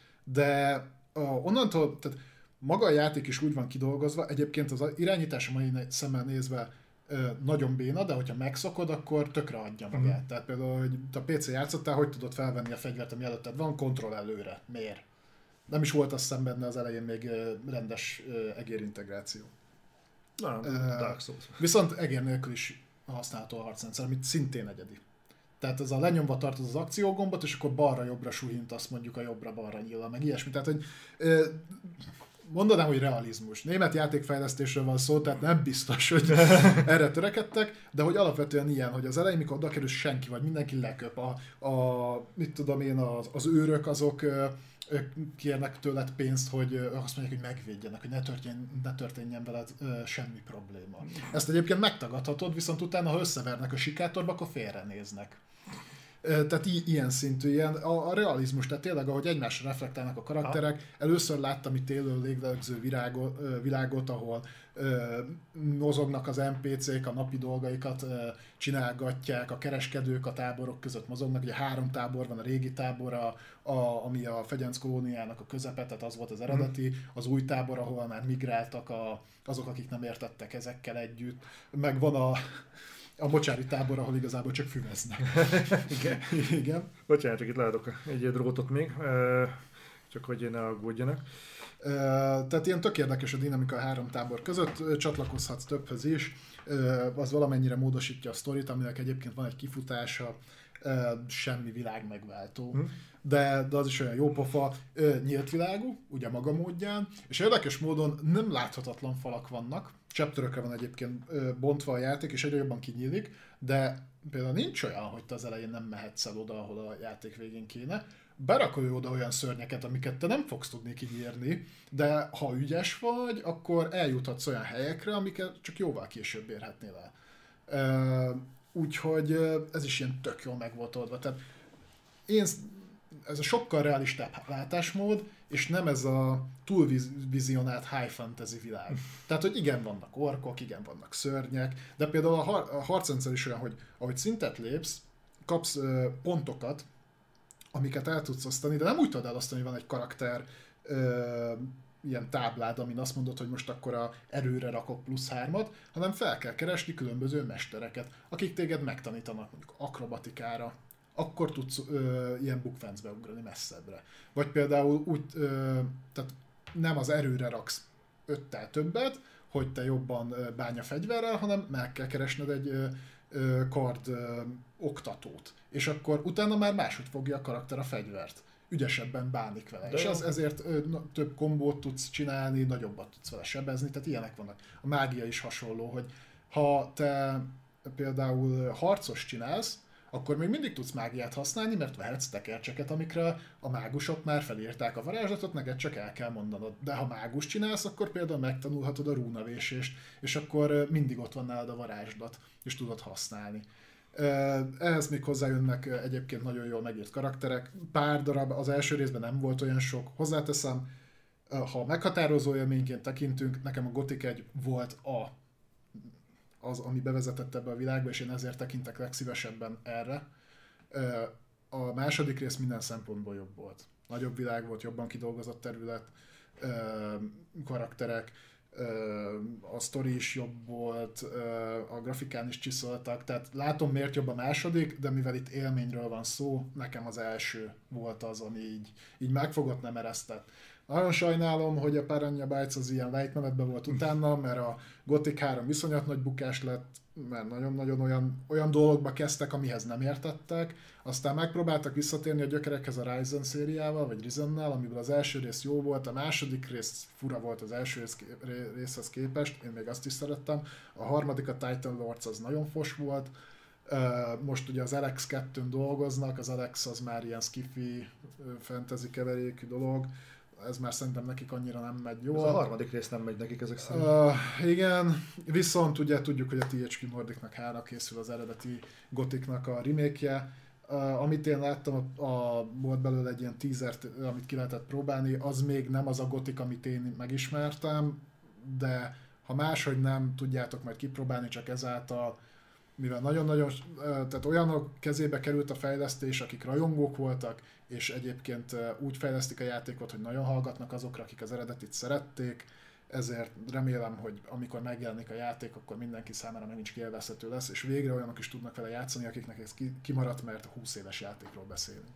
De uh, onnantól, tehát maga a játék is úgy van kidolgozva, egyébként az irányítás a mai szemmel nézve uh, nagyon béna, de hogyha megszokod, akkor tökre adja magát. Uh-huh. Tehát például, hogy a pé cé játszottál, hogy tudod felvenni a fegyvert, ami előtted van, kontroll előre. Miért? Nem is volt azt hiszem benne az elején még uh, rendes uh, egérintegráció. Nem, uh, Dark Souls. Viszont egér nélkül is használható a harcrendszer, amit szintén egyedi. Tehát ez a lenyomva tartod az akciógombot, és akkor balra-jobbra suhintasz mondjuk a jobbra-balra nyílva, meg ilyesmi. Tehát, hogy mondanám, hogy realizmus. Német játékfejlesztésről van szó, tehát nem biztos, hogy erre törekedtek, de hogy alapvetően ilyen, hogy az elején, mikor oda kerül senki, vagy mindenki leköp, a, a mit tudom én, az, az őrök azok kérnek tőled pénzt, hogy azt mondják, hogy megvédjenek, hogy ne, történ, ne történjen veled semmi probléma. Ezt egyébként megtagadhatod, viszont utána, ha összevernek a sikátorba, akkor félrenéznek. Tehát i- ilyen szintű, ilyen a, a realizmus, tehát tényleg, ahogy egymásra reflektálnak a karakterek, először láttam itt élő légző világot, világot, ahol ö, mozognak az en pé cék, a napi dolgaikat ö, csinálgatják, a kereskedők a táborok között mozognak, ugye három tábor van, a régi tábor, a, a, ami a fegyenc kolóniának a közepe, tehát az volt az eredeti, az új tábor, ahol már migráltak a, azok, akik nem értettek ezekkel együtt, meg van a a mocsári tábor, ahol igazából csak füveznek. Igen. Igen. Bocsánat, csak itt leadok egy drótot még, csak hogy ne aggódjanak. Tehát ilyen tök érdekes a dinamika a három tábor között, csatlakozhatsz többhöz is, az valamennyire módosítja a sztorit, aminek egyébként van egy kifutása, semmi világ megváltó. Hmm. De, de az is olyan jó pofa, nyílt világú, ugye maga módján, és érdekes módon nem láthatatlan falak vannak, chapterökre van egyébként bontva a játék, és egyre jobban kinyílik, de például nincs olyan, hogy te az elején nem mehetsz el oda, ahol a játék végén kéne. Berakol oda olyan szörnyeket, amiket te nem fogsz tudni kinyírni, de ha ügyes vagy, akkor eljuthatsz olyan helyekre, amiket csak jóval később érhetnél el. Úgyhogy ez is ilyen tök jól meg volt oldva. Tehát én, ez a sokkal realistább látásmód, és nem ez a túlvizionált high fantasy világ. Tehát, hogy igen, vannak orkok, igen, vannak szörnyek, de például a, har- a harcrendszer is olyan, hogy ahogy szintet lépsz, kapsz ö, pontokat, amiket el tudsz osztani, de nem úgy tudod elosztani, hogy van egy karakter ö, ilyen táblád, amin azt mondod, hogy most akkor a erőre rakok plusz hármat, hanem fel kell keresni különböző mestereket, akik téged megtanítanak mondjuk akrobatikára, akkor tudsz ö, ilyen bukfencbe ugrani messzebbre. Vagy például úgy, ö, tehát nem az erőre raksz öttel többet, hogy te jobban bánja fegyverrel, hanem meg kell keresned egy ö, ö, kard ö, oktatót. És akkor utána már máshogy fogja a karakter a fegyvert. Ügyesebben bánik vele. De és ez, ezért ö, több kombót tudsz csinálni, nagyobbat tudsz vele sebezni, tehát ilyenek vannak. A mágia is hasonló, hogy ha te például harcos csinálsz, akkor még mindig tudsz mágiát használni, mert vehetsz tekercseket, amikre a mágusok már felírták a varázslatot, neked csak el kell mondanod. De ha mágus csinálsz, akkor például megtanulhatod a rúnavésést, és akkor mindig ott van nálad a varázslat, és tudod használni. Ehhez még hozzájönnek egyébként nagyon jól megírt karakterek. Pár darab, az első részben nem volt olyan sok. Hozzáteszem, ha meghatározó élményként tekintünk, nekem a Gothic egy volt a az, ami bevezetett ebbe a világba, és én ezért tekintek legszívesebben erre. A második rész minden szempontból jobb volt. nagyobb világ volt, jobban kidolgozott terület, karakterek, a sztori is jobb volt, a grafikán is csiszoltak, tehát látom miért jobb a második, de mivel itt élményről van szó, nekem az első volt az, ami így, így megfogott, nem eresztett. Nagyon sajnálom, hogy a Piranha Bytes az ilyen lejtmenetben volt utána, mert a Gothic három viszonyat nagy bukás lett, mert nagyon-nagyon olyan, olyan dolgokba kezdtek, amihez nem értettek. Aztán megpróbáltak visszatérni a gyökerekhez a Risen szériával, vagy Risennel, amiből az első rész jó volt, a második rész fura volt az első részhez képest, én még azt is szerettem. A harmadik, a Titan Lords, az nagyon fos volt. Most ugye az Alex kettőn dolgoznak, az Alex az már ilyen skifi, fantasy keverékű dolog. Ez már szerintem nekik annyira nem megy jól. Ez a harmadik rész nem megy nekik ezek szerint. Uh, igen, viszont ugye tudjuk, hogy a té há ká Nordicnak hára készül az eredeti Gothicnak a remake-je. Uh, amit én láttam, a, a, volt belőle egy ilyen teasert, amit ki lehetett próbálni, az még nem az a Gothic, amit én megismertem, de ha máshogy nem tudjátok majd kipróbálni, csak ezáltal, mivel nagyon-nagyon, tehát olyanok kezébe került a fejlesztés, akik rajongók voltak, és egyébként úgy fejlesztik a játékot, hogy nagyon hallgatnak azokra, akik az eredetit szerették, ezért remélem, hogy amikor megjelenik a játék, akkor mindenki számára megint csak élvezhető lesz, és végre olyanok is tudnak vele játszani, akiknek ez kimaradt, mert húsz éves játékról beszélünk.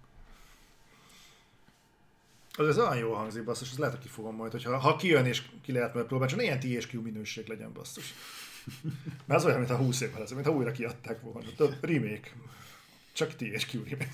Az ez olyan jó hangzik, basszus, az lehet, hogy kifogom majd, hogyha ha kijön és ki lehet majd próbálni, csak ilyen té há ká minőség legyen, basszus. Mert az olyan, mintha húsz évvel ez, mintha újra kiadták volna. Tudod, remake. Csak té há ká remake.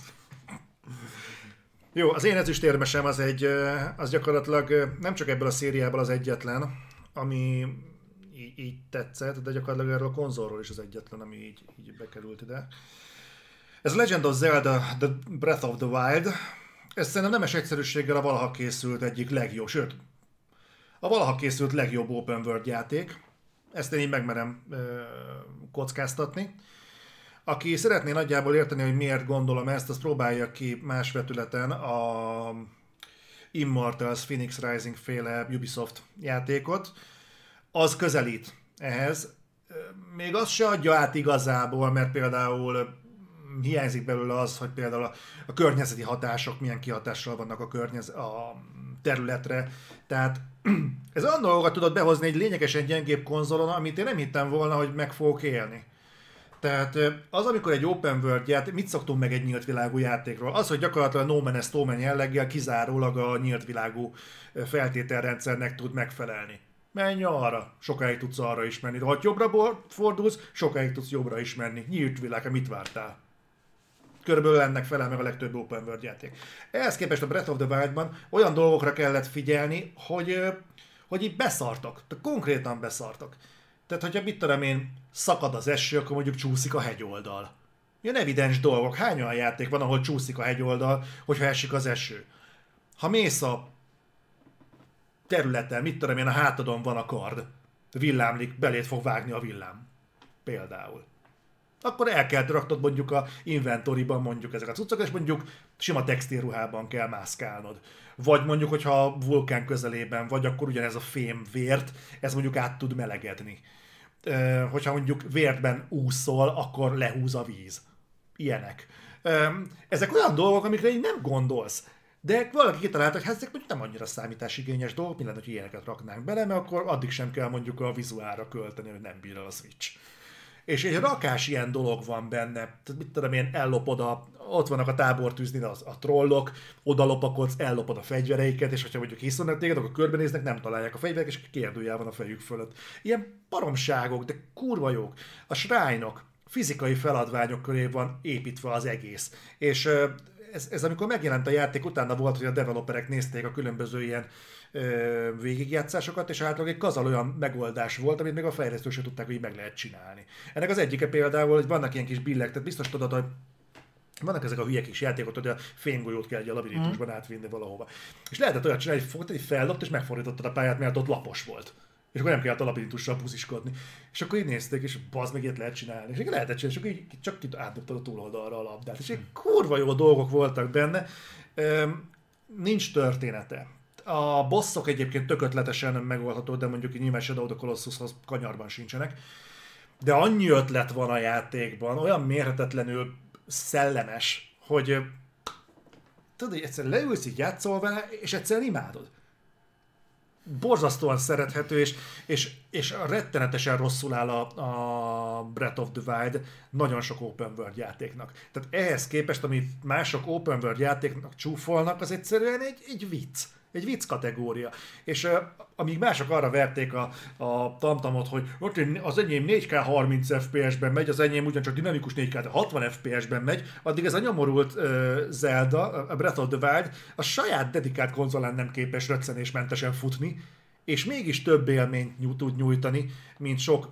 Jó, az én ezüstérmesem az egy, az gyakorlatilag nem csak ebből a szériából az egyetlen, ami így, így tetszett, de gyakorlatilag erről a konzolról is az egyetlen, ami így, így bekerült ide. Ez a Legend of Zelda The Breath of the Wild. Ez szerintem nemes egyszerűséggel a valaha készült egyik legjobb, sőt, a valaha készült legjobb open world játék. Ezt én így megmerem ö, kockáztatni. Aki szeretné nagyjából érteni, hogy miért gondolom ezt, azt próbálja ki más vetületen a Immortals Phoenix Rising féle Ubisoft játékot. Az közelít ehhez. Még az se adja át igazából, mert például hiányzik belőle az, hogy például a, a környezeti hatások milyen kihatással vannak a, környez, a területre. Tehát ez olyan dolgokat tudod behozni egy lényegesen gyengébb konzolon, amit én nem hittem volna, hogy meg fogok élni. Tehát az, amikor egy open world játék, mit szoktunk meg egy nyílt világú játékról? Az, hogy gyakorlatilag No Man's No Man jelleggel kizárólag a nyílt világú feltételrendszernek tud megfelelni. Menj arra, sokáig tudsz arra is menni. De ha jobbra fordulsz, sokáig tudsz jobbra is menni. Nyílt világ, mit vártál? Körülbelül ennek felel meg a legtöbb open world játék. Ehhez képest a Breath of the Wild-ban olyan dolgokra kellett figyelni, hogy, hogy így beszartok. Tehát konkrétan beszartok. Tehát, hogyha mit tudom én, szakad az eső, akkor mondjuk csúszik a hegyoldal. Ilyen evidens dolgok. Hány olyan játék van, ahol csúszik a hegyoldal, hogyha esik az eső? Ha mész a területen, mit tudom én, a hátadon van a kard, villámlik, beléd fog vágni a villám. Például. Akkor el kell raknod mondjuk a inventoriban mondjuk ezek a cuccok, és mondjuk sima textilruhában kell mászkálnod. Vagy mondjuk, hogyha a vulkán közelében vagy, akkor ugyanez a fém vért, ez mondjuk át tud melegedni. E, hogyha mondjuk vértben úszol, akkor lehúz a víz. Ilyenek. E, ezek olyan dolgok, amikre így nem gondolsz. De valaki kitalálta, hogy hát ezek mondjuk nem annyira számításigényes dolgok, mi lenne, hogy ilyeneket raknánk bele, mert akkor addig sem kell mondjuk a vizuálra költeni, hogy nem bír el a Switch. És egy rakás ilyen dolog van benne, tehát mit tudom én, ellopod a, ott vannak a tábortűznél az, a trollok, oda lopakodsz, ellopod a fegyvereiket, és hogyha mondjuk hiszonnak téged, akkor körbenéznek, nem találják a fegyverek, és kérdőjel van a fejük fölött. Ilyen baromságok, de kurva jók. A shrine-ok, fizikai feladványok köré van építve az egész. És ez, ez amikor megjelent a játék, utána volt, hogy a developerek nézték a különböző ilyen ö, végigjátszásokat, és általában egy kazal olyan megoldás volt, amit még a fejlesztők sem tudták, hogy így meg lehet csinálni. Ennek az egyike például, hogy vannak ilyen kis billek, tehát biztos tudod, hogy vannak ezek a hülye kis játékok, hogy a fénygolyót kell egy a labirintusban átvinni valahova. És lehetett olyat csinálni, hogy fogtad egy feldobt, és megfordítottad a pályát, mert ott lapos volt. És akkor nem kellett a labirintussal pusziskodni. És akkor így nézték, és bazd meg ilyet lehet csinálni. És így lehetett csinálni, és akkor így csak átdobtad a túloldalra a labdát. És így kurva jó dolgok voltak benne. Üm, nincs története. A bosszok egyébként tök ötletesen megoldható, de mondjuk így nyilván Shadow of the Colossushoz kanyarban sincsenek. De annyi ötlet van a játékban, olyan mérhetetlenül szellemes, hogy tudod, hogy egyszerűen leülsz, így játszol vele, és egyszerűen imádod. Borzasztóan szerethető, és, és, és rettenetesen rosszul áll a, a Breath of the Wild nagyon sok open world játéknak. Tehát ehhez képest, amit mások open world játéknak csúfolnak, az egyszerűen egy, egy vicc. Egy vicc kategória. És uh, amíg mások arra verték a, a tamtamot, hogy ott az enyém négy ká harminc ef pé es-ben megy, az enyém ugyancsak dinamikus négy ká hatvan ef pé es-ben megy, addig ez a nyomorult uh, Zelda, a Breath of the Wild, a saját dedikált konzolán nem képes röccenésmentesen futni, és mégis több élményt nyújt, tud nyújtani, mint sok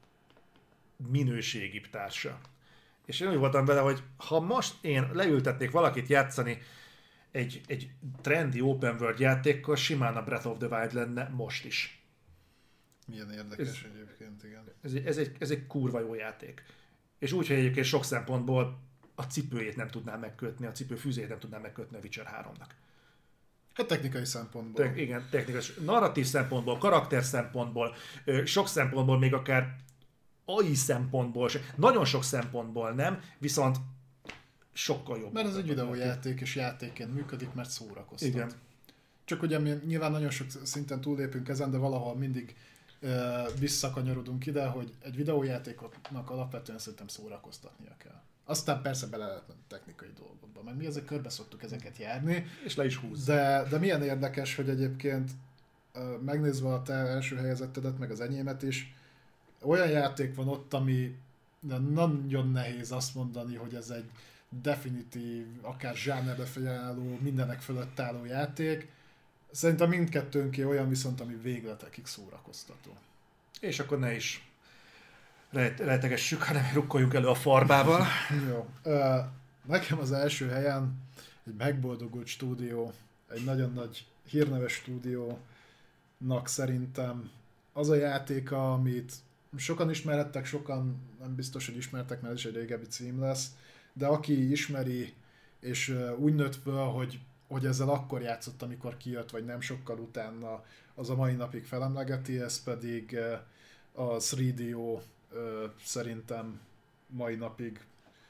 minőségibb társa. És én úgy voltam vele, hogy ha most én leültetnék valakit játszani egy, egy trendi open world játékkal, simán a Breath of the Wild lenne most is. Milyen érdekes ez, egyébként, igen. Ez, ez, egy, ez egy kurva jó játék. És úgy, hogy egyébként sok szempontból a cipőjét nem tudnám megkötni, a cipő fűzét nem tudnám megkötni a Witcher háromnak. Hát technikai szempontból. Te, igen, technikai, narratív szempontból, karakter szempontból, sok szempontból, még akár á i szempontból, nagyon sok szempontból nem, viszont sokkal jobb. Mert ez egy videójáték, és játékként működik, mert szórakoztat. Igen. Csak ugye mi nyilván nagyon sok szinten túllépünk ezen, de valahol mindig uh, visszakanyarodunk ide, hogy egy videójátéknak alapvetően szerintem szórakoztatnia kell. Aztán persze bele lehet technikai dolgokba, mert mi ezek körbe szoktuk ezeket járni. És le is húz. De, de milyen érdekes, hogy egyébként uh, megnézve a te első helyezettedet, meg az enyémet is, olyan játék van ott, ami nagyon nehéz azt mondani, hogy ez egy definitív, akár zsánerbe felálló, mindenek fölött álló játék. Szerintem mindkettőnké olyan viszont, ami végletekig szórakoztató. És akkor ne is rejt, rejtegessük, hanem rukkoljunk elő a farbával. Jó. Nekem az első helyen egy megboldogult stúdió, egy nagyon nagy hírneves stúdiónak szerintem az a játéka, amit sokan ismerhettek, sokan nem biztos, hogy ismertek, mert ez is egy régebbi cím lesz, de aki ismeri, és úgy nőtt föl, hogy, hogy ezzel akkor játszott, amikor kijött, vagy nem sokkal utána, az a mai napig felemlegeti, ez pedig a három dé o szerintem mai napig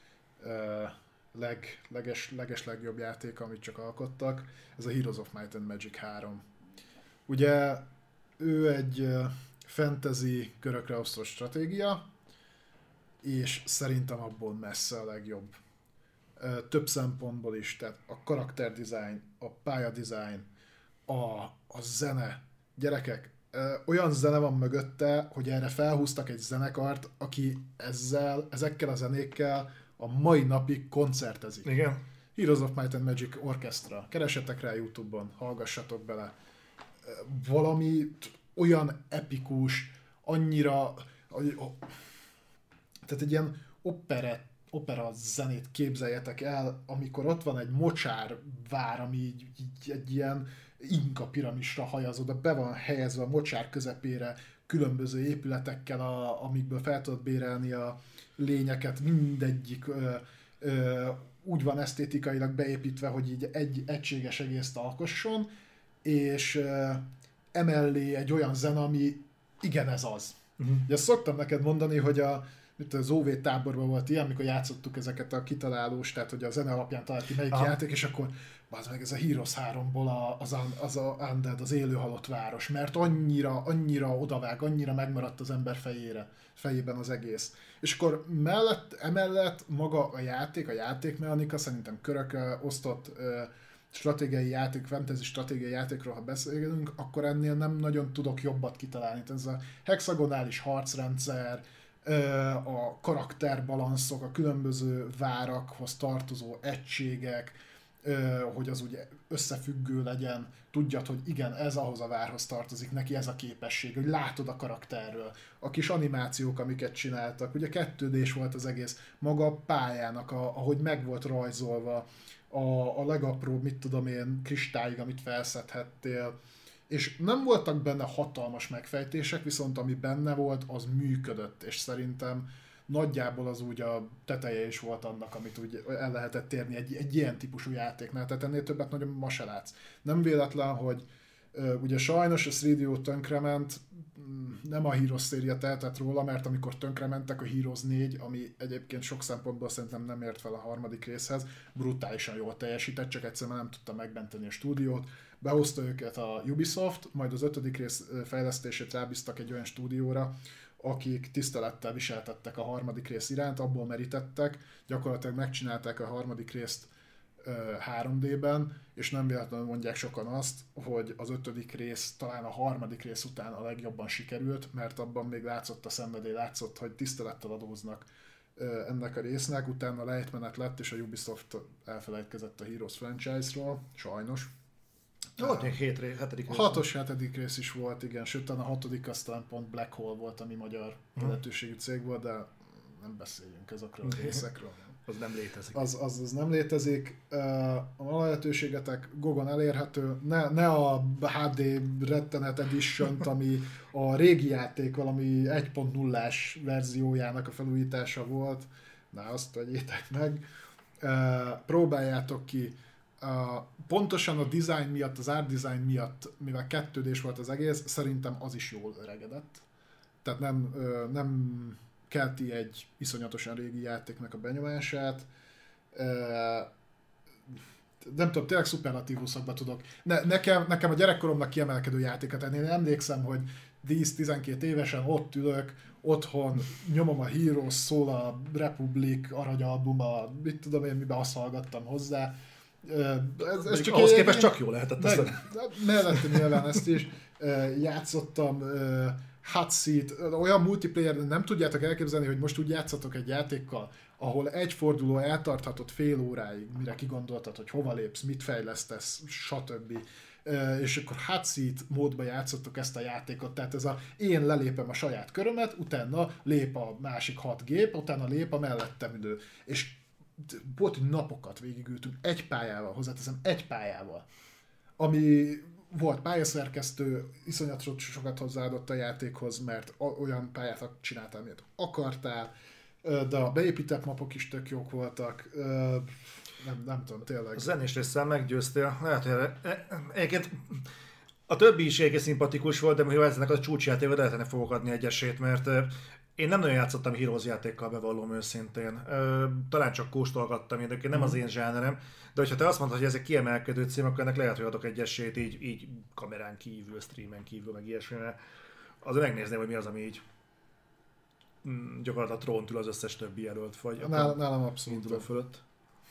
leg, leges, leges legjobb játék, amit csak alkottak. Ez a Heroes of Might and Magic három. Ugye ő egy fantasy körökre osztott stratégia, és szerintem abból messze a legjobb. Több szempontból is, tehát a karakterdesign, a pályadesign, a, a zene. Gyerekek, olyan zene van mögötte, hogy erre felhúztak egy zenekart, aki ezzel, ezekkel a zenékkel a mai napig koncertezik. Igen. Heroes of Might and Magic Orchestra. Keresetek rá YouTube-on, hallgassatok bele. Valami olyan epikus, annyira... Tehát egy ilyen opera, opera zenét képzeljetek el, amikor ott van egy mocsár vár, ami így, így egy ilyen inka piramisra hajaz, oda be van helyezve a mocsár közepére különböző épületekkel, a, amikből fel tudod bérelni a lényeket, mindegyik ö, ö, úgy van esztétikailag beépítve, hogy így egy egységes egészt alkosson, és ö, emellé egy olyan zene, ami igen, ez az. Uh-huh. Ugye szoktam neked mondani, hogy a itt az ó vé táborban volt ilyen, amikor játszottuk ezeket a kitalálós, tehát hogy a zene alapján talált ki melyik ah. játék, és akkor az meg ez a Heroes háromból a, az, a, az a Undead, az élő halott város, mert annyira, annyira odavág, annyira megmaradt az ember fejére, fejében az egész. És akkor mellett, emellett maga a játék, a játékmechanika, szerintem körökre osztott ö, stratégiai játék, fantasy stratégiai játékról, ha beszélünk, akkor ennél nem nagyon tudok jobbat kitalálni. Ez a hexagonális harcrendszer, a karakterbalanszok, a különböző várakhoz tartozó egységek, hogy az ugye összefüggő legyen, tudjad, hogy igen, ez ahhoz a várhoz tartozik, neki ez a képesség, hogy látod a karakterről. A kis animációk, amiket csináltak, ugye kettődés volt az egész, maga a pályának, a, ahogy meg volt rajzolva, a, a legapróbb, mit tudom én, kristályig, amit felszedhettél, és nem voltak benne hatalmas megfejtések, viszont ami benne volt, az működött, és szerintem nagyjából az úgy a teteje is volt annak, amit úgy el lehetett érni egy, egy ilyen típusú játéknál, tehát ennél többet nagyon ma se látsz. Nem véletlen, hogy Ugye sajnos a három dé o tönkrement, nem a Heroes széria tehetett róla, mert amikor tönkrementek a Heroes négy, ami egyébként sok szempontból szerintem nem ért fel a harmadik részhez, brutálisan jól teljesített, csak egyszerűen nem tudta megmenteni a stúdiót. Behozta őket a Ubisoft, majd az ötödik rész fejlesztését rábíztak egy olyan stúdióra, akik tisztelettel viseltettek a harmadik rész iránt, abból merítettek, gyakorlatilag megcsinálták a harmadik részt három dé-ben, és nem véletlenül mondják sokan azt, hogy az ötödik rész talán a harmadik rész után a legjobban sikerült, mert abban még látszott a szenvedély, látszott, hogy tisztelettel adóznak ennek a résznek, utána lejtmenet lett, és a Ubisoft elfelejtkezett a Heroes franchise-ról, sajnos. Volt még hét rész, hetedik rész. A hatos, hetedik rész is volt, igen, sőt a hatodik aztán pont Black Hole volt, ami magyar vezetőségű cég volt, de nem beszéljünk ezekről a részekről. Az nem létezik. Az, az, az nem létezik. A lehetőségetek Gogon elérhető. Ne, ne a há dé rettenet edition-t, ami a régi játék valami egy pont nullás verziójának a felújítása volt. Na, azt vegyétek meg. Próbáljátok ki. Pontosan a design miatt, az art design miatt, mivel kettődés volt az egész, szerintem az is jól öregedett. Tehát nem, nem kelti egy iszonyatosan régi játéknak a benyomását. Nem tudom, tényleg szuperlatívuszokba tudok. Ne, nekem, nekem a gyerekkoromnak kiemelkedő játékat, én emlékszem, hogy tíz-tizenkét évesen ott ülök, otthon nyomom a Heroes, szól a Republic aranyalbuma, mit tudom én, miben azt hallgattam hozzá. Ez, ez csak ahhoz képest csak jól lehetett ezt. Mellette nyilván ezt is játszottam. Hotseat, olyan multiplayer, nem tudjátok elképzelni, hogy most úgy játszatok egy játékkal, ahol egy forduló eltarthatott fél óráig, mire kigondoltad, hogy hova lépsz, mit fejlesztesz, stb. És akkor Hotseat módba játszottok ezt a játékot, tehát ez a én lelépem a saját körömet, utána lép a másik hat gép, utána lép a mellettem ülő. És volt, hogy napokat végigültünk egy pályával, hozzáteszem, egy pályával, ami volt pályaszerkesztő, iszonyatosan sokat hozzáadott a játékhoz, mert olyan pályát csináltál, amit akartál, de a beépített mapok is tök jók voltak, nem, nem tudom, tényleg. A zenés résszel meggyőztél, lehet, hogy egyébként a többi is egész szimpatikus volt, de mivel eznek a csúcsjátékot lehetne fogok adni egy esélyt, mert én nem nagyon játszottam Heroes játékkal, bevallom őszintén. Talán csak kóstolgattam, egyébként nem az én zsánerem, de hogyha te azt mondod, hogy ez egy kiemelkedő cím, akkor ennek lehet, hogy adok egy esélyt így, így kamerán kívül, streamen kívül, meg ilyesmi, mert azért megnézném, hogy mi az, ami így gyakorlatilag trónt ül az összes többi jelölt, vagy Nálam, nálam abszolút fölött.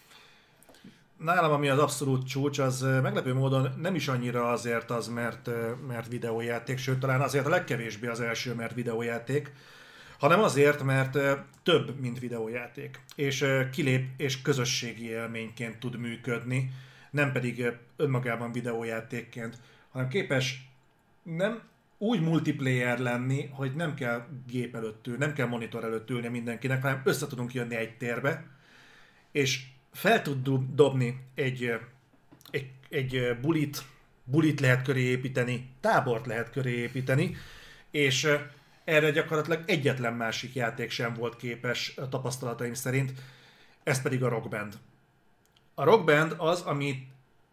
Nálam, ami az abszolút csúcs, az meglepő módon nem is annyira azért az, mert, mert videójáték, sőt talán azért a legkevésbé az első, mert videójáték, hanem azért, mert több, mint videójáték, és kilép és közösségi élményként tud működni, nem pedig önmagában videójátékként, hanem képes nem úgy multiplayer lenni, hogy nem kell gép előtt ül, nem kell monitor előtt ülni mindenkinek, hanem össze tudunk jönni egy térbe, és fel tud dobni egy, egy, egy bulit, bulit lehet köré építeni, tábort lehet köré építeni, és erre gyakorlatilag egyetlen másik játék sem volt képes a tapasztalataim szerint, ez pedig a Rock Band. A Rock Band az, amit,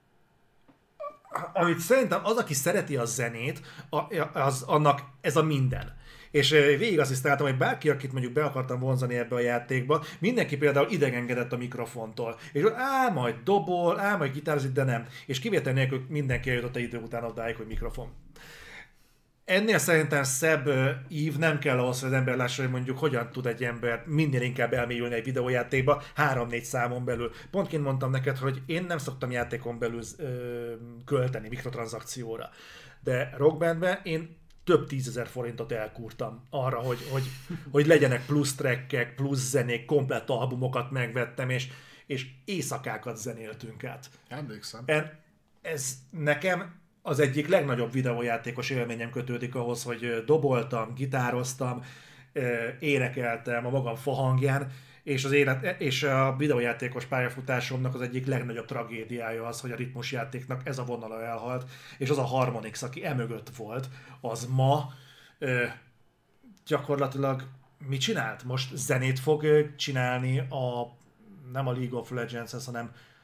amit szerintem az, aki szereti a zenét, az, annak ez a minden. És végig asszisztáltam, hogy bárki, akit mondjuk be akartam vonzani ebbe a játékba, mindenki például idegengedett a mikrofontól. És á, majd dobol, á, majd gitározik, de nem. És kivétel nélkül mindenki eljutott egy idő után odáig, hogy mikrofon. Ennél szerintem szebb ív nem kell ahhoz, hogy az ember lássa, hogy mondjuk hogyan tud egy ember minél inkább elmélyülni egy videójátékba három-négy számon belül. Pontként mondtam neked, hogy én nem szoktam játékon belül ö, költeni mikrotranszakcióra. De Rock Bandben én több tízezer forintot elkúrtam arra, hogy, hogy, hogy legyenek plusz trackek, plusz zenék, komplett albumokat megvettem, és, és éjszakákat zenéltünk át. Emlékszem. Ez nekem az egyik legnagyobb videójátékos élményem kötődik ahhoz, hogy doboltam, gitároztam, énekeltem a magam fahangján, és, az élet, és a videójátékos pályafutásomnak az egyik legnagyobb tragédiája az, hogy a ritmusjátéknak ez a vonala elhalt, és az a Harmonix, aki emögött volt, az ma ö, gyakorlatilag mit csinált? Most zenét fog csinálni a, nem a League of Legends-hez, hanem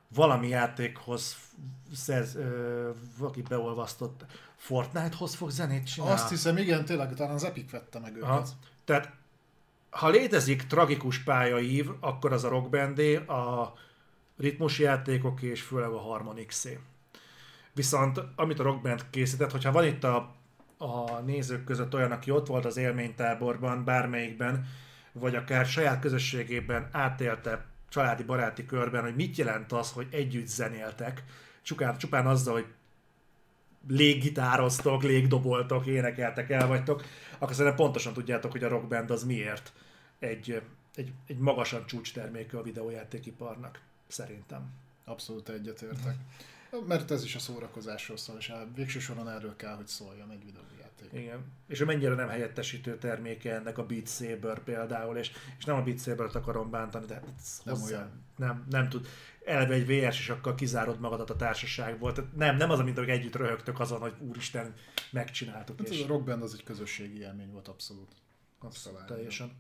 valami játékhoz szerz, ö, valaki beolvasztott Fortnite-hoz fog zenét csinálni. Azt hiszem, igen, tényleg talán az Epic vette meg őket. Aha. Tehát ha létezik tragikus pályaív, akkor az a Rock Bandé, a ritmusjátékok és főleg a Harmonixé. Viszont amit a Rock Band készített, hogyha van itt a, a nézők között olyan, aki ott volt az élménytáborban, bármelyikben, vagy akár saját közösségében átélte családi baráti körben, hogy mit jelent az, hogy együtt zenéltek, csupán, csupán azzal, hogy léggitároztok, légdoboltok, énekeltek, el vagytok, akkor szerintem pontosan tudjátok, hogy a Rock Band az miért egy, egy, egy magasan csúcsterméke a videójátékiparnak, szerintem. Abszolút egyetértek. Mert ez is a szórakozásról szól, és a végső soron erről kell, hogy szóljon egy videójáték. Igen. És hogy mennyire nem helyettesítő terméke ennek a Beat Saber például, és, és nem a Beat Sabert akarom bántani, de nem hozzá, olyan. Nem, nem tud. Eleve egy vé es isakkal kizárod magadat a társaságból. Tehát nem, nem az, mint hogy együtt röhögtök azon, hogy úristen, megcsináltuk. Hát és... a Rock Band az egy közösségi élmény volt abszolút. Abszolút, teljesen.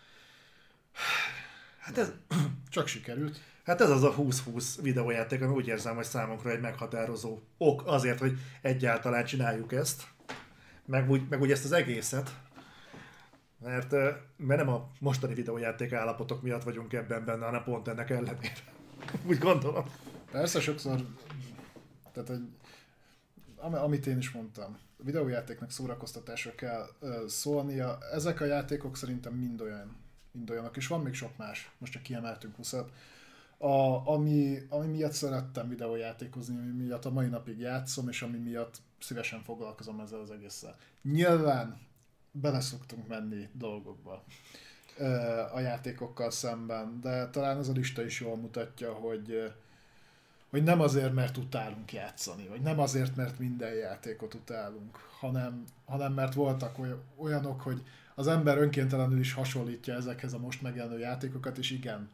Hát ez... Csak sikerült. Hát ez az a húsz húsz videójáték, ami úgy érzem, hogy számunkra egy meghatározó ok azért, hogy egyáltalán csináljuk ezt, meg úgy, meg úgy ezt az egészet, mert, mert nem a mostani videójáték állapotok miatt vagyunk ebben benne, hanem pont ennek ellenére. Úgy gondolom. Persze sokszor, tehát hogy, amit én is mondtam, a videójátéknak szórakoztatásra kell uh, szólnia, ezek a játékok szerintem mind olyan, mind olyanok, és van még sok más, most csak kiemeltünk huszat. A, ami, ami miatt szerettem videójátékozni, ami miatt a mai napig játszom, és ami miatt szívesen foglalkozom ezzel az egésszel. Nyilván bele szoktunk menni dolgokba a játékokkal szemben, de talán ez a lista is jól mutatja, hogy, hogy nem azért, mert utálunk játszani, vagy nem azért, mert minden játékot utálunk, hanem, hanem mert voltak olyanok, hogy az ember önkéntelenül is hasonlítja ezekhez a most megjelenő játékokat, és igen,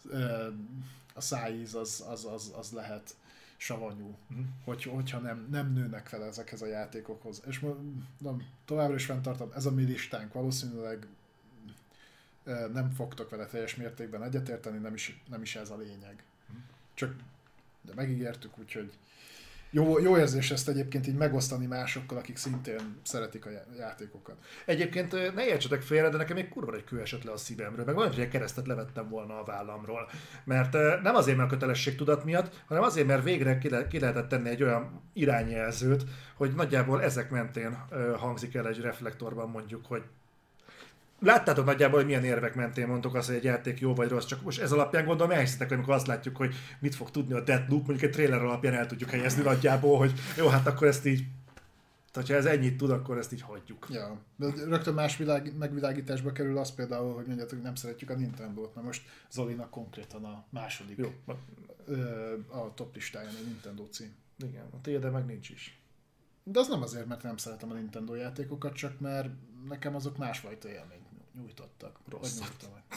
a szájíz az, az, az, az lehet savanyú, uh-huh. hogy, hogyha nem, nem nőnek fel ezekhez a játékokhoz. És na, továbbra is fenntartom, ez a mi listánk, valószínűleg nem fogtok vele teljes mértékben egyetérteni, nem is, nem is ez a lényeg. Uh-huh. Csak de megígértük, úgyhogy jó, jó érzés ezt egyébként így megosztani másokkal, akik szintén szeretik a játékokat. Egyébként ne értsetek félre, de nekem még kurva egy kő esett le a szívemről, meg olyan, hogy egy keresztet levettem volna a vállamról. Mert nem azért, mert a kötelességtudat miatt, hanem azért, mert végre ki, le, ki lehetett tenni egy olyan irányjelzőt, hogy nagyjából ezek mentén hangzik el egy reflektorban mondjuk, hogy láttátok nagyjából, hogy milyen érvek mentén mondtok azt, hogy egy játék jó vagy rossz, csak most ez alapján gondolom elhiszitek, amikor azt látjuk, hogy mit fog tudni a Deathloop, mondjuk egy trailer alapján el tudjuk helyezni nagyjából, hogy jó, hát akkor ezt így, ha ez ennyit tud, akkor ezt így hagyjuk. Ja, de rögtön más világ, megvilágításba kerül az például, hogy mondjátok, hogy nem szeretjük a Nintendo-t, mert most Zolinak konkrétan a második jó. a top listáján a Nintendo cím. Igen, a tiéde meg nincs is. De az nem azért, mert nem szeretem a Nintendo játékokat, csak mert nekem azok másfajta élményt nyújtottak. Rosszat.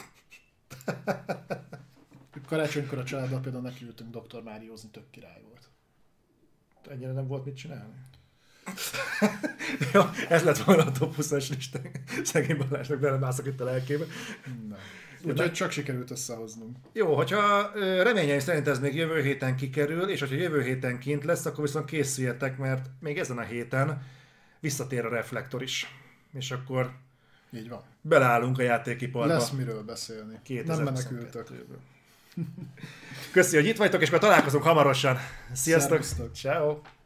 Karácsonykor a családdal például nekiültünk doktor Máriózni, tök király volt. Ennyire nem volt mit csinálni? Jó, ez lett volna a top huszas listán. Szegény Balázsnak belemászok itt a lelkébe. Úgyhogy csak sikerült összehoznunk. Jó, hogyha reményeim szerint ez még jövő héten kikerül, és hogyha jövő héten kint lesz, akkor viszont készüljetek, mert még ezen a héten visszatér a reflektor is. És akkor így van. Beleállunk a játékiparba. Lesz miről beszélni. Nem menekültök. Köszi, hogy itt vagytok, és akkor találkozunk hamarosan. Sziasztok! Szervusztok. Ciao.